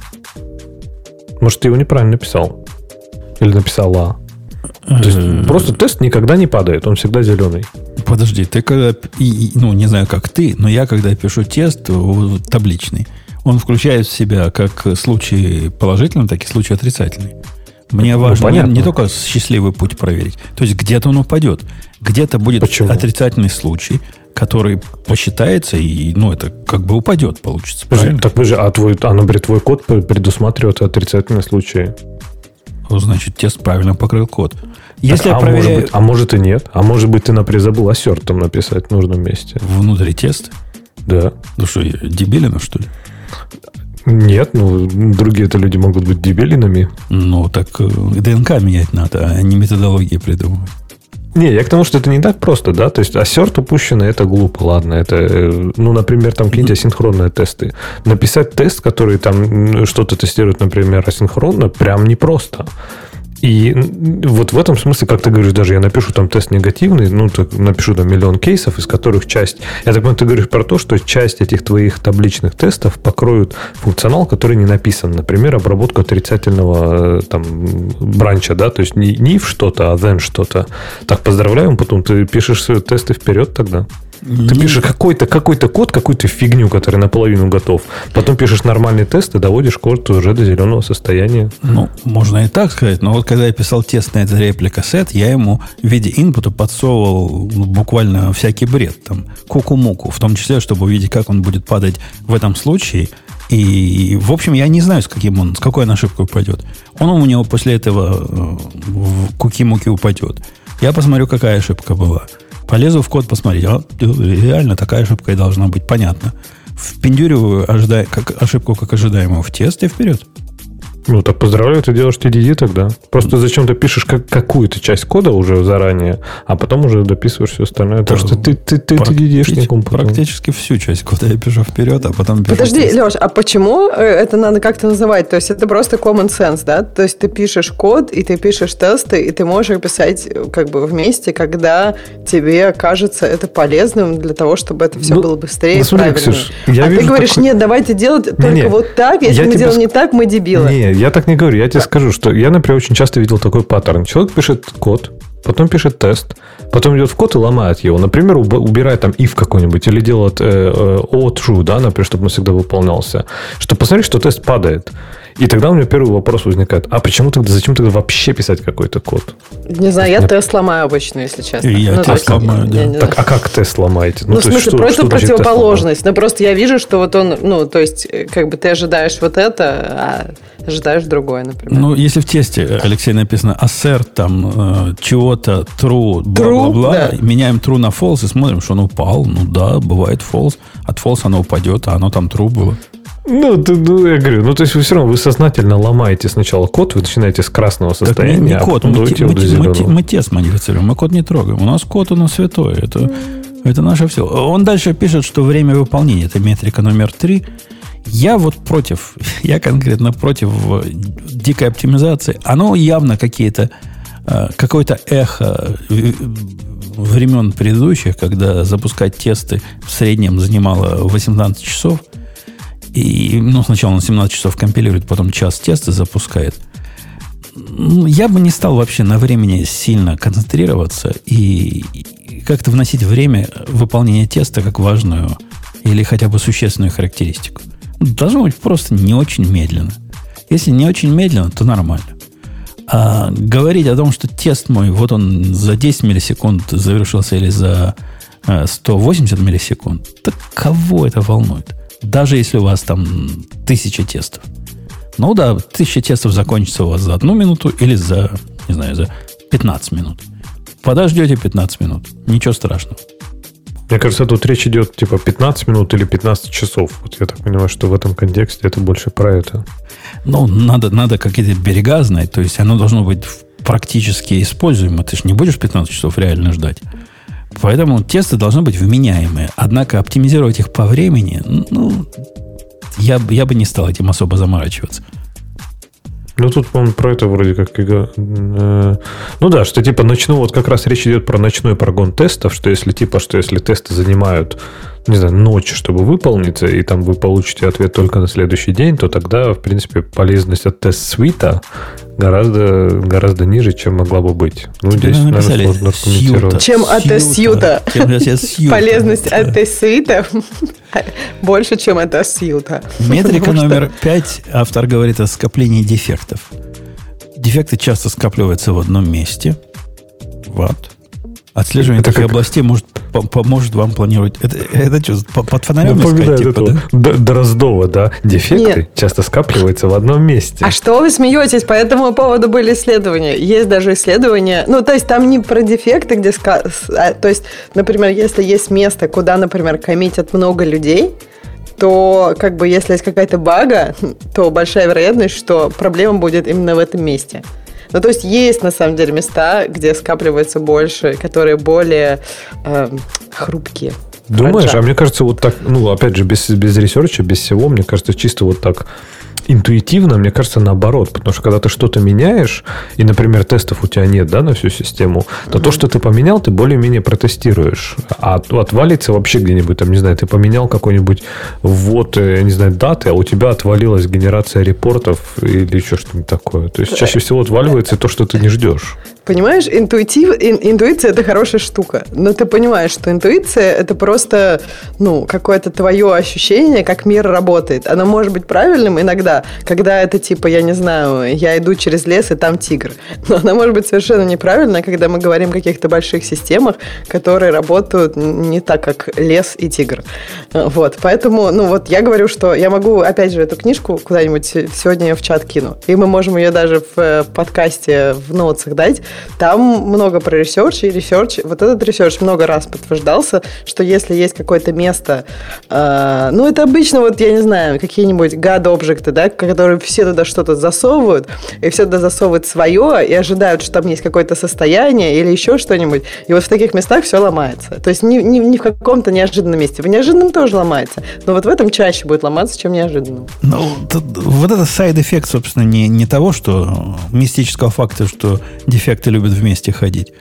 Может, ты его неправильно написал? Или написала? То есть просто тест никогда не падает, он всегда зеленый. Подожди, ты когда, ну, не знаю, как ты, но я, когда пишу тест табличный, он включает в себя как случай положительный, так и случай отрицательный. Мне ну, важно не, не только счастливый путь проверить. То есть где-то он упадет. Где-то будет Почему? отрицательный случай, который посчитается, и ну, это как бы упадет, получится. Подожди, так вы же, а, твой, а например, твой код предусматривает отрицательные случаи. Ну, значит, тест правильно покрыл код. Если так, я а, проверяю... может быть, а может и нет. А может быть, ты, например, забыл ассерт там написать в нужном месте. Внутри теста? Да. Ну что, я дебилина, что ли? Нет, ну, другие-то люди могут быть дебилинами. Ну, так ДНК менять надо, а не методологии придумывать. Не, я к тому, что это не так просто, да, то есть ассерт упущенный, это глупо, ладно, это, ну, например, там какие-нибудь асинхронные тесты. Написать тест, который там что-то тестирует, например, асинхронно, прям непросто. И вот в этом смысле, как ты говоришь, даже я напишу там тест негативный, ну, так напишу там миллион кейсов, из которых часть... Я так понимаю, ты говоришь про то, что часть этих твоих табличных тестов покроют функционал, который не написан. Например, обработку отрицательного там бранча, да, то есть не, не if что-то, а then что-то. Так, поздравляем, потом ты пишешь тесты вперед тогда. Ты пишешь какой-то, какой-то код, какую-то фигню, который наполовину готов. Потом пишешь нормальный тест и доводишь код уже до зеленого состояния. Ну, можно и так сказать. Но вот когда я писал тест на этот реплика сет, я ему в виде инпута подсовывал ну, буквально всякий бред. Там, куку-муку. В том числе, чтобы увидеть, как он будет падать в этом случае. И, в общем, я не знаю, с каким он, с какой он ошибкой упадет. Он у него после этого в куки-муки упадет. Я посмотрю, какая ошибка была. Полезу в код посмотреть. А, реально такая ошибка и должна быть. Понятно. Впендюриваю ожида... как, ошибку как ожидаемую в тест и вперед. Ну, так поздравляю, ты делаешь ти ди ди тогда. Просто зачем ты пишешь как, какую-то часть кода уже заранее, а потом уже дописываешь все остальное. Так что ты, ты, ты, ты ди-ди-шником. Практически всю часть кода я пишу вперед, а потом пишу Подожди, тест. Леш, а почему это надо как-то называть? То есть это просто common sense, да? То есть ты пишешь код, и ты пишешь тесты, и ты можешь их писать как бы вместе, когда тебе кажется это полезным для того, чтобы это все ну, было быстрее ну, и правильнее. Ксюш, я а ты говоришь, такой... нет, давайте делать не, только не, вот так, если мы делаем ск... не так, мы дебилы. Не, я так не говорю. Я тебе скажу, что я, например, очень часто видел такой паттерн. Человек пишет код, потом пишет тест, потом идет в код и ломает его. Например, убирает там if какой-нибудь или делает э, э, о true, да, например, чтобы он всегда выполнялся. Чтобы посмотреть, что тест падает. И тогда у меня первый вопрос возникает. А почему тогда, зачем тогда вообще писать какой-то код? Не знаю, я Нет. тест ломаю обычно, если честно. И я ну, тест ломаю, да. Не, так, а как тест ломаете? Ну, ну в смысле, что, просто что противоположность. Ну, просто я вижу, что вот он, ну, то есть, как бы ты ожидаешь вот это, а ожидаешь другое, например. Ну, если в тесте, Алексей, написано assert, там, э, чего-то, true, бла-бла-бла, да. Меняем true на false и смотрим, что он упал. Ну, да, бывает false. От false оно упадет, а оно там true было. Ну, ты, ну, я говорю, ну, то есть вы все равно вы сознательно ломаете сначала код, вы начинаете с красного состояния, не, не а код, потом мы, дуете мы, его до зеленого. Мы, мы тест модифицируем, мы код не трогаем. У нас код, у нас святой. Это, mm. это наше все. Он дальше пишет, что время выполнения, это метрика номер три. Я вот против, я конкретно против дикой оптимизации. Оно явно какие-то, какое-то эхо времен предыдущих, когда запускать тесты в среднем занимало восемнадцать часов. И, ну, сначала он семнадцать часов компилирует, потом час тесты запускает. Я бы не стал вообще на времени сильно концентрироваться. И как-то вносить время выполнения теста как важную или хотя бы существенную характеристику. Должно быть просто не очень медленно. Если не очень медленно, то нормально. А говорить о том, что тест мой, вот он за десять миллисекунд завершился или за сто восемьдесят миллисекунд, так кого это волнует? Даже если у вас там тысяча тестов. Ну да, тысяча тестов закончится у вас за одну минуту или за, не знаю, за пятнадцать минут. Подождете пятнадцать минут. Ничего страшного. Мне кажется, тут речь идет типа пятнадцать минут или пятнадцать часов. Вот я так понимаю, что в этом контексте это больше про это. Ну, надо, надо какие-то берега знать. То есть оно должно быть практически используемо. Ты же не будешь пятнадцать часов реально ждать. Поэтому тесты должны быть вменяемые. Однако оптимизировать их по времени, ну, я, я бы не стал этим особо заморачиваться. Ну, тут, по-моему, про это вроде как... Э, ну да, что типа ночной... Вот как раз речь идет про ночной прогон тестов, что если типа, что если тесты занимают, не знаю, ночь, чтобы выполниться, и там вы получите ответ только на следующий день, то тогда, в принципе, полезность от тест-свита гораздо, гораздо ниже, чем могла бы быть. Ну, здесь, наверное, сложно комментировать. Чем от тест-сьюта. Полезность от тест-свита больше, чем от тест-сьюта. Метрика номер пять. Автор говорит о скоплении дефектов. Дефекты часто скапливаются в одном месте. Вот. Отслеживание таких как... областей может, по- поможет вам планировать. Это, это что, под фонарем искать? Типа, да? Дроздова, да? Дефекты Нет. часто скапливаются в одном месте. А что вы смеетесь? По этому поводу были исследования. Есть даже исследования. Ну, то есть, там не про дефекты, где... Ска... То есть, например, если есть место, куда, например, коммитят много людей, то, как бы, если есть какая-то бага, то большая вероятность, что проблема будет именно в этом месте. Ну, то есть, есть, на самом деле, места, где скапливается больше, которые более э, хрупкие. Думаешь? Фраджа. А мне кажется, вот так, ну, опять же, без, без ресерча, без всего, мне кажется, чисто вот так интуитивно, мне кажется, наоборот. Потому что, когда ты что-то меняешь, и, например, тестов у тебя нет, да, на всю систему, то mm-hmm. то, что ты поменял, ты более-менее протестируешь. А отвалится вообще где-нибудь, там, не знаю, ты поменял какой-нибудь ввод, я не знаю, даты, а у тебя отвалилась генерация репортов или еще что-нибудь такое. То есть, чаще всего отваливается то, что ты не ждешь. Понимаешь, интуитив, ин, интуиция – это хорошая штука. Но ты понимаешь, что интуиция – это просто, ну, какое-то твое ощущение, как мир работает. Оно может быть правильным иногда, когда это типа, я не знаю, я иду через лес, и там тигр. Но оно может быть совершенно неправильно, когда мы говорим о каких-то больших системах, которые работают не так, как лес и тигр. Вот, поэтому, ну, вот я говорю, что я могу, опять же, эту книжку куда-нибудь сегодня ее в чат кину. И мы можем ее даже в подкасте, в ноутсах дать. Там много про ресерч, и ресерч, вот этот ресерч много раз подтверждался, что если есть какое-то место, э, ну, это обычно, вот, я не знаю, какие-нибудь God-объекты, да, которые все туда что-то засовывают, и все туда засовывают свое, и ожидают, что там есть какое-то состояние или еще что-нибудь, и вот в таких местах все ломается. То есть не, не, не в каком-то неожиданном месте. В неожиданном тоже ломается, но вот в этом чаще будет ломаться, чем неожиданном. Ну, вот это сайд-эффект, собственно, не, не того, что мистического факта, что дефекты любят вместе ходить,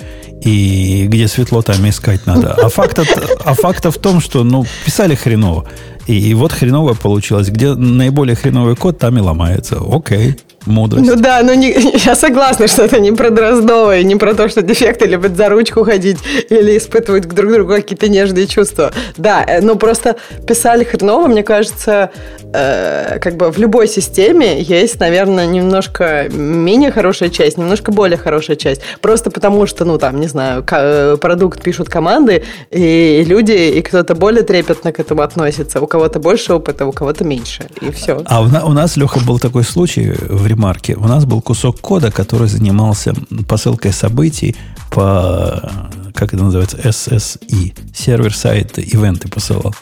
и где светло, там искать надо. А факт, а факт в том, что, ну, писали хреново. И, и вот хреновое получилось. Где наиболее хреновый код, там и ломается. Окей, мудрость. Ну да, но не, я согласна, что это не про Дроздова, и не про то, что дефекты любят за ручку ходить или испытывают друг к другу какие-то нежные чувства. Да, но просто писали хреново, мне кажется, э, как бы в любой системе есть, наверное, немножко менее хорошая часть, немножко более хорошая часть. Просто потому, что, ну там, не знаю, к- продукт пишут команды, и люди, и кто-то более трепетно к этому относится. У кого-то больше опыта, у кого-то меньше. И все. А у, у нас, Леха, был такой случай в ремарке. У нас был кусок кода, который занимался посылкой событий по, как это называется, эс эс и. Сервер-сайт ивенты посылал.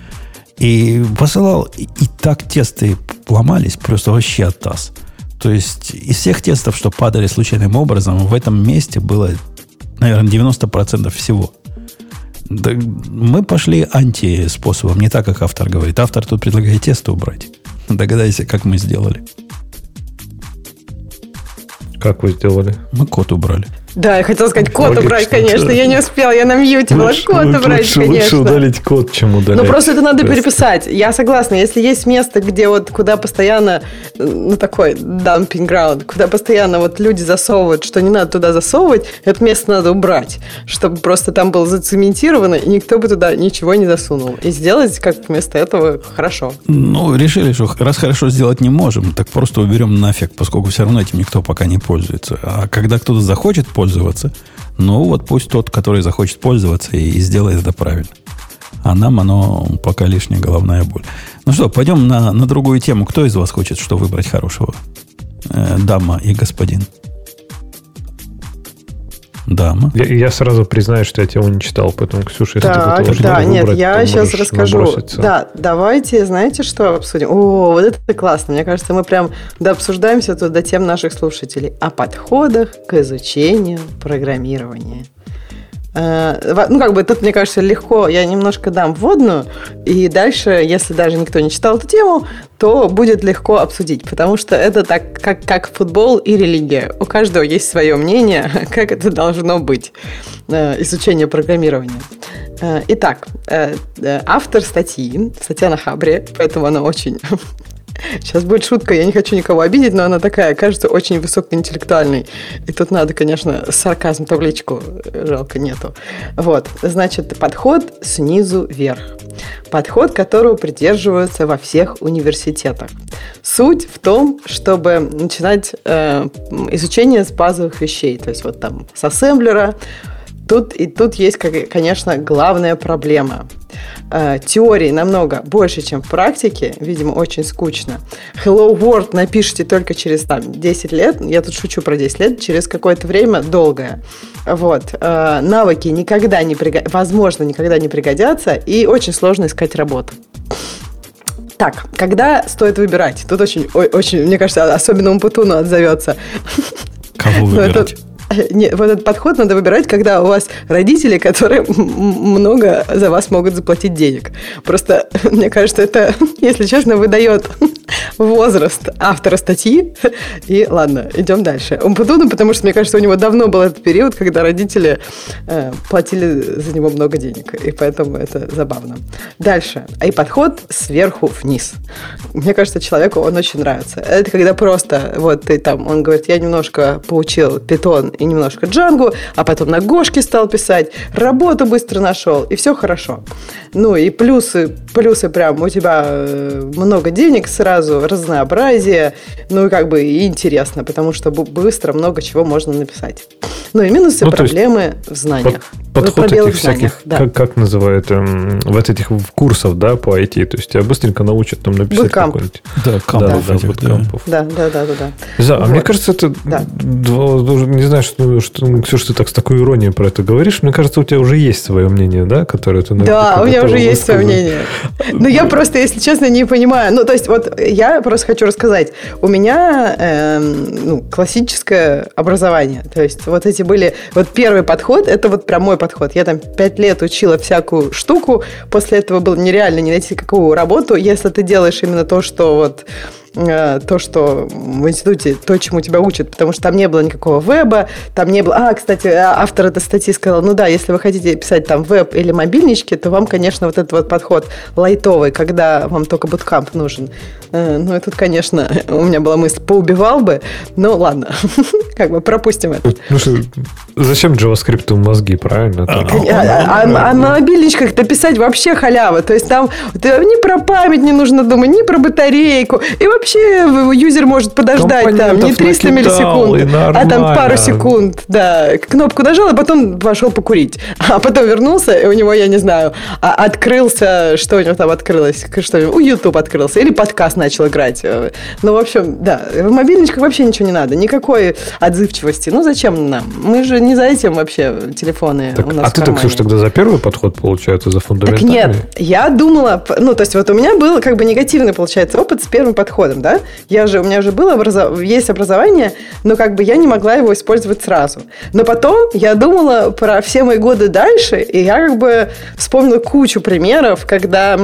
И посылал, и, и так тесты ломались, просто вообще оттас. То есть из всех тестов, что падали случайным образом, в этом месте было, наверное, девяносто процентов всего. Да, мы пошли антиспособом, не так, как автор говорит. Автор тут предлагает тесты убрать. Догадайся, как мы сделали. Как вы сделали? Мы код убрали. Да, я хотела сказать код убрать, конечно. Я не успела, я намьютила. Код убрать, конечно. Лучше удалить код, чем удалять. Ну, просто это надо переписать. Я согласна. Если есть место, где вот куда постоянно, ну, такой dumping ground, куда постоянно вот люди засовывают, что не надо туда засовывать, это место надо убрать, чтобы просто там было зацементировано, и никто бы туда ничего не засунул. И сделать как вместо этого хорошо. Ну, решили, что раз хорошо сделать не можем, так просто уберем нафиг, поскольку все равно этим никто пока не пользуется. А когда кто-то захочет пользоваться, ну вот пусть тот, который захочет пользоваться, и сделает это правильно. А нам оно пока лишняя головная боль. Ну что, пойдем на, на другую тему. Кто из вас хочет что выбрать хорошего? Э, дама и господин. Дама. Я, я сразу признаю, что я тему не читал, поэтому, Ксюша, если так, ты готова да, нет, выбрать, я сейчас расскажу. Наброситься. Да, давайте, знаете, что обсудим? О, вот это классно. Мне кажется, мы прям дообсуждаемся тут до тем наших слушателей о подходах к изучению программирования. Ну, как бы тут, мне кажется, легко. Я немножко дам вводную, и дальше, если даже никто не читал эту тему, то будет легко обсудить, потому что это так, как, как футбол и религия. У каждого есть свое мнение, как это должно быть, изучение программирования. Итак, автор статьи, статья на Хабре, поэтому она очень... Сейчас будет шутка, я не хочу никого обидеть, но она такая, кажется, очень высокоинтеллектуальной. И тут надо, конечно, сарказм табличку, жалко, нету. Вот, значит, подход снизу вверх. Подход, которого придерживаются во всех университетах. Суть в том, чтобы начинать э, изучение с базовых вещей. То есть вот там с ассемблера. Тут, и тут есть, конечно, главная проблема. Теории намного больше, чем в практике. Видимо, очень скучно. Hello World напишите только через там, десять лет. Я тут шучу про десять лет. Через какое-то время долгое. Вот. Навыки никогда не пригодятся, возможно, никогда не пригодятся. И очень сложно искать работу. Так, когда стоит выбирать? Тут очень, очень мне кажется, особенно Умпутуну отзовется. Кого выбирать? Нет, вот этот подход надо выбирать, когда у вас родители, которые много за вас могут заплатить денег. Просто, мне кажется, это, если честно, выдает возраст автора статьи. И ладно, идем дальше. Умпутуну, потому что, мне кажется, у него давно был этот период, когда родители э, платили за него много денег. И поэтому это забавно. Дальше. И подход сверху вниз. Мне кажется, человеку он очень нравится. Это когда просто, вот ты там, он говорит, я немножко поучил Python и немножко Django, а потом на Гошке стал писать, работу быстро нашел, и все хорошо. Ну, и плюсы, плюсы прям, у тебя много денег сразу, разнообразие, ну, и как бы и интересно, потому что быстро много чего можно написать. Ну, и минусы, ну, проблемы в знаниях. Под, подход этих всяких, да. как, как называют, эм, вот этих курсов, да, по ай ти, то есть тебя быстренько научат там написать Bootcamp. какой-нибудь. Да, кампов да, этих, да, кампов. Да, да, да, да, да. Да, вот. А мне кажется, это, да. не знаю, что, что, Ксюша, ты так с такой иронией про это говоришь, мне кажется, у тебя уже есть свое мнение, да, которое ты... Да, у меня уже есть свое мнение. Но я просто, если честно, не понимаю. Ну, то есть, вот я просто хочу рассказать. У меня э, ну, классическое образование. То есть, вот эти были... Вот первый подход, это вот прям мой подход. Я там пять лет учила всякую штуку. После этого было нереально не найти какую работу, если ты делаешь именно то, что вот... то, что в институте, то, чему тебя учат, потому что там не было никакого веба, там не было... А, кстати, автор этой статьи сказал, ну да, если вы хотите писать там веб или мобильнички, то вам, конечно, вот этот вот подход лайтовый, когда вам только буткамп нужен. Ну, и тут, конечно, у меня была мысль, поубивал бы, но ладно, как бы пропустим это. Ну что, зачем JavaScript мозги, правильно? А, а, а, а на мобильничках-то писать вообще халява, то есть там ни про память не нужно думать, ни про батарейку, и вообще юзер может подождать там не триста миллисекунд, а там пару секунд, да, кнопку нажал, а потом пошел покурить, а потом вернулся, и у него, я не знаю, открылся, что у него там открылось, что у YouTube открылся, или подкаст начал играть. Ну, в общем, да, в мобильничках вообще ничего не надо, никакой отзывчивости. Ну, зачем нам? Мы же не за этим вообще телефоны так, у нас а в ты, так, Ксюш, тогда за первый подход, получается, за фундаментальный? Так нет, я думала, ну, то есть вот у меня был как бы негативный, получается, опыт с первым подходом, да? Я же, у меня же было образов... есть образование, но как бы я не могла его использовать сразу. Но потом я думала про все мои годы дальше, и я как бы вспомнила кучу примеров, когда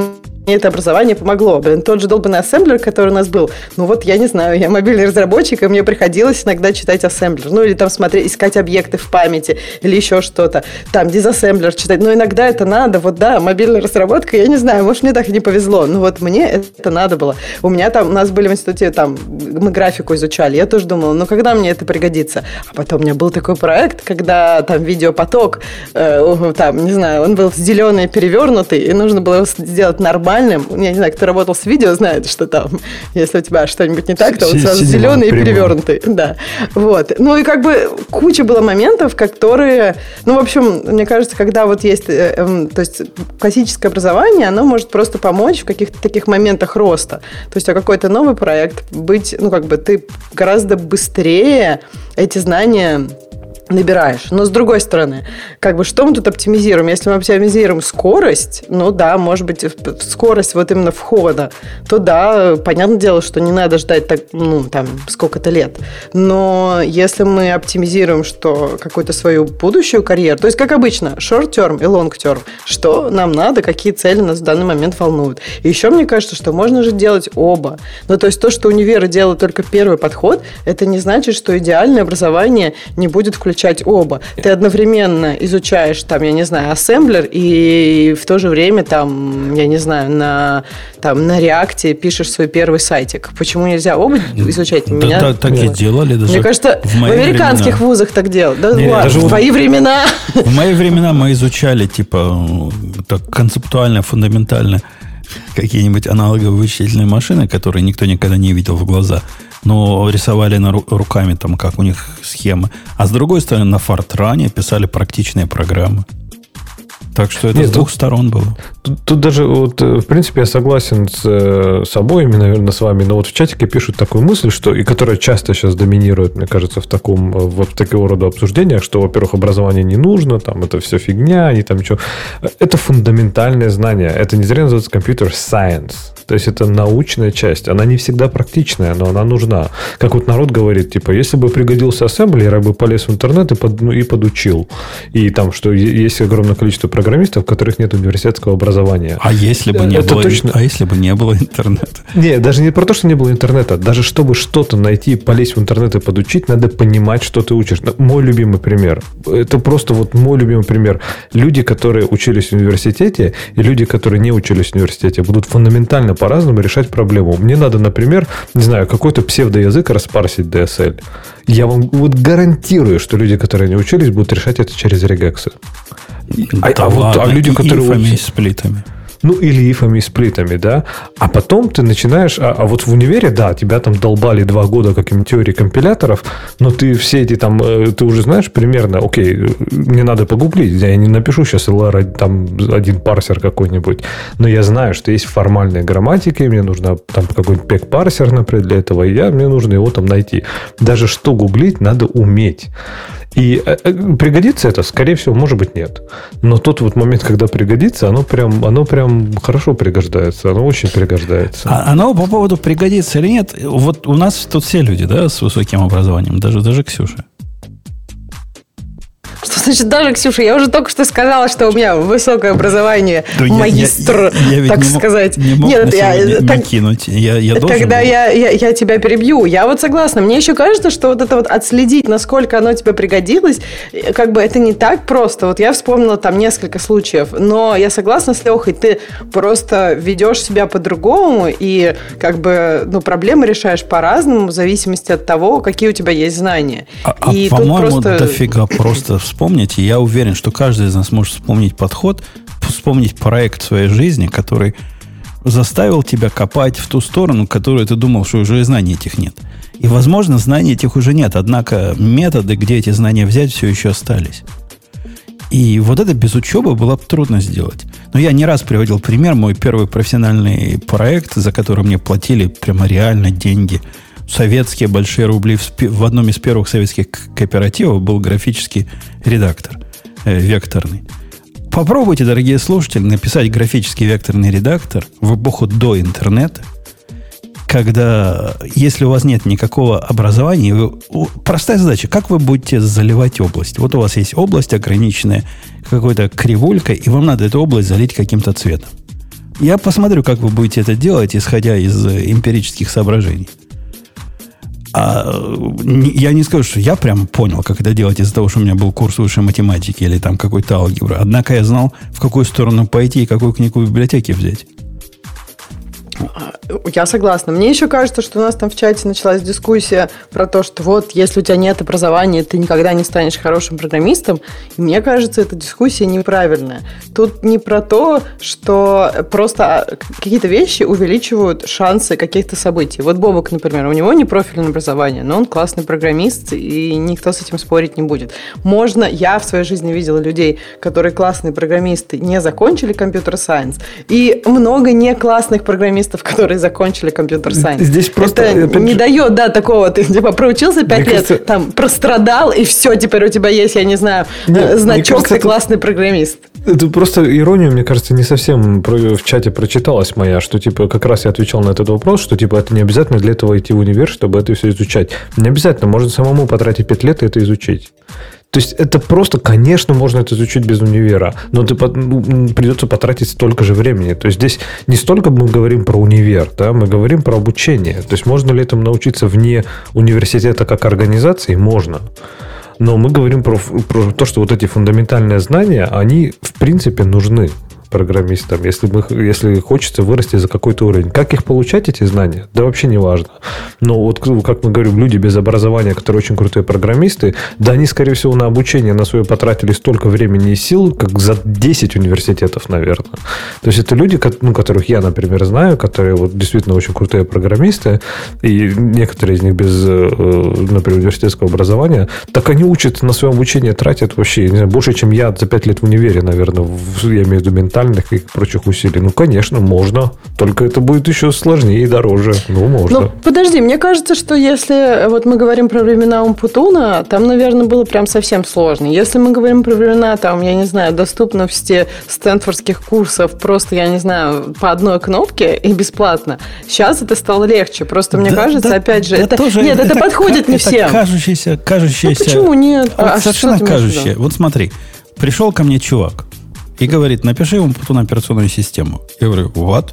это образование помогло. Блин, тот же долбанный ассемблер, который у нас был, ну вот я не знаю, я мобильный разработчик, и мне приходилось иногда читать ассемблер. Ну или там смотреть, искать объекты в памяти, или еще что-то. Там дизассемблер читать. Но иногда это надо. Вот да, мобильная разработка, я не знаю, может мне так и не повезло. Но вот мне это надо было. У меня там, у нас были в институте, там, мы графику изучали. Я тоже думала, ну когда мне это пригодится? А потом у меня был такой проект, когда там видеопоток, э, там, не знаю, он был зеленый, перевернутый, и нужно было его сделать нормально. Я не знаю, кто работал с видео, знает, что там, если у тебя что-нибудь не так, то он сразу зеленый и перевернутый. Да. Вот. Ну и как бы куча было моментов, которые, ну, в общем, мне кажется, когда вот есть, э, э, то есть классическое образование, оно может просто помочь в каких-то таких моментах роста. То есть, а какой-то новый проект быть, ну, как бы ты гораздо быстрее эти знания набираешь. Но с другой стороны, как бы что мы тут оптимизируем? Если мы оптимизируем скорость, ну да, может быть, скорость вот именно входа, то да, понятное дело, что не надо ждать так, ну, там, сколько-то лет. Но если мы оптимизируем что, какую-то свою будущую карьеру, то есть, как обычно, short-term и long-term, что нам надо, какие цели нас в данный момент волнуют. И еще мне кажется, что можно же делать оба. Ну, то есть, то, что универы делают только первый подход, это не значит, что идеальное образование не будет включать оба. Ты одновременно изучаешь, там, я не знаю, ассемблер, и в то же время, там, я не знаю, на, там, на React пишешь свой первый сайтик. Почему нельзя оба изучать? Меня... Да, так и делали. Даже Мне кажется, в, в американских времена. Вузах так делают. Да, Нет, ладно, в твои времена. В мои времена мы изучали, типа, так концептуально, фундаментально какие-нибудь аналоговые вычислительные машины, которые никто никогда не видел в глаза, но рисовали на ру- руками, там, как у них схемы. А с другой стороны, на Фортране писали практичные программы. Так что это Нет, с двух тут, сторон было. Тут, тут даже, вот, в принципе, я согласен с, с обоими, наверное, с вами, но вот в чатике пишут такую мысль, что, и которая часто сейчас доминирует, мне кажется, в таком, вот в такого рода обсуждениях, что, во-первых, образование не нужно, там, это все фигня, и там ничего. Это фундаментальное знание. Это не зря называется computer science. То есть, это научная часть. Она не всегда практичная, но она нужна. Как вот народ говорит, типа, если бы пригодился ассемблер, я бы полез в интернет и, под, ну, и подучил. И там, что есть огромное количество программистов, у которых нет университетского образования. А если бы не, это было, точно... а если бы не было интернета? Не, даже не про то, что не было интернета. Даже чтобы что-то найти, полезть в интернет и подучить, надо понимать, что ты учишь. Мой любимый пример. Это просто вот мой любимый пример. Люди, которые учились в университете, и люди, которые не учились в университете, будут фундаментально по-разному решать проблему. Мне надо, например, не знаю, какой-то псевдоязык распарсить ди эс эл. Я вам вот гарантирую, что люди, которые не учились, будут решать это через регексы. А, да а, вот, а люди, которые учатся... с сплитами. Ну, или ифами, сплитами, да. А потом ты начинаешь... А, а вот в универе, да, тебя там долбали два года какими-то теорией компиляторов, но ты все эти там... Ты уже знаешь примерно, окей, мне надо погуглить. Я не напишу сейчас эл ар, там, один парсер какой-нибудь. Но я знаю, что есть формальные грамматики, мне нужно там какой-нибудь пек-парсер, например, для этого, и я, мне нужно его там найти. Даже что гуглить, надо уметь. И пригодится это? Скорее всего, может быть, нет. Но тот вот момент, когда пригодится, оно прям, оно прям хорошо пригождается. Оно очень пригождается. А оно по поводу пригодится или нет, вот у нас тут все люди, да, с высоким образованием, даже, даже Ксюша. Что значит даже, Ксюша? Я уже только что сказала, что у меня высокое образование, да магистр, я, я, я так не сказать. Не мог Нет, я не, так, кинуть. Я, я тогда я, я, я тебя перебью. Я вот согласна. Мне еще кажется, что вот это вот отследить, насколько оно тебе пригодилось, как бы это не так просто. Вот я вспомнила там несколько случаев, но я согласна с Лехой, ты просто ведешь себя по-другому и как бы ну, проблемы решаешь по-разному в зависимости от того, какие у тебя есть знания. А, и а по-моему, просто... дофига просто вспомнить, и я уверен, что каждый из нас может вспомнить подход, вспомнить проект своей жизни, который заставил тебя копать в ту сторону, которую ты думал, что уже знаний этих нет. И, возможно, знаний этих уже нет, однако методы, где эти знания взять, все еще остались. И вот это без учебы было бы трудно сделать. Но я не раз приводил пример, мой первый профессиональный проект, за который мне платили прямо реально деньги, советские большие рубли. В одном из первых советских кооперативов был графический редактор э, векторный. Попробуйте, дорогие слушатели, написать графический векторный редактор в эпоху до интернета, когда, если у вас нет никакого образования, вы, простая задача, как вы будете заливать область? Вот у вас есть область ограниченная какой-то кривулькой, и вам надо эту область залить каким-то цветом. Я посмотрю, как вы будете это делать, исходя из эмпирических соображений. А я не скажу, что я прям понял, как это делать из-за того, что у меня был курс высшей математики или там какой-то алгебры. Однако я знал, в какую сторону пойти и какую книгу в библиотеке взять. Я согласна. Мне еще кажется, что у нас там в чате началась дискуссия про то, что вот, если у тебя нет образования, ты никогда не станешь хорошим программистом. И мне кажется, эта дискуссия неправильная. Тут не про то, что просто какие-то вещи увеличивают шансы каких-то событий. Вот Бобок, например, у него не профильное образование, но он классный программист, и никто с этим спорить не будет. Можно, я в своей жизни видела людей, которые классные программисты, не закончили компьютер-сайенс, и много не классных программистов, которые закончили компьютер-сайенс. Здесь просто... Это не дает, да, такого, ты типа проучился пять лет, кажется... там, прострадал, и все, теперь у тебя есть, я не знаю, Нет, значок, кажется, ты классный это... программист. Это просто ирония, мне кажется, не совсем в чате прочиталась моя, что, типа, как раз я отвечал на этот вопрос, что, типа, это не обязательно для этого идти в универ, чтобы это все изучать. Не обязательно, можно самому потратить пять лет и это изучить. То есть, это просто, конечно, можно это изучить без универа, но ты, ну, придется потратить столько же времени. То есть, здесь не столько мы говорим про универ, да, мы говорим про обучение. То есть, можно ли этому научиться вне университета как организации? Можно. Но мы говорим про, про то, что вот эти фундаментальные знания, они, в принципе, нужны программистам, если, мы, если хочется вырасти за какой-то уровень. Как их получать, эти знания? Да вообще не важно. Но вот, как мы говорим, люди без образования, которые очень крутые программисты, да они, скорее всего, на обучение на свое потратили столько времени и сил, как за десять университетов, наверное. То есть, это люди, ну, которых я, например, знаю, которые вот действительно очень крутые программисты, и некоторые из них без, например, университетского образования, так они учат на свое обучение, тратят вообще, я не знаю, больше, чем я за пять лет в универе, наверное, в, я имею в виду ментальных и прочих усилий. Ну, конечно, можно. Только это будет еще сложнее и дороже. Ну, можно. Ну, подожди, мне кажется, что если вот мы говорим про времена Умпутуна, там, наверное, было прям совсем сложно. Если мы говорим про времена, там, я не знаю, доступности стэнфордских курсов просто, я не знаю, по одной кнопке и бесплатно, сейчас это стало легче. Просто, мне да, кажется, да, опять же, да это, тоже, нет, это, это подходит это, не это всем. Кажущееся, кажущееся... Ну, почему нет? Вот а совершенно кажущее. Вот смотри, пришел ко мне чувак и говорит, напиши Умпутун операционную систему. Я говорю, what?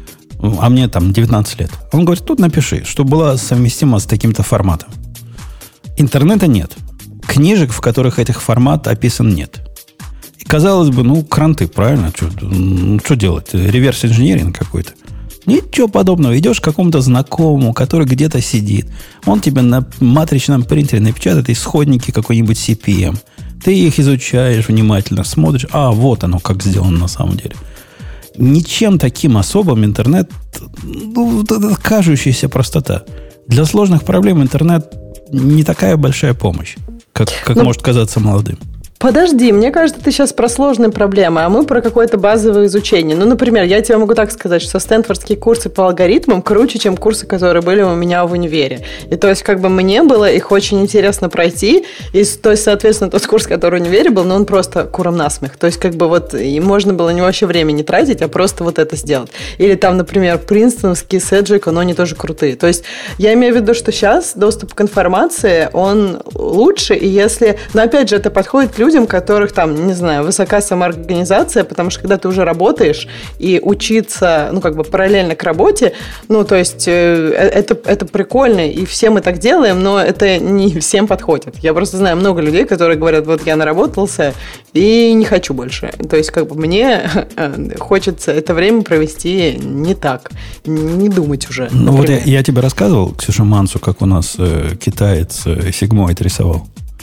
А мне там девятнадцать лет. Он говорит, тут напиши, чтобы была совместима с таким-то форматом. Интернета нет. Книжек, в которых этих формат описан, нет. И казалось бы, ну, кранты, правильно? Что, ну, что делать? Реверс-инженеринг какой-то. Ничего подобного. Идешь к какому-то знакомому, который где-то сидит. Он тебе на матричном принтере напечатает исходники какой-нибудь си пи эм. Ты их изучаешь внимательно, смотришь, а вот оно как сделано на самом деле. Ничем таким особым интернет, ну, кажущаяся простота. Для сложных проблем интернет не такая большая помощь, как, как Но... может казаться молодым. Подожди, мне кажется, ты сейчас про сложные проблемы, а мы про какое-то базовое изучение. Ну, например, я тебе могу так сказать, что стэнфордские курсы по алгоритмам круче, чем курсы, которые были у меня в универе. И то есть, как бы мне было их очень интересно пройти, и то есть, соответственно, тот курс, который в универе был, ну, он просто куром насмех. То есть, как бы вот, и можно было не вообще время не тратить, а просто вот это сделать. Или там, например, принстонский Седжик, но они тоже крутые. То есть, я имею в виду, что сейчас доступ к информации, он лучше, и если, но опять же, это подходит к людям, людям, которых там, не знаю, высока самоорганизация, потому что когда ты уже работаешь и учиться, ну, как бы параллельно к работе, ну, то есть это, это прикольно, и все мы так делаем, но это не всем подходит. Я просто знаю много людей, которые говорят, вот я наработался и не хочу больше. То есть, как бы мне хочется это время провести не так, не думать уже. Ну, вот я, я тебе рассказывал, Ксюша Мансу, как у нас э, китаец э, сигмоид рисовал.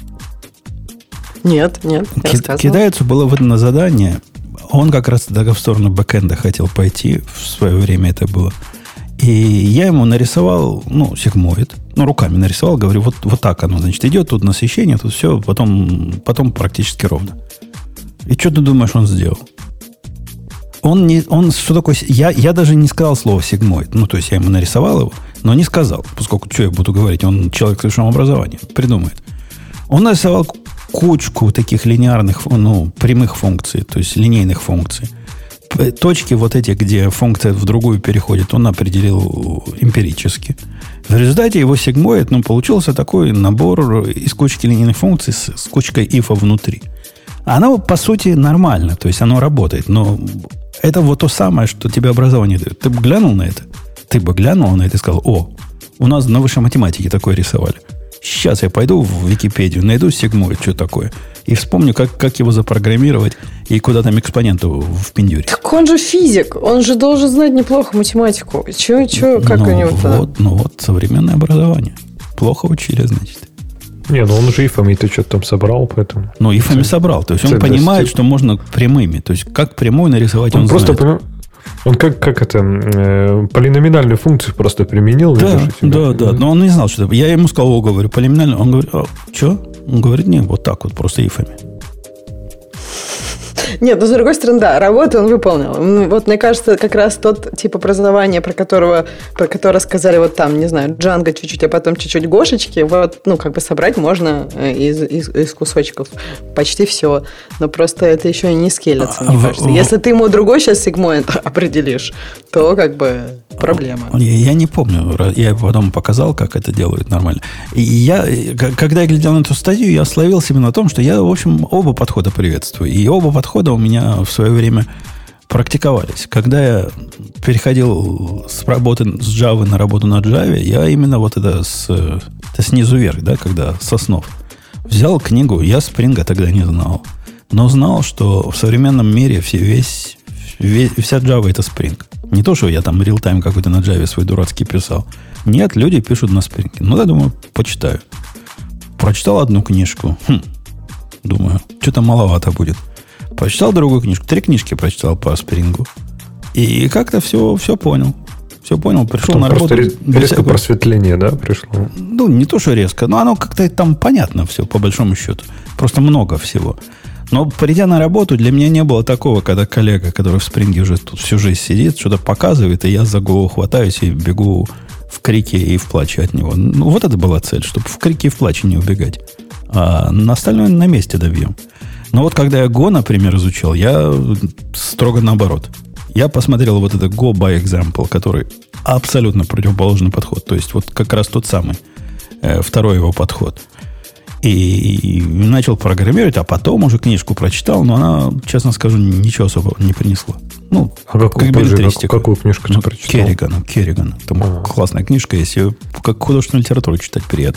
Нет, нет, не рассказывал. Китайцу было выдано задание. Он как раз тогда в сторону бэкэнда хотел пойти. В свое время это было. И я ему нарисовал, ну, сигмоид. Ну, руками нарисовал. Говорю, вот, вот так оно, значит, идет. Тут насыщение, тут все. Потом, потом практически ровно. И что ты думаешь, он сделал? Он не... Он, что такое... Я, я даже не сказал слово сигмоид. Ну, то есть, я ему нарисовал его, но не сказал. Поскольку, что я буду говорить? Он человек с высшим образованием. Придумает. Он нарисовал кучку таких линейных, ну, прямых функций, то есть линейных функций. Точки вот эти, где функция в другую переходит, он определил эмпирически. В результате его сигмоид, ну, получился такой набор из кучки линейных функций с, с кучкой ифа внутри. Оно, по сути, нормально, то есть оно работает, но Это вот то самое, что тебе образование дает. Ты бы глянул на это? Ты бы глянул на это и сказал, о, у нас на высшей математике такое рисовали. Сейчас я пойду в Википедию, найду сигмоид, что такое, и вспомню, как, как его запрограммировать и куда там экспоненту впендюрить. Так он же физик, он же должен знать неплохо математику. Чего, чего, как ну, у него там? Вот, ну вот, современное образование. Плохо учили, значит. Не, ну он же ифами-то что-то там собрал, поэтому... Ну, ифами собрал. То есть он понимает, что можно прямыми. То есть как прямую нарисовать, он, он просто знает. Он как, как это, э, полиноминальную функцию просто применил. Да, да, да. Но он не знал, что это. Я ему сказал, о, говорю, полиноминальную. Он говорит, а, что? Он говорит, не, вот так вот, просто ифами. Нет, но с другой стороны, да, работу он выполнил. Вот мне кажется, как раз тот тип образования, про которого, про которое сказали вот там, не знаю, Django чуть-чуть, а потом чуть-чуть Гошечки, вот, ну, как бы собрать можно из, из, из кусочков почти все. Но просто это еще и не скелется, мне кажется. Если ты ему другой сейчас сегмент определишь, то как бы проблема. Я, я не помню. Я потом показал, как это делают нормально. И я, когда я глядел на эту статью, я словил себя на том, что я, в общем, оба подхода приветствую. И оба подхода у меня в свое время практиковались. Когда я переходил с работы с Java на работу на Java, я именно вот это, с, это снизу вверх, да, когда со снов. Взял книгу, я Спринга тогда не знал. Но знал, что в современном мире все, весь, весь, вся Java это Spring. Не то, что я там реал-тайм какой-то на Java свой дурацкий писал. Нет, люди пишут на Spring. Ну, я думаю, почитаю. Прочитал одну книжку. Хм, думаю, что-то маловато будет. Прочитал другую книжку. Три книжки прочитал по Спрингу. И как-то все, все понял. Все понял, пришел Потом на работу. Резко всякого... просветление, да, пришло? Ну, не то, что резко, но оно как-то там понятно все, по большому счету. Просто много всего. Но придя на работу, для меня не было такого, когда коллега, который в Спринге уже тут всю жизнь сидит, что-то показывает, и я за голову хватаюсь и бегу в крике и в плаче от него. Ну, вот это была цель, чтобы в крике и в плаче не убегать. А на остальное на месте добьем. Но вот когда я Go, например, изучал, я строго наоборот. Я посмотрел вот это Go by Example, который абсолютно противоположный подход. То есть вот как раз тот самый, э, второй его подход. И, и начал программировать, а потом уже книжку прочитал, но она, честно скажу, ничего особого не принесла. Ну, а как, как билетристика. Какую книжку ты ну, прочитал? Керригана, Керригана. Там а. классная книжка, если как художественную литературу читать приятно.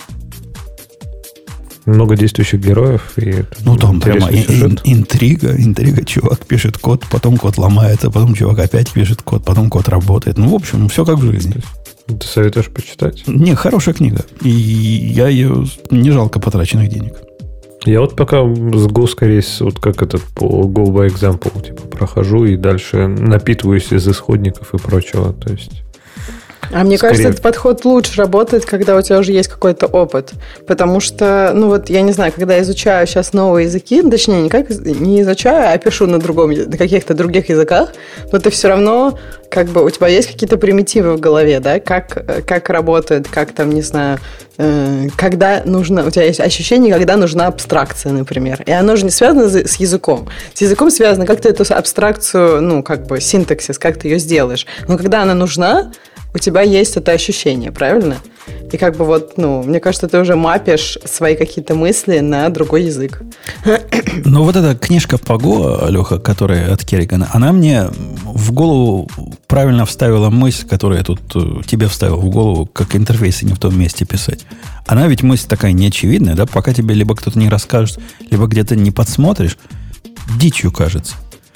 Много действующих героев. И ну, там прямо ин, интрига, интрига. Чувак пишет код, потом код ломается, потом чувак опять пишет код, потом код работает. Ну, в общем, все как в жизни. Ты советуешь почитать? Не, хорошая книга. И я ее не жалко потраченных денег. Я вот пока с Go скорее вот как это по Go by Example типа прохожу и дальше напитываюсь из исходников и прочего. То есть... А мне Скорее... кажется, этот подход лучше работает, когда у тебя уже есть какой-то опыт. Потому что, ну вот, я не знаю, когда я изучаю сейчас новые языки, точнее, не, как, не изучаю, а пишу на, другом, на каких-то других языках, но ты все равно, как бы, у тебя есть какие-то примитивы в голове, да, как, как работает, как там, не знаю, э, когда нужно, у тебя есть ощущение, когда нужна абстракция, например. И оно же не связано с языком. С языком связано, как ты эту абстракцию, ну, как бы, синтаксис, как ты ее сделаешь. Но когда она нужна, у тебя есть это ощущение, правильно? И как бы вот, ну, мне кажется, ты уже мапишь свои какие-то мысли на другой язык. Ну, вот эта книжка по Go, Леха, которая от Керригана, она мне в голову правильно вставила мысль, которую я тут тебе вставил в голову, как интерфейсы не в том месте писать. Она ведь мысль такая неочевидная, да? Пока тебе либо кто-то не расскажет, либо где-то не подсмотришь, дичью кажется.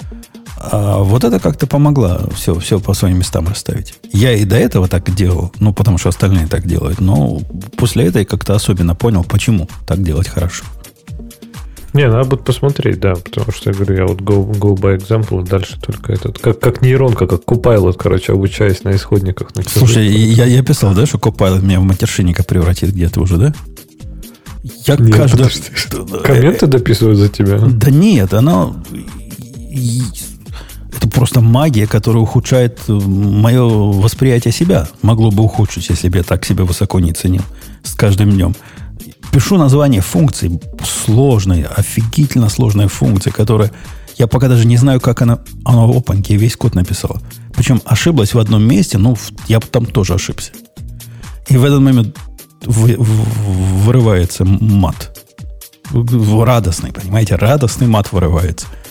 А вот это как-то помогло все, все по своим местам расставить. Я и до этого так делал, ну, потому что остальные так делают. Но после этого я как-то особенно понял, почему так делать хорошо. Не, надо будет посмотреть, да, потому что, я говорю, я вот go, go by example, дальше только этот, как, как нейронка, как Copilot, короче, обучаясь на исходниках. На Слушай, я, я писал, да, что Copilot меня в матершинника превратит где-то уже, да? Я нет, каждый... Комменты дописывают за тебя? Да нет, оно... Это просто магия, которая ухудшает мое восприятие себя. Могло бы ухудшить, если бы я так себя высоко не ценил с каждым днем. Пишу название функции, сложной, офигительно сложной функции, которая... Я пока даже не знаю, как она... Она, опаньки, весь код написала. Причем ошиблась в одном месте, ну, я там тоже ошибся. И в этот момент вы, в, вырывается мат. Радостный, понимаете? Радостный мат вырывается.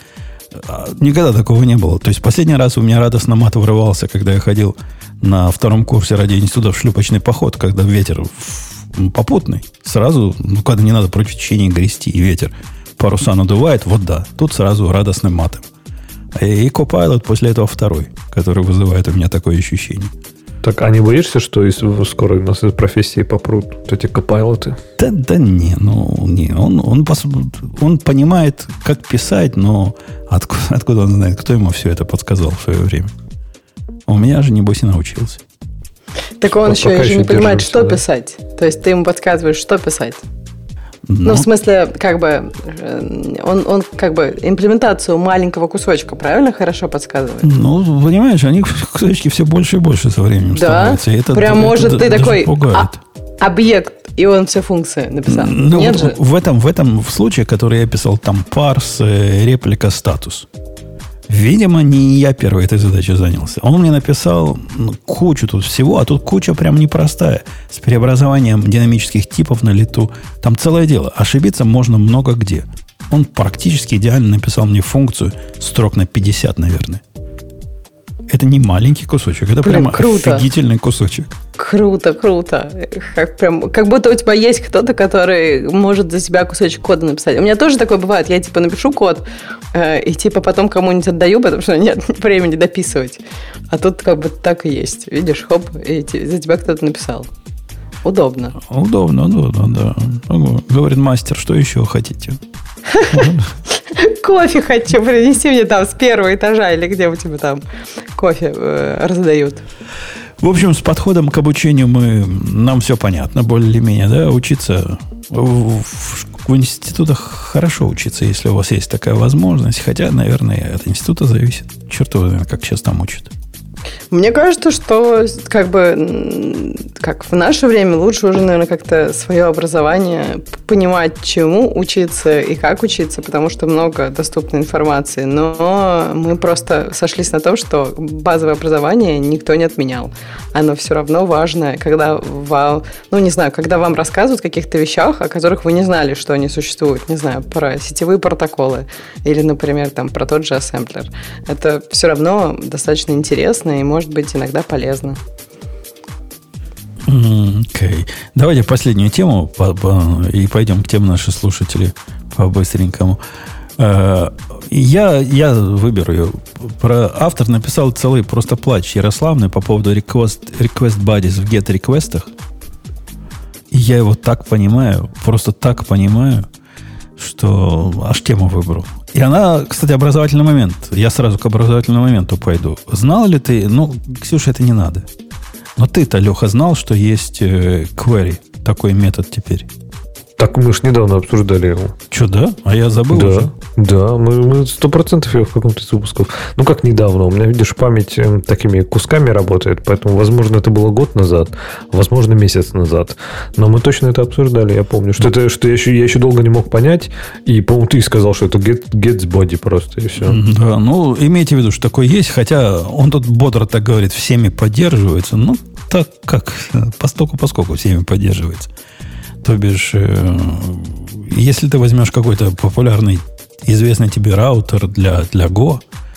Никогда такого не было. То есть последний раз у меня радостно мат вырывался, когда я ходил на втором курсе радиоинститута в шлюпочный поход, когда ветер попутный. Сразу, ну, когда не надо против течения грести, и ветер паруса надувает, вот да, тут сразу радостным матом. И Copilot после этого второй, который вызывает у меня такое ощущение. Так, а не боишься, что из, скоро у нас из профессии попрут вот эти копайлоты? Да, да не, ну не. Он, он, он понимает, как писать, но откуда, откуда он знает, кто ему все это подсказал в свое время? У меня же, небось, и научился. Так он еще, еще не понимает, что да? писать. То есть ты ему подсказываешь, что писать. Ну, ну, в смысле, как бы, он, он как бы имплементацию маленького кусочка, правильно, хорошо подсказывает? Ну, понимаешь, они кусочки все больше и больше со временем да? становятся. Это, прям это, может это ты такой а, объект, и он все функции написал. Ну, Нет вот же? В этом, в этом случае, который я писал, там парс, реплика, статус. Видимо, не я первый этой задачей занялся. Он мне написал кучу тут всего, а тут куча прям непростая. С преобразованием динамических типов на лету. Там целое дело. Ошибиться можно много где. Он практически идеально написал мне функцию строк на пятьдесят, наверное. Это не маленький кусочек, это Блин, прямо круто. Офигительный кусочек. Круто, круто. Как, прям, как будто у тебя есть кто-то, который может за себя кусочек кода написать. У меня тоже такое бывает. Я типа напишу код э, и типа потом кому-нибудь отдаю, потому что нет времени дописывать. А тут как бы так и есть. Видишь, хоп, и за тебя кто-то написал. Удобно. Удобно, удобно, да. Говорит мастер, что еще хотите? Кофе хочу, принеси мне там с первого этажа или где у тебя там кофе э, раздают. В общем, с подходом к обучению мы, нам все понятно, более-менее, да, учиться в, в, в институтах хорошо учиться, если у вас есть такая возможность, хотя, наверное, от института зависит. Черт его знает, как сейчас там учат. Мне кажется, что как бы как в наше время лучше уже, наверное, как-то свое образование понимать, чему учиться и как учиться, потому что много доступной информации. Но мы просто сошлись на том, что базовое образование никто не отменял. Оно все равно важно, когда вам, ну, не знаю, когда вам рассказывают о каких-то вещах, о которых вы не знали, что они существуют. Не знаю, про сетевые протоколы или, например, там, про тот же ассемблер. Это все равно достаточно интересно и, может быть, иногда полезно. Окей. Okay. Давайте последнюю тему по, по, и пойдем к тем наших слушателей по-быстренькому. Uh, я, я выберу ее. Про автор написал целый просто плач Ярославный по поводу request, request bodies в get-реквестах. И я его так понимаю, просто так понимаю, что аж тему выбрал. И она, кстати, образовательный момент. Я сразу к образовательному моменту пойду. Знал ли ты... Ну, Ксюша, это не надо. Но ты-то, Леха, знал, что есть э, query, такой метод теперь? Так мы ж недавно обсуждали его. Что, да? А я забыл да, уже. Да, мы сто процентов его в каком-то из выпусков. Ну, как недавно. У меня, видишь, память э, такими кусками работает, поэтому, возможно, это было год назад, возможно, месяц назад. Но мы точно это обсуждали, я помню. Что, это, что я, еще, я еще долго не мог понять, и, по-моему, ты сказал, что это get, gets body просто, и все. Да, ну, имейте в виду, что такое есть, хотя он тут бодро так говорит, всеми поддерживается. Ну, так как, постоку-поскольку всеми поддерживается. То бишь, э, если ты возьмешь какой-то популярный, известный тебе раутер для, для Go,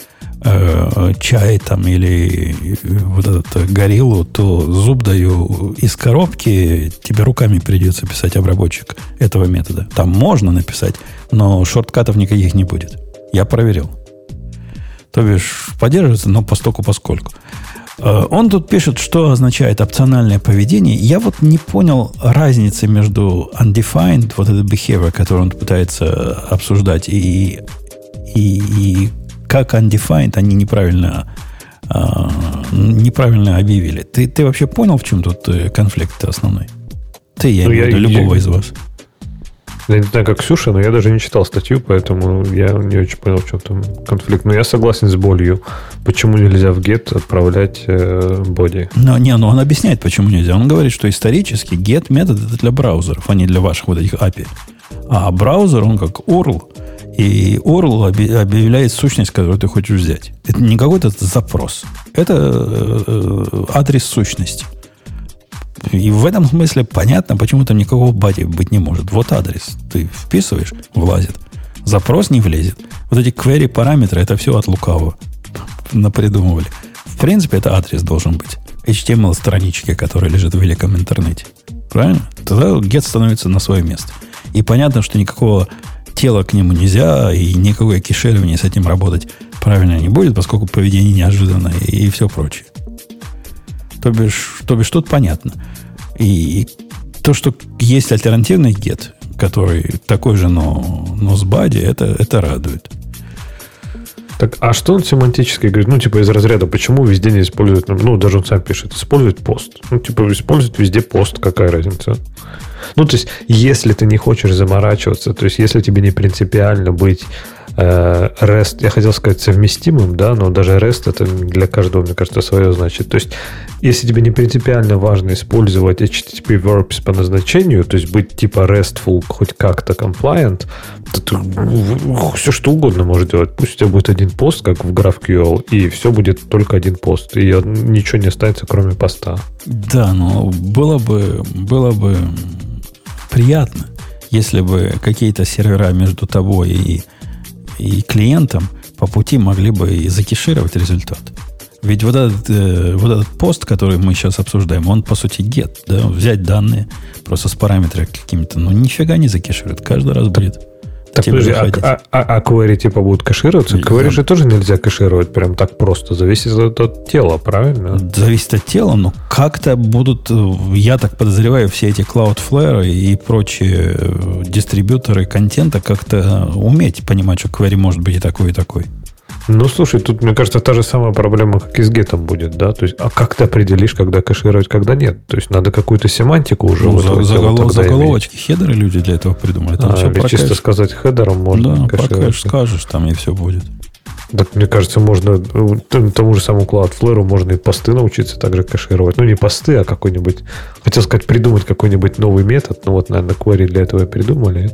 э, чай там или вот этот гориллу, то зуб даю из коробки, тебе руками придется писать обработчик этого метода. Там можно написать, но шорткатов никаких не будет. Я проверил. То бишь, поддерживается, но постоку-поскольку. Он тут пишет, что означает опциональное поведение. Я вот не понял разницы между undefined, вот этот behavior, который он пытается обсуждать, и, и, и как undefined они неправильно, а, неправильно объявили. Ты, ты вообще понял, в чем тут конфликт основной? Ты, я имею в виду, любого я... из вас. Я не знаю, как Ксюша, но я даже не читал статью, поэтому я не очень понял, в чем там конфликт. Но я согласен с болью. Почему нельзя в get отправлять э, боди? Но, не, но он объясняет, почему нельзя. Он говорит, что исторически get метод это для браузеров, а не для ваших вот этих эй пи ай. А браузер, он как ю ар эл. И ю ар эл объявляет сущность, которую ты хочешь взять. Это не какой-то запрос. Это э, адрес сущности. И в этом смысле понятно, почему там никакого бади быть не может. Вот адрес. Ты вписываешь, влазит. Запрос не влезет. Вот эти query параметры, это все от лукавого напридумывали. В принципе, это адрес должен быть. эйч ти эм эл-странички, которая лежит в великом интернете. Правильно? Тогда get становится на свое место. И понятно, что никакого тела к нему нельзя, и никакое кеширование с этим работать правильно не будет, поскольку поведение неожиданное и, и все прочее. То бишь, то бишь тут понятно. И то, что есть альтернативный get, который такой же, но, но с body, это, это радует. Так, а что он семантически говорит? Ну, типа, из разряда, почему везде не используют, ну, даже он сам пишет, использует пост. Ну, типа, использует везде пост, какая разница? Ну, то есть, если ты не хочешь заморачиваться, то есть, если тебе не принципиально быть э, REST, я хотел сказать, совместимым, да, но даже REST это для каждого, мне кажется, свое значит. То есть, если тебе не принципиально важно использовать эйч ти ти пи verbs по назначению, то есть, быть типа RESTful, хоть как-то compliant, то ты все что угодно можешь делать. Пусть у тебя будет один пост, как в GraphQL, и все будет только один пост, и ничего не останется, кроме поста. Да, но было бы, было бы приятно, если бы какие-то сервера между тобой и, и клиентом по пути могли бы и закешировать результат. Ведь вот этот, э, вот этот пост, который мы сейчас обсуждаем, он, по сути, get. Да? Взять данные просто с параметрами какими-то, ну, нифига не закеширует. Каждый раз будет. Так, подожди, а, а, а, а query типа будут кэшироваться? Query же тоже нельзя кэшировать прям так просто. Зависит от, от тела, правильно? Зависит от тела, но как-то будут, я так подозреваю, все эти Cloudflare и прочие дистрибьюторы контента как-то уметь понимать, что query может быть и такой, и такой. Ну, слушай, тут, мне кажется, та же самая проблема, как и с гетом будет, да? То есть, а как ты определишь, когда кэшировать, когда нет? То есть, надо какую-то семантику уже... Ну, за, заголов, заголовочки, иметь. Хедеры люди для этого придумали. Там а, все или прокэш. Чисто сказать хедером можно да, кэшировать. прокэш скажешь, там и все будет. Так, мне кажется, можно тому же самому Cloudflare можно и посты научиться также кэшировать. Ну, не посты, а какой-нибудь... Хотел сказать, придумать какой-нибудь новый метод. Ну, вот, наверное, query для этого и придумали.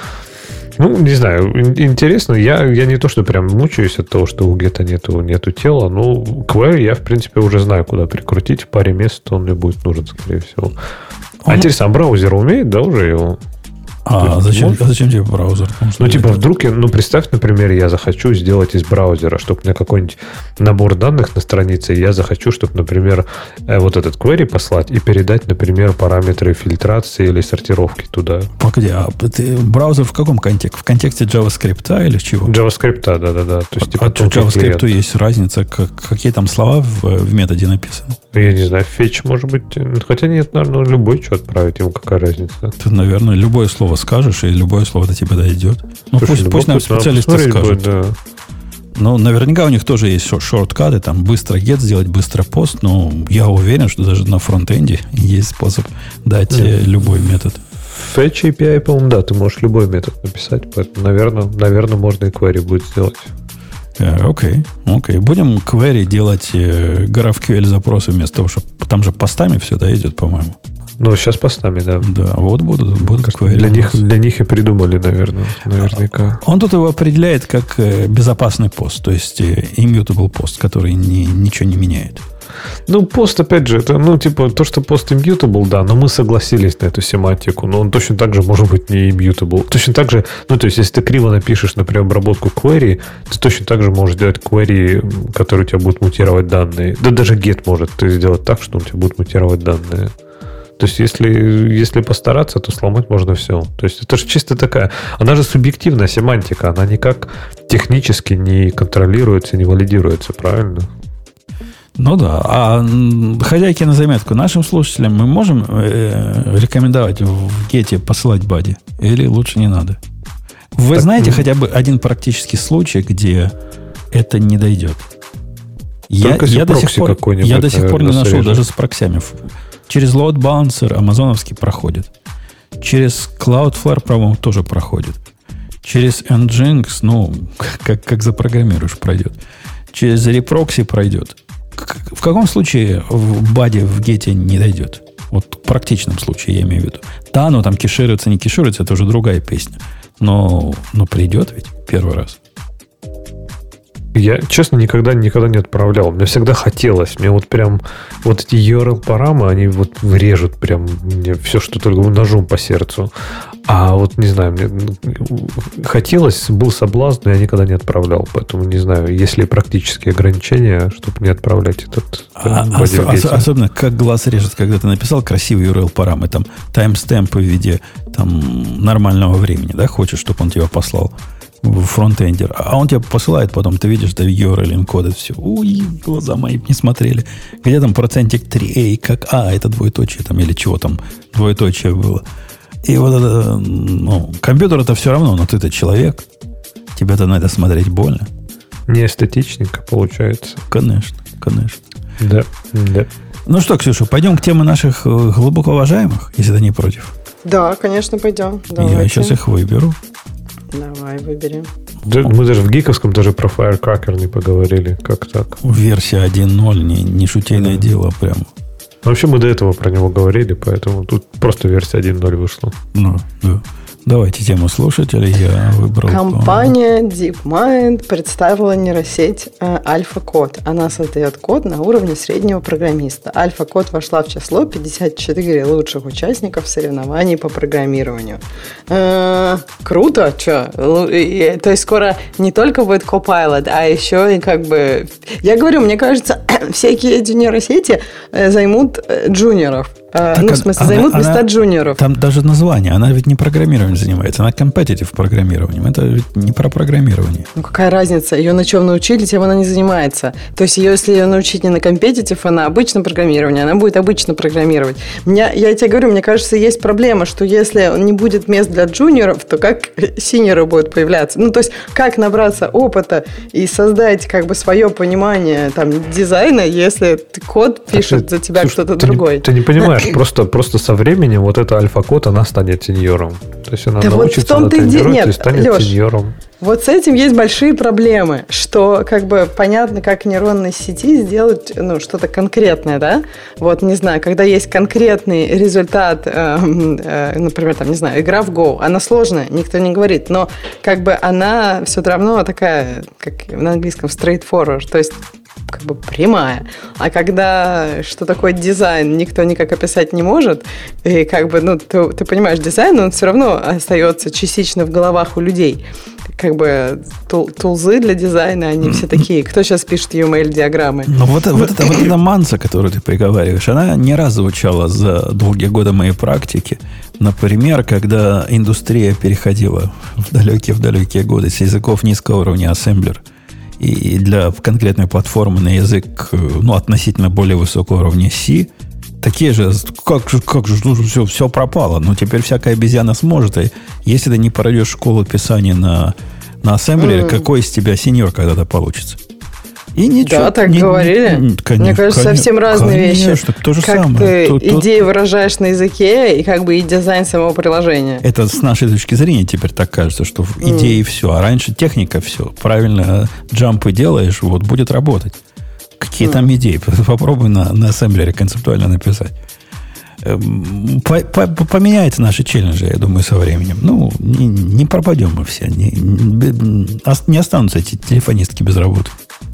Ну, не знаю, интересно. Я, я не то, что прям мучаюсь от того, что у Гета нету, нету тела. Ну, query я, в принципе, уже знаю, куда прикрутить. В паре мест он мне будет нужен, скорее всего. Он... А интересно, а браузер умеет, да, уже его? А зачем, а зачем тебе браузер? Ну, типа, вдруг, я, ну, представь, например, я захочу сделать из браузера, чтобы у меня какой-нибудь набор данных на странице, я захочу, чтобы, например, вот этот query послать и передать, например, параметры фильтрации или сортировки туда. Погоди, а ты браузер в каком контексте? В контексте JavaScript или чего? JavaScript, да-да-да. То есть, типа, а что JavaScript есть разница? Как, какие там слова в, в методе написаны? Я не знаю, fetch, может быть. Хотя нет, наверное, любой что отправить, ему какая разница. Ты, наверное, любое слово скажешь, и любое слово до тебя дойдет. Ну, слушай, пусть, пусть нам специалисты скажут. Будет, да. Ну, наверняка у них тоже есть шорткаты, там быстро get сделать, быстро пост, но я уверен, что даже на фронтенде есть способ дать mm. любой метод. Fetch эй пи ай, по-моему, да, ты можешь любой метод написать, поэтому, наверное, наверное можно и query будет сделать. Окей, okay, окей. Okay. Будем query делать э, GraphQL запросы вместо того, что там же постами все, да, идет, по-моему. Ну, сейчас постами, да. Да, вот будут, будут query. Для них, для них и придумали, наверное, наверняка. Он тут его определяет как э, безопасный пост, то есть э, immutable пост, который ни, ничего не меняет. Ну, пост, опять же, это, ну, типа, то, что пост immutable, да, но мы согласились на эту семантику, но он точно так же может быть не immutable. Точно так же, ну, то есть, если ты криво напишешь, например, обработку query, ты точно так же можешь делать query, который у тебя будет мутировать данные. Да даже get может ты сделать так, что он тебе будет мутировать данные. То есть, если, если постараться, то сломать можно все. То есть, это же чисто такая... Она же субъективная семантика, она никак технически не контролируется, не валидируется, правильно? Ну да, а хозяйки на заметку нашим слушателям мы можем э, рекомендовать в Гете посылать бади? Или лучше не надо? Вы так, знаете ну... хотя бы один практический случай, где это не дойдет? Я, я, до сих пор, я до сих пор не нашел срежет. Даже с проксями. Через load balancer амазоновский проходит. Через Cloudflare, по-моему, тоже проходит. Через Nginx, ну, как, как запрограммируешь, пройдет. Через reproxy пройдет. В каком случае в баде в гете не дойдет? Вот в практичном случае я имею в виду. Да, но там кешируется, не кешируется, это уже другая песня. Но, но придет ведь первый раз. Я, честно, никогда, никогда не отправлял. Мне всегда хотелось. Мне вот прям вот эти ю ар эл-парамы, они вот режут прям мне все, что только ножом по сердцу. А вот, не знаю, мне хотелось, был соблазн, но я никогда не отправлял. Поэтому, не знаю, есть ли практические ограничения, чтобы не отправлять этот... А, ос- ос- особенно, как глаз режет, когда ты написал красивый ю ар эл-параметр, там, таймстемпы в виде там, нормального времени, да, хочешь, чтобы он тебя послал в фронтендер. А он тебя посылает, потом ты видишь, да, ю ар эл энкодит все. Уй, глаза мои не смотрели. Где там процентик три эй, как, а, это двоеточие там, или чего там, двоеточие было. И вот это, ну, компьютер это все равно, но ты-то человек. Тебе-то на это смотреть больно. Не эстетичненько получается. Конечно, конечно. Да, да. Ну что, Ксюша, пойдем к теме наших глубоко уважаемых, если ты не против. Да, конечно, пойдем. Давайте. Я сейчас их выберу. Давай, выберем. Да, мы даже в гиковском даже про Firecracker не поговорили. Как так? Версия один ноль, не, не шутейное да. дело прямо. Вообще мы до этого про него говорили, поэтому тут просто версия один ноль вышла. Ну, да. Давайте тему слушателей. Я выбрал... Компания DeepMind представила нейросеть э, AlphaCode. Она создает код на уровне среднего программиста. AlphaCode вошла в число пятьдесят четыре лучших участников соревнований по программированию. Э, круто, что? То есть скоро не только будет Copilot, а еще и как бы... Я говорю, мне кажется, всякие эти нейросети займут джуниоров. Так, ну, в смысле, займут она, места она, джуниоров. Там даже название. Она ведь не программированием занимается. Она competitive программированием. Это ведь не про программирование. Ну, какая разница? Ее на чем научили, тем она не занимается. То есть, ее, если ее научить не на competitive, а на обычном программировании, она будет обычно программировать. Меня, я тебе говорю, мне кажется, есть проблема, что если не будет мест для джуниоров, то как синьоры будут появляться? Ну, то есть, как набраться опыта и создать как бы свое понимание там, дизайна, если код пишет за тебя Слушай, кто-то ты другой? Не, ты не понимаешь, Просто, просто со временем вот эта альфа-код, она станет сеньором. То есть она да научится вот на тренировке и станет Леш, сеньором. Вот с этим есть большие проблемы, что как бы понятно, как нейронной сети сделать ну, что-то конкретное, да? Вот, не знаю, когда есть конкретный результат, э, э, например, там, не знаю, игра в Go, она сложная, никто не говорит, но как бы она все равно такая, как на английском, straightforward, то есть как бы прямая. А когда что такое дизайн, никто никак описать не может, и как бы, ну, ты, ты понимаешь, дизайн, он все равно остается частично в головах у людей. Как бы тул, тулзы для дизайна, они все такие. Кто сейчас пишет ю эм эл-диаграммы? Ну, вот, вот, это, вот эта манса, которую ты приговариваешь, она не раз звучала за долгие годы моей практики. Например, когда индустрия переходила в далекие-в-далекие годы с языков низкого уровня ассемблер и для конкретной платформы на язык, ну, относительно более высокого уровня C, такие же, как же, как же, ну, все, все пропало. Ну, теперь всякая обезьяна сможет. И если ты не пройдешь школу писания на, на ассемблере, mm. какой из тебя сеньор когда-то получится? И ничего. Да, так не, говорили. Не, конечно, Мне кажется, конечно, совсем разные конечно, вещи. То же как самое. ты Тут, идеи тут... выражаешь на языке, и как бы и дизайн самого приложения. Это с нашей точки зрения теперь так кажется, что в идее mm. все. А раньше техника все. Правильно джампы делаешь, вот будет работать. Какие mm. там идеи? Попробуй на, на ассемблере концептуально написать. По, по, поменяются наши челленджи, я думаю, со временем. Ну, не, не пропадем мы все. Не, не, не останутся эти телефонистки без работы.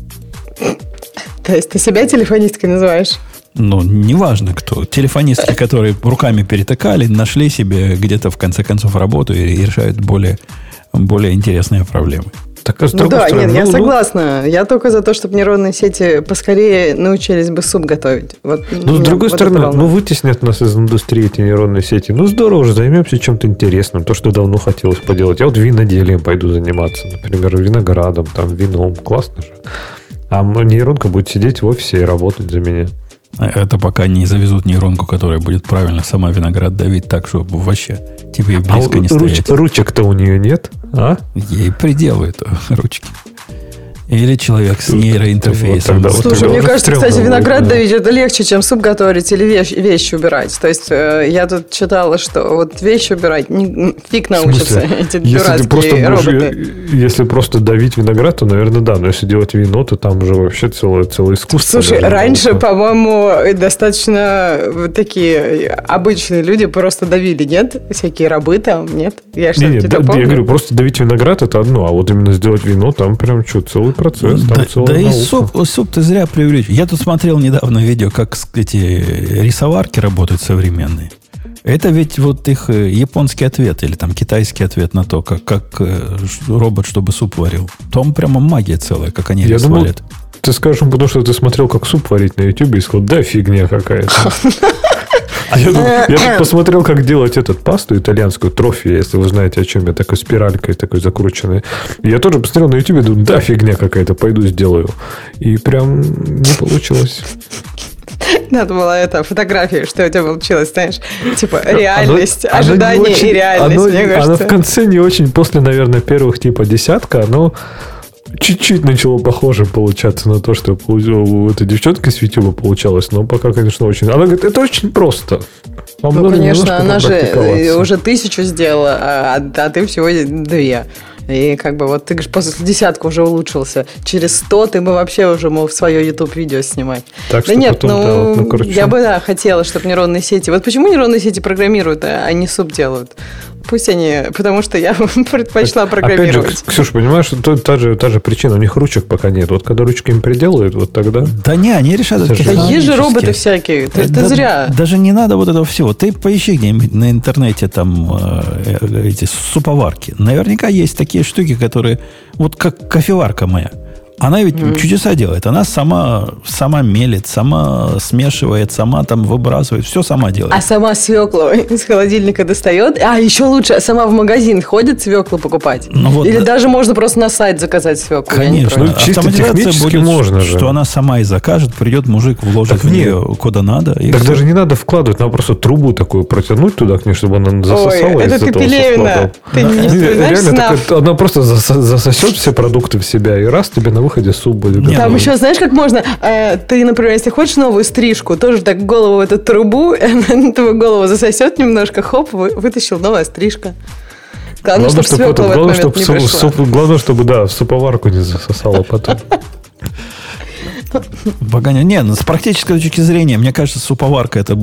То есть ты себя телефонисткой называешь? Ну, неважно кто. Телефонистки, которые руками перетыкали, нашли себе где-то в конце концов работу и решают более, более интересные проблемы. Так, ну да, стороны, нет, ну, я ну, согласна. Я только за то, чтобы нейронные сети поскорее научились бы суп готовить. Вот, ну, с другой вот стороны, ну, вытеснят нас из индустрии эти нейронные сети. Ну, здорово же, займемся чем-то интересным. То, что давно хотелось поделать. Я вот виноделием пойду заниматься. Например, виноградом, там, вином. Классно же. А нейронка будет сидеть в офисе и работать за меня. Это пока не завезут нейронку, которая будет правильно сама виноград давить так, чтобы вообще тебе и близко а не руч, стоять. Ручек-то у нее нет, а? Ей приделают ручки. Или человек с нейроинтерфейсом. Вот Слушай, вот мне кажется, кстати, виноград да. давить это легче, чем суп готовить или вещь, вещи убирать. То есть э, я тут читала, что вот вещи убирать не, фиг научатся эти если дурацкие роботы. Будешь, если просто давить виноград, то, наверное, да. Но если делать вино, то там уже вообще целое, целое искусство. Слушай, раньше, было. По-моему, достаточно такие обычные люди просто давили, нет? Всякие рабы там, нет? Я что-то не, не, да, помню. Я говорю, просто давить виноград это одно, а вот именно сделать вино, там прям что, целый процесс. Да, да и суп, суп ты зря преувеличиваешь. Я тут смотрел недавно видео, как эти рисоварки работают современные. Это ведь вот их японский ответ или там китайский ответ на то, как, как робот, чтобы суп варил. Там прямо магия целая, как они рисовали. Ты скажешь, потому что ты смотрел, как суп варить на Ютубе, и сказал, да фигня какая-то. А я, я тут посмотрел, как делать этот пасту итальянскую, трофи, если вы знаете, о чем я, такой спиралькой, такой закрученной. И я тоже посмотрел на Ютубе, думаю, да фигня какая-то, пойду сделаю. И прям не получилось. Надо было это, фотография, что у тебя получилось, знаешь, типа реальность, оно, ожидание оно очень, и реальность, оно, мне кажется. Оно в конце не очень, после, наверное, первых типа десятка, оно чуть-чуть начало похоже получаться на то, что у этой девчонки с YouTube получалось, но пока, конечно, очень... Она говорит, это очень просто. Вам ну, конечно, она же уже тысячу сделала, а, а ты всего две. И как бы вот ты говоришь, после десятка уже улучшился. Через сто ты бы вообще уже мог свое YouTube-видео снимать. Так да что нет, потом, ну, да, вот я бы, да, хотела, чтобы нейронные сети... Вот почему нейронные сети программируют, а не суп делают? Пусть они... Потому что я предпочла программировать. Опять же, Ксюша, понимаешь, что та же, та же причина. У них ручек пока нет. Вот когда ручки им приделают, вот тогда... Да не, они решат это технологически. Да есть же роботы всякие. Ты, да, ты зря. Даже не надо вот этого всего. Ты поищи где-нибудь на интернете там э, эти суповарки. Наверняка есть такие штуки, которые... Вот как кофеварка моя. Она ведь mm. чудеса делает. Она сама, сама мелит, сама смешивает, сама там выбрасывает. Все сама делает. А сама свеклу из холодильника достает. А еще лучше, сама в магазин ходит свеклу покупать. Ну, вот, или да. даже можно просто на сайт заказать свеклу. Конечно. Ну, чисто технически будет, можно же. Что она сама и закажет, придет мужик, вложит так в нее куда надо. И так все. Даже не надо вкладывать. Надо просто трубу такую протянуть туда к ней, чтобы она засосала. Ой, это ты Пелевина. Ты не вспоминаешь снав? Она просто засосет все продукты в себя и раз тебе на выходе суп будет. Нет, там еще, знаешь, как можно? Э, ты, например, если хочешь новую стрижку, тоже так голову в эту трубу, твою голову засосет немножко, хоп, вы, вытащил новая стрижка. Главное, главное чтобы свекла в этот момент чтобы не суп, пришла. Суп, главное, чтобы, да, в суповарку не засосала потом. Пока не, не, с практической точки зрения, мне кажется, суповарка это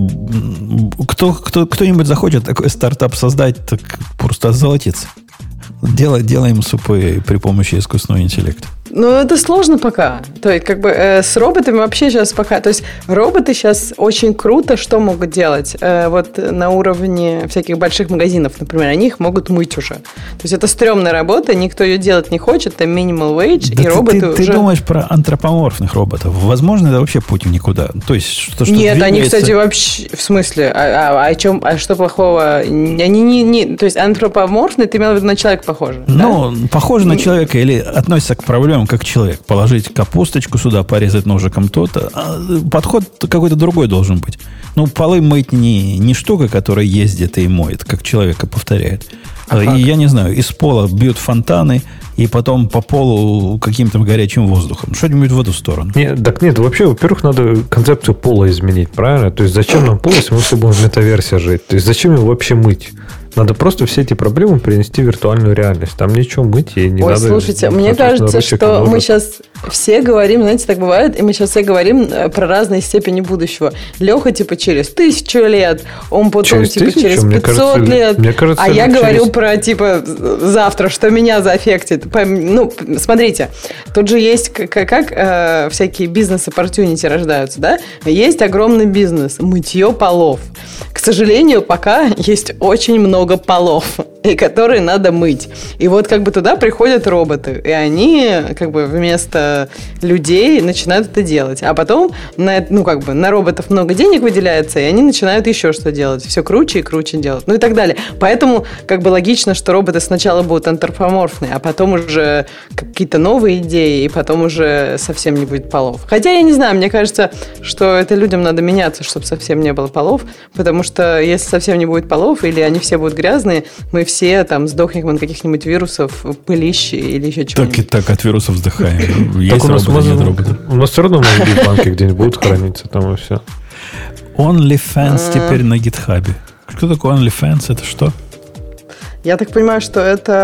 кто, кто, кто-нибудь захочет такой стартап создать, так просто озолотиться. Делать, делаем супы при помощи искусственного интеллекта. Ну, это сложно пока. То есть, как бы э, с роботами вообще сейчас пока... То есть, роботы сейчас очень круто что могут делать? Э, вот на уровне всяких больших магазинов, например, они их могут мыть уже. То есть, это стрёмная работа, никто ее делать не хочет, это minimal wage, да и ты, роботы ты, уже... Ты думаешь про антропоморфных роботов? Возможно, это вообще путь в никуда. То есть, что, что Нет, двигается... они, кстати, вообще... В смысле? А, а, о чем? А что плохого? Они не... не то есть, антропоморфные, ты имел в виду на человека похоже? Ну, да? похоже на человека или относится к проблемам как человек. Положить капусточку сюда, порезать ножиком то-то. А подход какой-то другой должен быть. Ну, полы мыть не, не штука, которая ездит и моет, как человека повторяет. А и я не знаю, из пола бьют фонтаны, и потом по полу каким-то горячим воздухом. Что-нибудь в эту сторону. Нет, так нет, вообще, во-первых, надо концепцию пола изменить, правильно? То есть, зачем нам пол, если мы все будем в метаверсе жить? То есть, зачем его вообще мыть? Надо просто все эти проблемы перенести в виртуальную реальность. Там ничего мыть и не Ой, надо... слушайте, мне кажется, что мы сейчас все говорим, знаете, так бывает, и мы сейчас все говорим про разные степени будущего. Леха, типа, через тысячу лет, он потом, через типа, тысячу? через пятьсот кажется, лет. Мне кажется, а я через... говорю про, типа, завтра, что меня заэффектит. Ну, смотрите, тут же есть, как, как э, всякие бизнес-оппортюнити рождаются, да? Есть огромный бизнес, мытье полов. К сожалению, пока есть очень много полов, и которые надо мыть. И вот как бы туда приходят роботы, и они как бы вместо людей начинают это делать. А потом на, ну, как бы, на роботов много денег выделяется, и они начинают еще что делать. Все круче и круче делать. Ну и так далее. Поэтому как бы логично, что роботы сначала будут антропоморфные, а потом уже какие-то новые идеи, и потом уже совсем не будет полов. Хотя я не знаю, мне кажется, что это людям надо меняться, чтобы совсем не было полов, потому что если совсем не будет полов, или они все будут грязные, мы все там сдохнем от каких-нибудь вирусов, пылищ или еще чего-нибудь. Так и так от вирусов вздыхаем. Есть у нас, роботы, нет роботов. У нас все равно многие банки где-нибудь будут храниться там и все. OnlyFans теперь на гитхабе. Что такое OnlyFans? Это что? Я так понимаю, что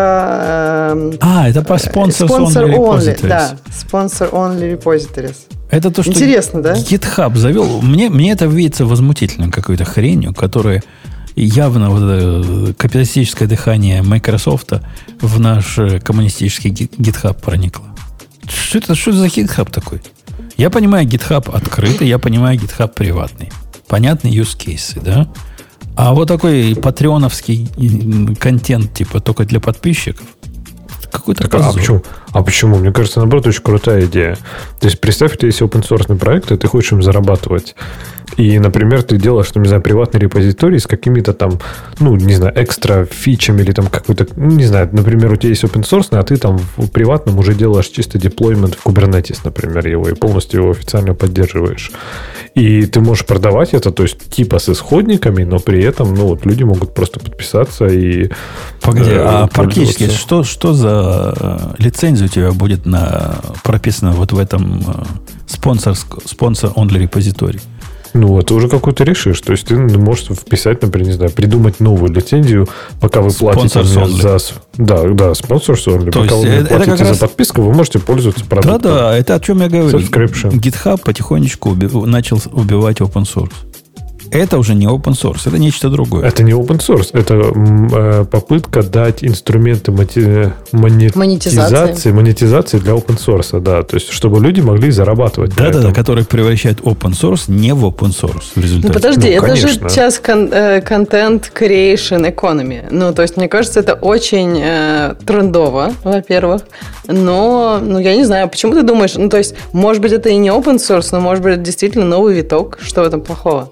это... А, это по Sponsors Only Repositories. Да, Sponsor Only Repositories. Это то, что интересно, да? GitHub завел. Мне, мне это видится возмутительным какой-то хренью, которая явно вот это капиталистическое дыхание Microsoft в наш коммунистический GitHub проникло. Что это, что это за GitHub такой? Я понимаю, GitHub открытый, я понимаю, GitHub приватный. Понятные use cases, да? А вот такой патреоновский контент, типа, только для подписчиков, какой-то так, а, почему? а почему? Мне кажется, наоборот, очень крутая идея. То есть, представь, у тебя есть open-source проект, и ты хочешь им зарабатывать. И, например, ты делаешь, ну, не знаю, приватный репозиторий с какими-то там, ну, не знаю, экстра фичами или там какой-то, ну, не знаю, например, у тебя есть open source, а ты там в приватном уже делаешь чисто деплоймент в Kubernetes, например, его, и полностью его официально поддерживаешь. И ты можешь продавать это, то есть типа с исходниками, но при этом, ну, вот люди могут просто подписаться и... Погоди, э, а практически что, что за лицензия у тебя будет на, прописана вот в этом спонсор, спонсор-only репозиторий? Ну, это уже какой-то решишь. То есть, ты можешь вписать, например, не знаю, придумать новую лицензию, пока вы платите за... Да, да, sponsors only. То пока есть, вы это, платите это за раз... подписку, вы можете пользоваться продуктом. Да-да, это о чем я говорю. Subscription. GitHub потихонечку уби- начал убивать open source. Это уже не open source, это нечто другое. Это не open source, это э, попытка дать инструменты мати... монетизации, монетизации. монетизации для open source, да, то есть чтобы люди могли зарабатывать. Да-да-да, который превращает open source не в open source в результате. Ну подожди, ну, это конечно. же сейчас content creation economy. Ну, то есть, мне кажется, это очень э, трендово, во-первых. Но, ну, я не знаю, почему ты думаешь, ну, то есть, может быть, это и не open source, но, может быть, это действительно новый виток. Что в этом плохого?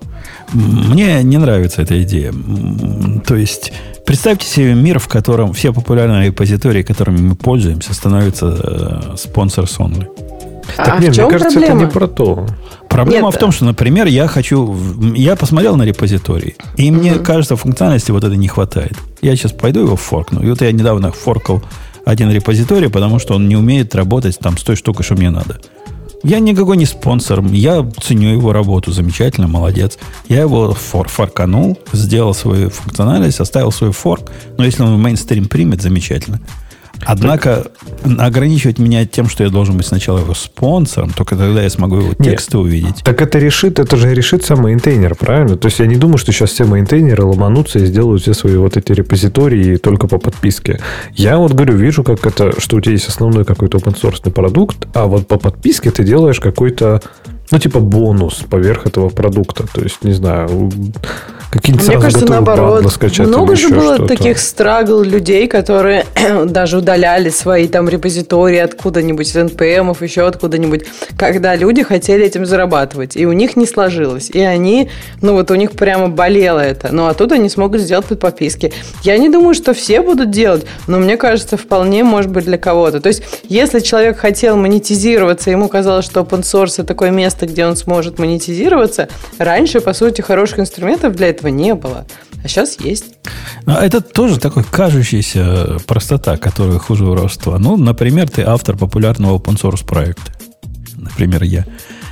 Мне не нравится эта идея. То есть, представьте себе мир, в котором все популярные репозитории, которыми мы пользуемся, становятся sponsors only. Так а нет, в чем мне кажется, проблема? это не про то. Проблема Нет. в том, что, например, я хочу... Я посмотрел на репозиторий, и mm-hmm. мне кажется, функциональности вот этой не хватает. Я сейчас пойду его форкну. И вот я недавно форкал один репозиторий, потому что он не умеет работать там с той штукой, что мне надо. Я никакой не спонсор. Я ценю его работу. Замечательно, молодец. Я его фор, форканул, сделал свою функциональность, оставил свой форк. Но если он в мейнстрим примет, замечательно. Однако ограничивать меня тем, что я должен быть сначала его спонсором, только тогда я смогу его тексты Нет, увидеть. Так это решит, это же решит сам мейнтейнер, правильно? То есть я не думаю, что сейчас все мейнтейнеры ломанутся и сделают все свои вот эти репозитории только по подписке. Я вот говорю, вижу, как это, что у тебя есть основной какой-то open-source продукт, а вот по подписке ты делаешь какой-то, ну, типа бонус поверх этого продукта. То есть, не знаю, какие-нибудь Мне сразу кажется, наоборот, скачать много же было что-то. таких страгл людей, которые даже удаляли свои там репозитории откуда-нибудь, из эн пи эмов, еще откуда-нибудь, когда люди хотели этим зарабатывать, и у них не сложилось, и они, ну вот у них прямо болело это, ну а тут они смогут сделать под подписки. Я не думаю, что все будут делать, но мне кажется, вполне может быть для кого-то. То есть, если человек хотел монетизироваться, ему казалось, что open source это такое место, где он сможет монетизироваться, раньше, по сути, хороших инструментов для этого не было. А сейчас есть. Но это тоже такой кажущаяся простота, которая хуже воровства. Ну, например, ты автор популярного open-source проекта. Например, я.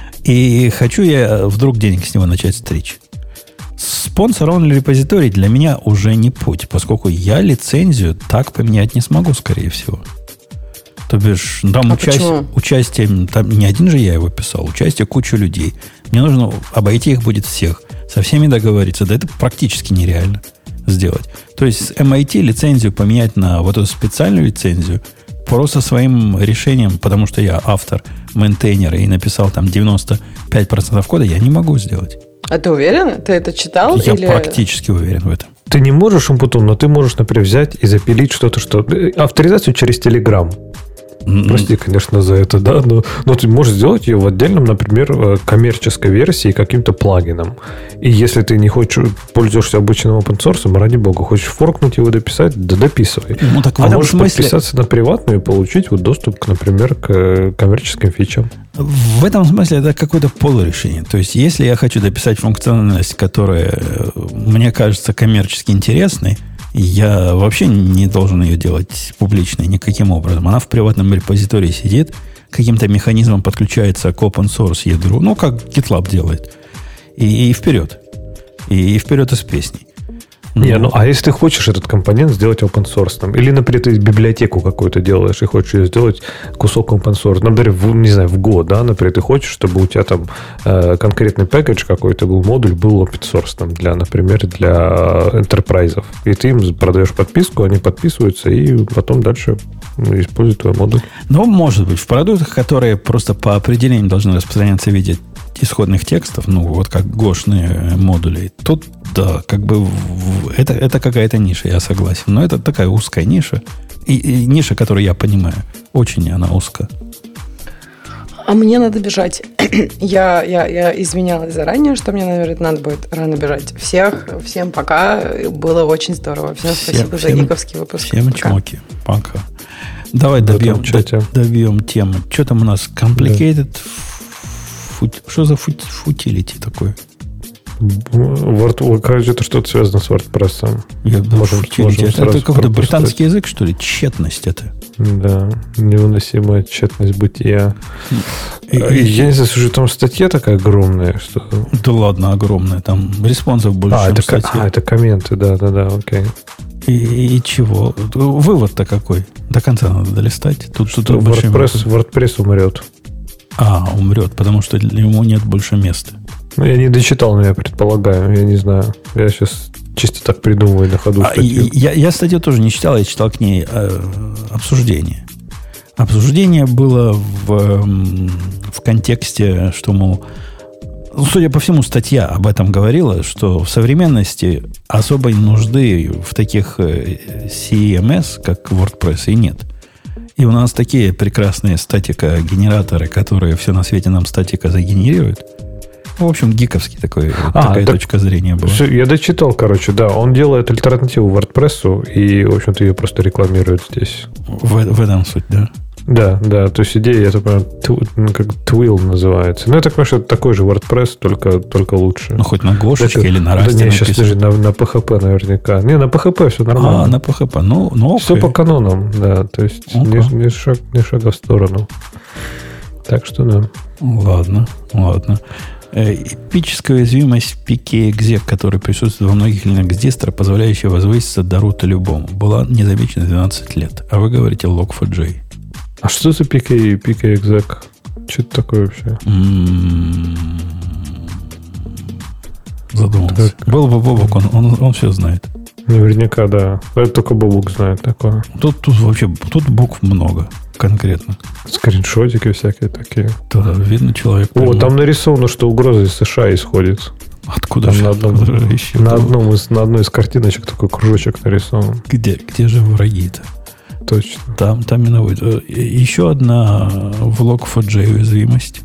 И хочу я вдруг денег с него начать стричь. Спонсор-онли репозиторий для меня уже не путь, поскольку я лицензию так поменять не смогу, скорее всего. То бишь, там а участие, участие, там не один же я его писал, участие кучу людей. Мне нужно обойти их будет всех, со всеми договориться. Да это практически нереально сделать. То есть с эм ай ти лицензию поменять на вот эту специальную лицензию просто своим решением, потому что я автор мейнтейнера и написал там девяносто пять процентов кода, я не могу сделать. А ты уверен? Ты это читал? Я или... практически уверен в этом. Ты не можешь потом, но ты можешь, например, взять и запилить что-то, что... Авторизацию через Telegram. Прости, конечно, за это, да, но, но ты можешь сделать ее в отдельном, например, коммерческой версии каким-то плагином. И если ты не хочешь, пользуешься обычным open source, ради бога, хочешь форкнуть его дописать, да дописывай. Ну, так в а этом можешь смысле... подписаться на приватную и получить вот доступ, к, например, к коммерческим фичам. В этом смысле это какое-то полурешение. То есть, если я хочу дописать функциональность, которая мне кажется коммерчески интересной, я вообще не должен ее делать публичной никаким образом. Она в приватном репозитории сидит, каким-то механизмом подключается к open source ядру, ну, как GitLab делает. И, и вперед. И, и вперед из песней. Не, ну, а если ты хочешь этот компонент сделать open source, или, например, ты библиотеку какую-то делаешь и хочешь ее сделать кусок open source, например, в, не знаю, в Go, да, например, ты хочешь, чтобы у тебя там э, конкретный пакетж какой-то был, модуль был open source, для, например, для enterprise. И ты им продаешь подписку, они подписываются, и потом дальше используют твой модуль. Ну, может быть, в продуктах, которые просто по определению должны распространяться в виде исходных текстов, ну, вот как гошные модули, тут, да, как бы в, это, это какая-то ниша, я согласен. Но это такая узкая ниша. И, и ниша, которую я понимаю, очень она узкая. А мне надо бежать. я, я, я извинялась заранее, что мне, наверное, надо будет рано бежать. Всех, всем пока. Было очень здорово. Всем, всем спасибо всем, за гиковский выпуск. Всем пока. Чмоки. Пока. Давай добьем, до, добьем тему. Что там у нас? Complicated... Да. Фут, что за фут, футилити такое? Word, короче, это что-то связано с WordPress. Я можем, можем это это какой-то британский язык, что ли? Тщетность это. Да, невыносимая тщетность бытия. И, и, я не знаю, слушай, там статья такая огромная, что... Да ладно, огромная. Там респонсов больше, а, чем это, статья. А, это комменты, да-да-да, окей. И, и чего? Вывод-то какой? До конца надо долистать. Тут, тут WordPress, WordPress умрет. А, умрет, потому что ему нет больше места. Ну, я не дочитал, но я предполагаю. Я не знаю. Я сейчас чисто так придумываю на ходу а, статью. Я, я статью тоже не читал, я читал к ней э, обсуждение. Обсуждение было в, в контексте, что, мол, ну, судя по всему, статья об этом говорила, что в современности особой нужды в таких си эм эс, как WordPress, и нет. И у нас такие прекрасные статика-генераторы, которые все на свете нам статика загенерируют. В общем, гиковский такой, а, такая так, точка зрения была. Все, я дочитал, короче, да. Он делает альтернативу WordPress, и, в общем-то, ее просто рекламирует здесь. В, в этом суть, да? Да, да. То есть идея, я так понимаю, как Twill называется. Ну, я так понимаю, что это такой же WordPress, только, только лучше. Ну, хоть на Гошечке или на Расте. Да не, сейчас даже на, на пи эйч пи наверняка. Не, на пи эйч пи все нормально. А, на пи эйч пи. Ну, ну все по канонам, да. То есть ни, ни, шаг, ни шага в сторону. Так что да. Ладно, ладно. Эпическая уязвимость пи кей exec, которая присутствует во многих Linux дистро, позволяющая возвыситься до рута любому, была не замечена двенадцать лет. А вы говорите лог фор джей. А что за пи кей, пи кей exec? Что это такое вообще? Mm-hmm. Задумался. Так. Был бы Бобук, он, он, он все знает. Наверняка, да. Это только Бобук знает такое. Тут, тут вообще тут букв много конкретно. Скриншотики всякие такие. Да, видно человек. О, там нарисовано, что угроза из США исходит. Откуда там же? На, одном, на, одном из, на одной из картиночек такой кружочек нарисован. Где, где же враги-то? Точно. Там, там именно будет. Еще одна в лог фор джей уязвимость.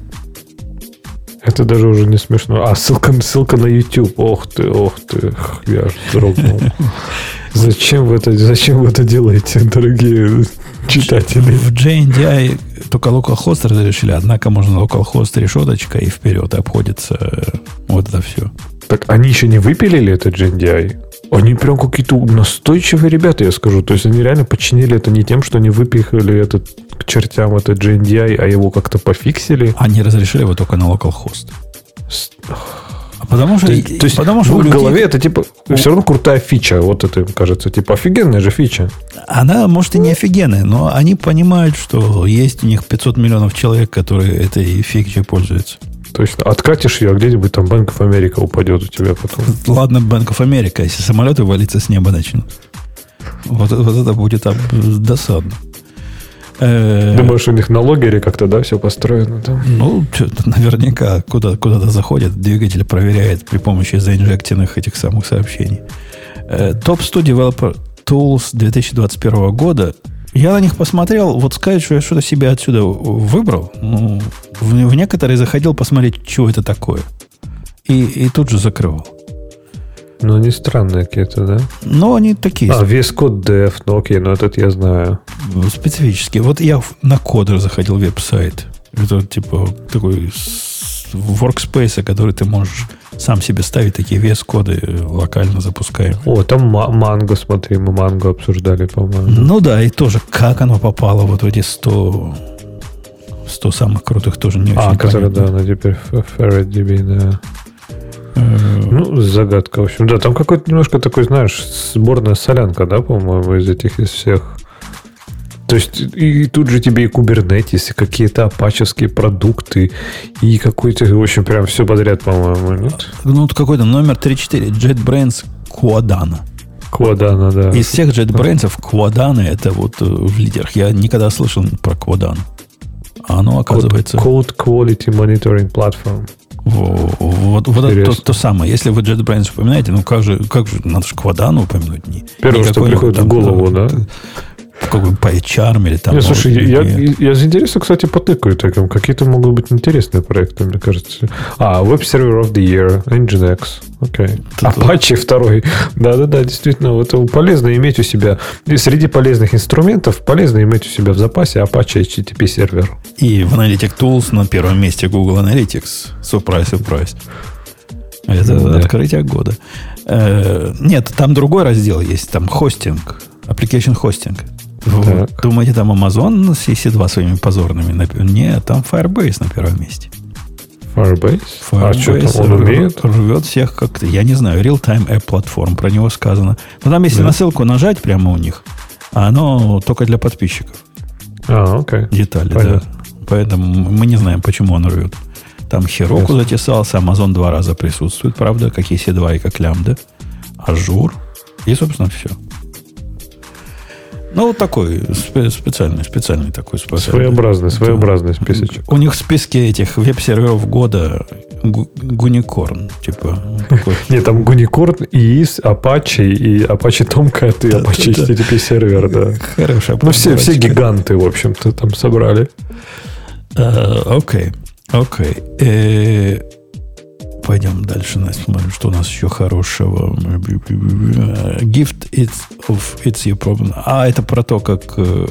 Это даже уже не смешно. А, ссылка, ссылка на YouTube. Ох ты, ох ты. Я аж дрогнул. Зачем вы это, зачем вы это делаете, дорогие читатели? В джей эн ди ай только localhost разрешили, однако можно localhost решеточка и вперед, и обходится вот это все. Так они еще не выпилили этот джей эн ди ай? Они прям какие-то настойчивые ребята, я скажу. То есть они реально починили это не тем, что они выпихали этот к чертям этот джей эн ди ай, а его как-то пофиксили. Они разрешили его только на localhost. Потому что, то, то есть потому что в людей... голове это типа все равно крутая фича. Вот это, кажется, типа офигенная же фича. Она, может, и не офигенная, но они понимают, что есть у них пятьсот миллионов человек, которые этой фичей пользуются. Точно. Откатишь ее, а где-нибудь там Bank of America упадет у тебя потом. Ладно, Bank of America, если самолеты валиться с неба начнут. Вот, вот это будет досадно. Думаешь, у них на логере как-то, да, все построено? Да? Ну, наверняка куда, куда-то заходит, двигатель проверяет при помощи заинжектенных этих самых сообщений. топ сто Developer Tools две тысячи двадцать первого года. Я на них посмотрел, вот сказать, что я что-то себе отсюда выбрал. Ну, в, в некоторые заходил посмотреть, что это такое. И, и тут же закрывал. Ну, они странные какие-то, да? Ну, они такие. А, ви эс Code Dev, ну окей, ну этот я знаю. Специфические. Вот я на Coder заходил, веб-сайт. Это типа такой workspace, который ты можешь сам себе ставить, такие ви эс-коды локально запускаем. О, там Mango, смотри, мы Mango обсуждали, по-моему. Ну да, и тоже, как оно попало вот в эти сто, сто самых крутых, тоже не а, очень которые, да, она теперь FerretDB, да. Ну, загадка, в общем. Да, там какой-то немножко такой, знаешь, сборная солянка, да, по-моему, из этих, из всех. То есть, и тут же тебе и Kubernetes, и какие-то апачевские продукты, и какой-то, в общем, прям все подряд, по-моему, нет? Ну, какой-то номер тридцать четыре, JetBrains Quadana. Quadana, да. Из всех JetBrains Quadana это вот в лидерах. Я никогда слышал про Quadana. А оно, оказывается... Code Quality Monitoring Platform. Вот, вот это то, то самое. Если вы JetBrains упоминаете, ну как же, как же, надо же Квадану упомянуть. Не, Первое, что приходит там, в голову, да? Какой по эйч ар или там... Нет, слушай, я, я, я за интересом, кстати, потыкаю таким. Какие-то могут быть интересные проекты, мне кажется. А, Web Server of the Year, Nginx. Окей. Okay. Apache второй. Да-да-да, действительно, это полезно иметь у себя. И среди полезных инструментов полезно иметь у себя в запасе Apache эйч ти ти пи сервер. И в Analytic Tools на первом месте Google Analytics. Surprise, surprise. Это да. Открытие года. Э, нет, там другой раздел есть. Там хостинг. Application хостинг. Вы думаете, там Amazon с и си два своими позорными? Нет, там Firebase на первом месте. Firebase? Firebase а что там он умеет? Рвет всех как-то. Я не знаю, Real-Time App Platform, про него сказано. Но там, если да. на ссылку нажать прямо у них, оно только для подписчиков. А, окей. Детали, Понятно. да. Поэтому мы не знаем, почему он рвет. Там Heroku yes. затесался, Amazon два раза присутствует, правда, как и си два и как Lambda. Ажур. И, собственно, все. Ну, вот такой специальный, специальный такой способ. Своеобразный, своеобразный списочек. У них в списке этих веб-серверов года Гуникорн, типа. Нет, там Гуникорн и ИИС, Apache, и Apache Tomcat, и Apache эйч ти ти пи сервер, да. Хорошо. Ну, все, все гиганты, в общем-то, там собрали. Окей, окей. Пойдем дальше, смотрим, что у нас еще хорошего. Gift it's of it's your problem. А, это про то, как... Э,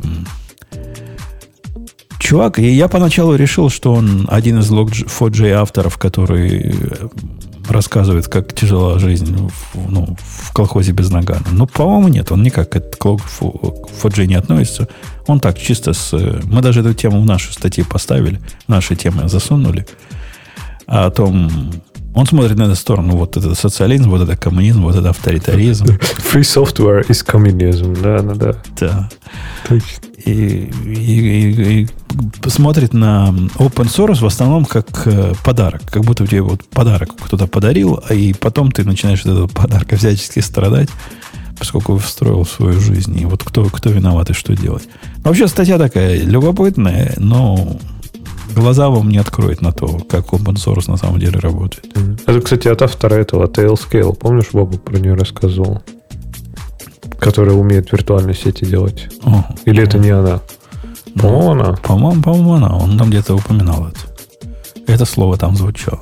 чувак, я поначалу решил, что он один из лог фор джей авторов, который рассказывает, как тяжела жизнь в, ну, в колхозе без нагана. Но, по-моему, нет, он никак к лог фор джей не относится. Он так, чисто с... Мы даже эту тему в нашу статью поставили, в наши темы засунули. А о том, он смотрит на эту сторону, вот это социализм, вот это коммунизм, вот это авторитаризм. Free software is communism, да, да, да. Да. И, и, и, и смотрит на open source в основном как подарок, как будто у тебя вот подарок кто-то подарил, а и потом ты начинаешь от этого подарка всячески страдать, поскольку встроил в свою жизнь. И вот кто, кто виноват и что делать. Вообще статья такая любопытная, но... Глаза вам не откроет на то, как open source на самом деле работает. Это, кстати, от автора этого Tailscale. Помнишь, Бобу про нее рассказывал? Которая умеет виртуальные сети делать. О, Или о, это не она? По-моему, она. По-моему, по-моему, она. Он там где-то упоминал это. Это слово там звучало.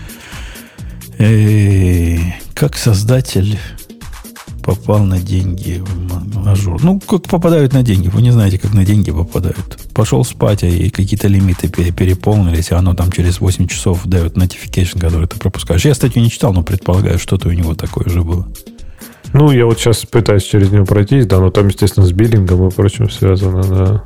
И как создатель попал на деньги в Ажур. Ну, как попадают на деньги. Вы не знаете, как на деньги попадают. Пошел спать, и какие-то лимиты переполнились, и оно там через восемь часов дает notification, который ты пропускаешь. Я статью не читал, но предполагаю, что-то у него такое же было. Ну, я вот сейчас пытаюсь через него пройтись, да, но там, естественно, с биллингом и прочим связано, да.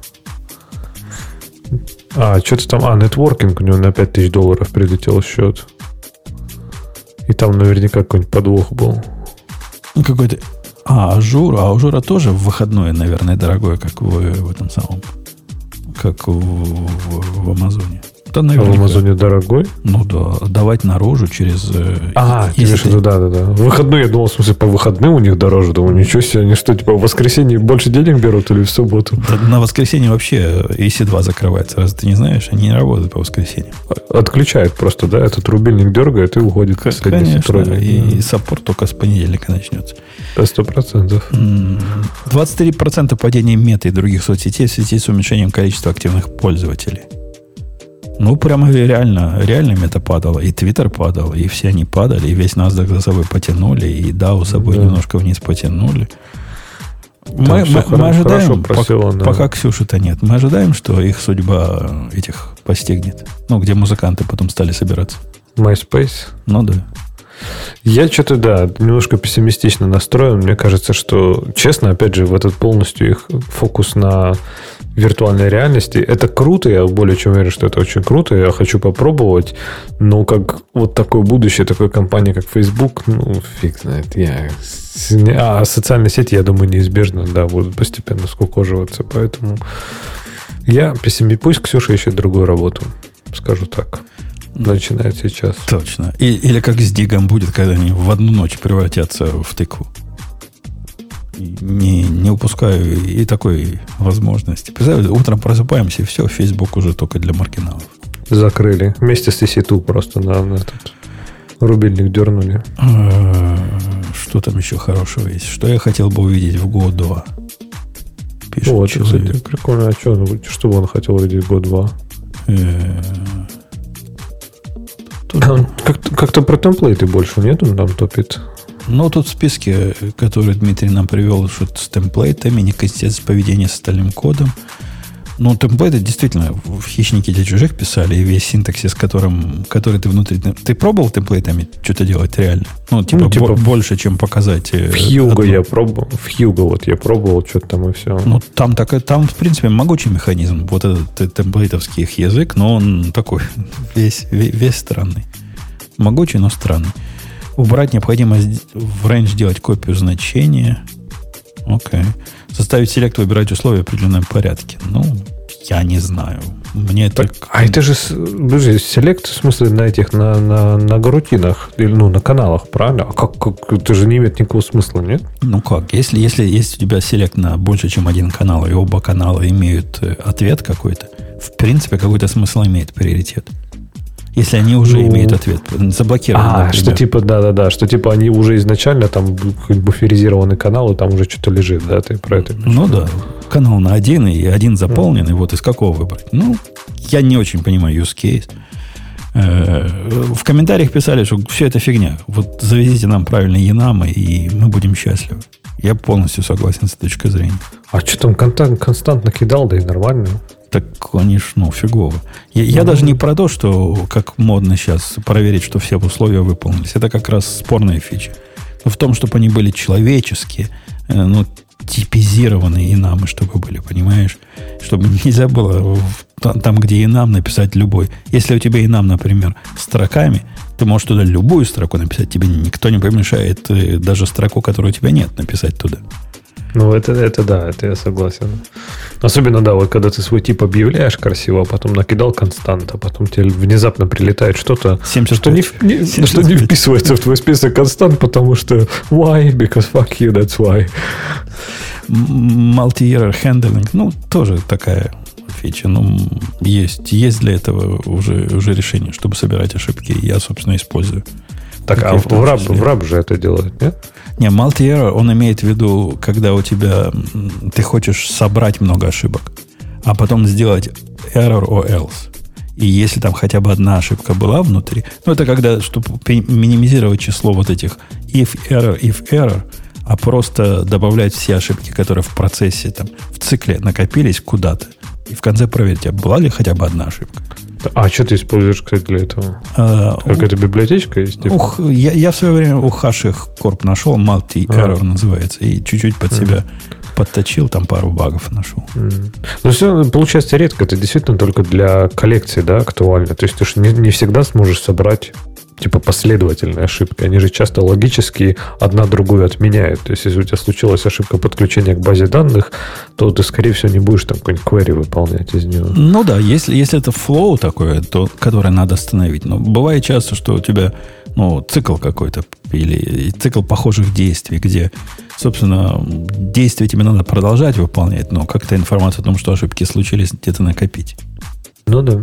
А, что-то там... А, нетворкинг у него на пять тысяч долларов прилетел счет. И там наверняка какой-нибудь подвох был. Какой-то... А, Ажур. А Ажура тоже в выходное, наверное, дорогое, как в, в этом самом... Как в, в, в Амазоне. Да, наверное, а в Амазоне дорогой? Ну да, давать наружу через... А, ты имеешь в виду, да, да, да. В выходные, я думал, в смысле, по выходным у них дороже. Думаю, ничего себе, они что, типа в воскресенье больше денег берут или в субботу? Да, на воскресенье вообще и си два закрывается. Раз ты не знаешь, они не работают по воскресеньям. Отключают просто, да? Этот рубильник дергает и уходит. Как, конечно, и, и саппорт только с понедельника начнется. Сто процентов. двадцать три процента падения мета и других соцсетей в связи с уменьшением количества активных пользователей. Ну, прямо реально, реально мета падала. И Твиттер падал, и все они падали, и весь NASDAQ за собой потянули, и Дао с собой да. немножко вниз потянули. Мы, мы, мы ожидаем, просило, пока, да. пока Ксюши-то нет, мы ожидаем, что их судьба этих постигнет. Ну, где музыканты потом стали собираться. MySpace? Ну, да. Я что-то, да, немножко пессимистично настроен. Мне кажется, что, честно, опять же, в этот полностью их фокус на виртуальной реальности, это круто, я более чем уверен, что это очень круто, я хочу попробовать, но как вот такое будущее, такой компании, как Facebook, ну, фиг знает, я... А социальные сети, я думаю, неизбежно, да, будут постепенно скукоживаться, поэтому я пессимист. Пусть Ксюша ищет другую работу, скажу так. Начинает сейчас. Точно. И, или как с Дигом будет, когда они в одну ночь превратятся в тыкву. Не, не упускаю и такой возможности. Представляете, утром просыпаемся, и все, Facebook уже только для маргиналов. закрыли. Вместе с и си два просто на, на этот рубильник дернули. Что там еще хорошего есть? Что я хотел бы увидеть в год два? Пишет вот, человек. Кстати, прикольно. А что, что бы он хотел увидеть в год два? Как-то, как-то про темплейты больше нет, он там топит. Ну, тут в списке, который Дмитрий нам привел, что с темплейтами, неконсистентность поведения с остальным кодом. Ну, темплейты действительно в хищнике для чужих писали, и весь синтаксис, которым, который ты внутри... Ты пробовал темплейтами что-то делать реально? Ну, типа, ну, типа бо- больше, чем показать... В Hugo я пробовал. В Hugo вот я пробовал что-то там и все. Ну, там, так, там, в принципе, могучий механизм. Вот этот темплейтовский их язык, но он такой весь, весь, весь странный. Могучий, но странный. Убрать необходимость в range делать копию значения. Окей. Заставить селект выбирать условия в определенном порядке. Ну, я не знаю. Мне так... так... А это же, подожди, селект, в смысле, на этих, на, на, на гарутинах, или, ну, на каналах, правильно? А как, как, это же не имеет никакого смысла, нет? Ну как, если, если есть у тебя селект на больше, чем один канал, и оба канала имеют ответ какой-то, в принципе, какой-то смысл имеет приоритет. Если они уже ну, имеют ответ, заблокированы. А, например. Что типа, да-да-да, что типа они уже изначально там буферизированы каналы, там уже что-то лежит, да, ты про это? Ну да, канал на один, и один заполненный, mm. вот из какого выбрать? Ну, я не очень понимаю use case. В комментариях писали, что все это фигня. Вот завезите нам правильные енамы, и мы будем счастливы. Я полностью согласен с этой точки зрения. А что там констант, константно кидал, да и нормально. Так, конечно, ну, фигово. Я, ну, я даже не про то, что, как модно сейчас, проверить, что все условия выполнились. Это как раз спорная фича. Но в том, чтобы они были человеческие, э, ну, типизированные инамы, чтобы были, понимаешь? Чтобы нельзя было в, там, где инам, написать любой. Если у тебя инам, например, строками, ты можешь туда любую строку написать. Тебе никто не помешает э, даже строку, которой у тебя нет, написать туда. Ну, это, это да, это я согласен. Особенно, да, вот когда ты свой тип объявляешь красиво, а потом накидал констант, а потом тебе внезапно прилетает что-то, что не, не, что не вписывается в твой список констант, потому что why? Because fuck you, that's why. Multi-error handling, ну, тоже такая фича. Ну, есть, есть для этого уже, уже решение, чтобы собирать ошибки. Я, собственно, использую. Так, а в, в, раб, в раб же это делает, нет? Не, multi-error, он имеет в виду, когда у тебя ты хочешь собрать много ошибок, а потом сделать error or else. И если там хотя бы одна ошибка была внутри, ну, это когда, чтобы минимизировать число вот этих if error, if error, а просто добавлять все ошибки, которые в процессе, там, в цикле накопились куда-то. И в конце проверить, а была ли хотя бы одна ошибка. А что ты используешь, кстати, для этого? А, Какая-то у... библиотечка есть? Типа? Ух, я, я в свое время у Хаших Корп нашел, Multi-Error а. называется, и чуть-чуть под mm. себя подточил, там пару багов нашел. Mm. Ну, все, получается, редко. Это действительно только для коллекции, да, актуально. То есть ты же не, не всегда сможешь собрать типа последовательные ошибки. Они же часто логически одна другую отменяют. То есть, если у тебя случилась ошибка подключения к базе данных, то ты, скорее всего, не будешь там какой-нибудь query выполнять из него. Ну да, если, если это flow такое, то, которое надо остановить. Но бывает часто, что у тебя ну, цикл какой-то или цикл похожих действий, где, собственно, действия тебе надо продолжать выполнять, но как-то информацию о том, что ошибки случились, где-то накопить. Ну да.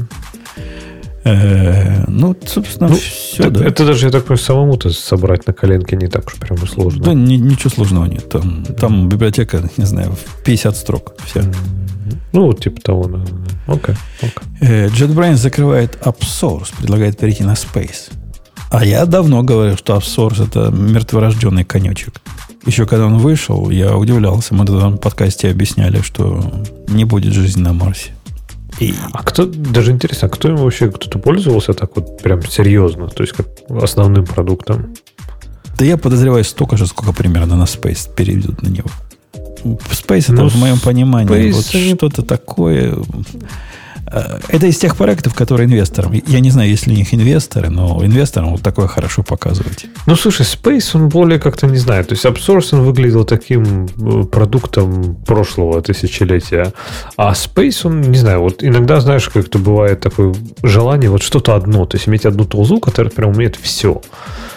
Э, ну, собственно, ну, все, это, да. Это даже, я так понимаю, самому-то собрать на коленке не так уж прямо сложно. Да, ни, ничего сложного нет. Там, mm-hmm. там библиотека, не знаю, в пятьдесят строк вся. Mm-hmm. Ну, вот типа того. Да. Окей, окей. Э, JetBrains закрывает AppSource, предлагает перейти на Space. А я давно говорил, что AppSource это мертворожденный конечек. Еще когда он вышел, я удивлялся. Мы в подкасте объясняли, что не будет жизни на Марсе. И... А кто, даже интересно, а кто им вообще, кто-то пользовался так вот прям серьезно, то есть как основным продуктом? Да я подозреваю столько же, сколько примерно на Space перейдут на него. Space ну, это в моем понимании вот они... что-то такое. Это из тех проектов, которые инвесторам. Я не знаю, есть ли у них инвесторы, но инвесторам вот такое хорошо показывать. Ну, слушай, Space, он более как-то, не знаю, то есть AppSource, он выглядел таким продуктом прошлого тысячелетия. А Space, он, не знаю, вот иногда, знаешь, как-то бывает такое желание вот что-то одно, то есть иметь одну тулзу, которая прям умеет все.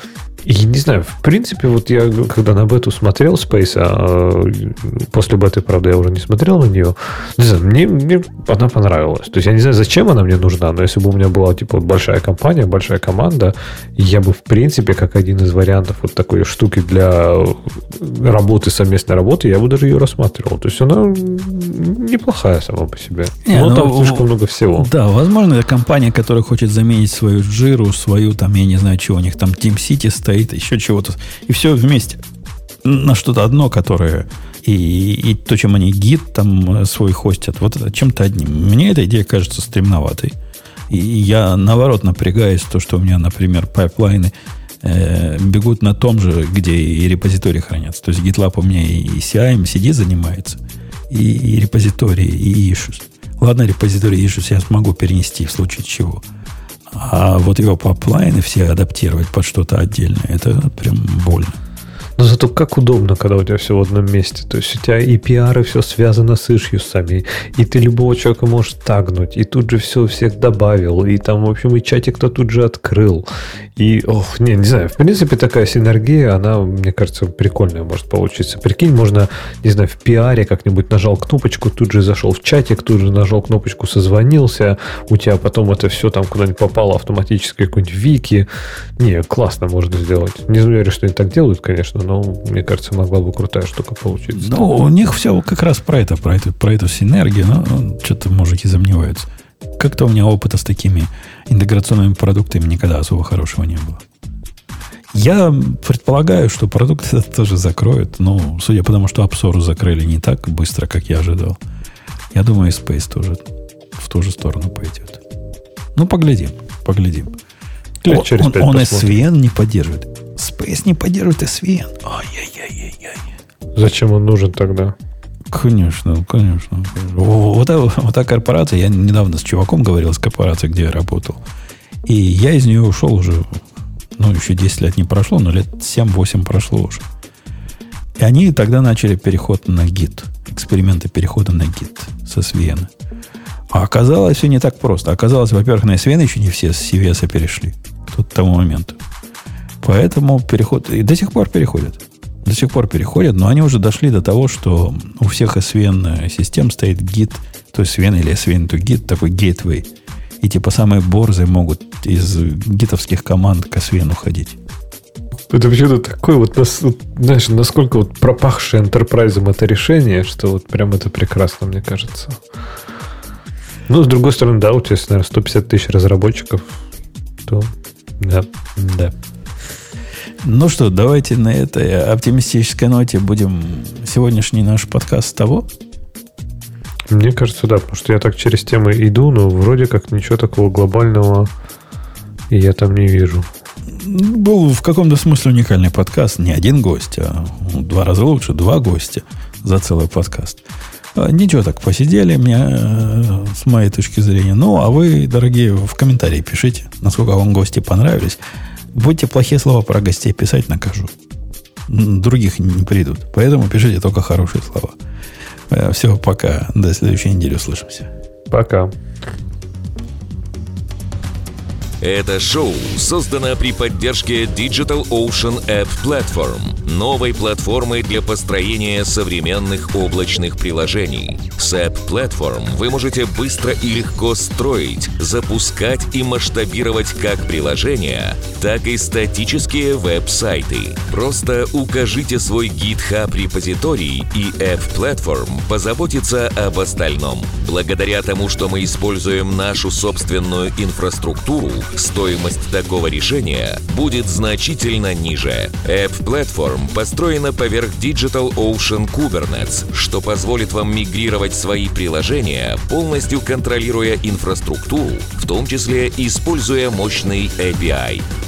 И не знаю, в принципе, вот я, когда на бету смотрел Space, а после беты, правда, я уже не смотрел на нее, не знаю, мне, мне она понравилась. То есть я не знаю, зачем она мне нужна, но если бы у меня была, типа, большая компания, большая команда, я бы, в принципе, как один из вариантов вот такой штуки для работы, совместной работы, я бы даже ее рассматривал. То есть она неплохая сама по себе. Не, но ну, там слишком много всего. Да, возможно, это компания, которая хочет заменить свою Jira, свою, там, я не знаю, чего у них там, TeamCity стоит, еще чего-то. И все вместе. На что-то одно, которое... И, и то, чем они гид там свой хостят, вот это чем-то одним. Мне эта идея кажется стремноватой. И я, наоборот, напрягаюсь, то, что у меня, например, пайплайны э, бегут на том же, где и репозитории хранятся. То есть GitLab у меня и си ай, си ди занимается, и, и репозитории, и issues. Ладно, репозитории issues я смогу перенести в случае чего. А вот его пайплайны все адаптировать под что-то отдельное, это прям больно. Но зато как удобно, когда у тебя все в одном месте. То есть у тебя и пи ар, и все связано с ишьюсами, и ты любого человека можешь тагнуть, и тут же все всех добавил, и там, в общем, и чатик-то тут же открыл. И, ох, не, не знаю, в принципе, такая синергия, она, мне кажется, прикольная может получиться. Прикинь, можно, не знаю, в пи ар как-нибудь нажал кнопочку, тут же зашел в чатик, тут же нажал кнопочку, созвонился, у тебя потом это все там куда-нибудь попало автоматически, какой-нибудь вики. Не, классно можно сделать. Не знаю, что они так делают, конечно, но, мне кажется, могла бы крутая штука получиться. Ну, у них все как раз про это, про эту, про эту синергию, но что-то мужики сомневаются. Как-то у меня опыта с такими интеграционными продуктами никогда особо хорошего не было. Я предполагаю, что продукт этот тоже закроют, но, судя по тому, что AppSource закрыли не так быстро, как я ожидал, я думаю, и Space тоже в ту же сторону пойдет. Ну, поглядим, поглядим. Лет через он пять он посмотрим. эс ви эн не поддерживает. Space не поддерживает эс ви эн. Ай-яй-яй-яй-яй. Зачем он нужен тогда? Конечно, конечно. Вот, вот та корпорация, я недавно с чуваком говорил, с корпорацией, где я работал. И я из нее ушел уже, ну, еще десять лет не прошло, но лет семь-восемь прошло уже. И они тогда начали переход на Git. Эксперименты перехода на Git с эс ви эн. А оказалось, все не так просто. Оказалось, во-первых, на эс ви эн еще не все с си ви эс перешли. Тут к тому моменту. Поэтому переход... И до сих пор переходят. До сих пор переходят, но они уже дошли до того, что у всех эс ви эн-систем стоит Git, то есть эс ви эн или эс ви эн to Git, такой gateway. И типа самые борзые могут из гитовских команд к эс ви эн уходить. Это почему-то такое вот, знаешь, насколько вот пропахшее энтерпрайзом это решение, что вот прям это прекрасно, мне кажется. Ну, с другой стороны, да, у тебя, наверное, сто пятьдесят тысяч разработчиков, то да, да. Ну что, давайте на этой оптимистической ноте будем сегодняшний наш подкаст с того. Мне кажется, да, потому что я так через темы иду, но вроде как ничего такого глобального я там не вижу. Был в каком-то смысле уникальный подкаст. Не один гость, а два раза лучше, два гостя за целый подкаст. Ничего так, посидели меня, с моей точки зрения. Ну, а вы, дорогие, в комментарии пишите, насколько вам гости понравились. Будете плохие слова про гостей писать, накажу. Других не придут. Поэтому пишите только хорошие слова. Все, пока. До следующей недели услышимся. Пока. Это шоу создано при поддержке DigitalOcean App Platform, новой платформы для построения современных облачных приложений. С App Platform вы можете быстро и легко строить, запускать и масштабировать как приложения, так и статические веб-сайты. Просто укажите свой GitHub репозиторий, и App Platform позаботится об остальном. Благодаря тому, что мы используем нашу собственную инфраструктуру, стоимость такого решения будет значительно ниже. App Platform построена поверх DigitalOcean Kubernetes, что позволит вам мигрировать свои приложения, полностью контролируя инфраструктуру, в том числе используя мощный эй пи ай.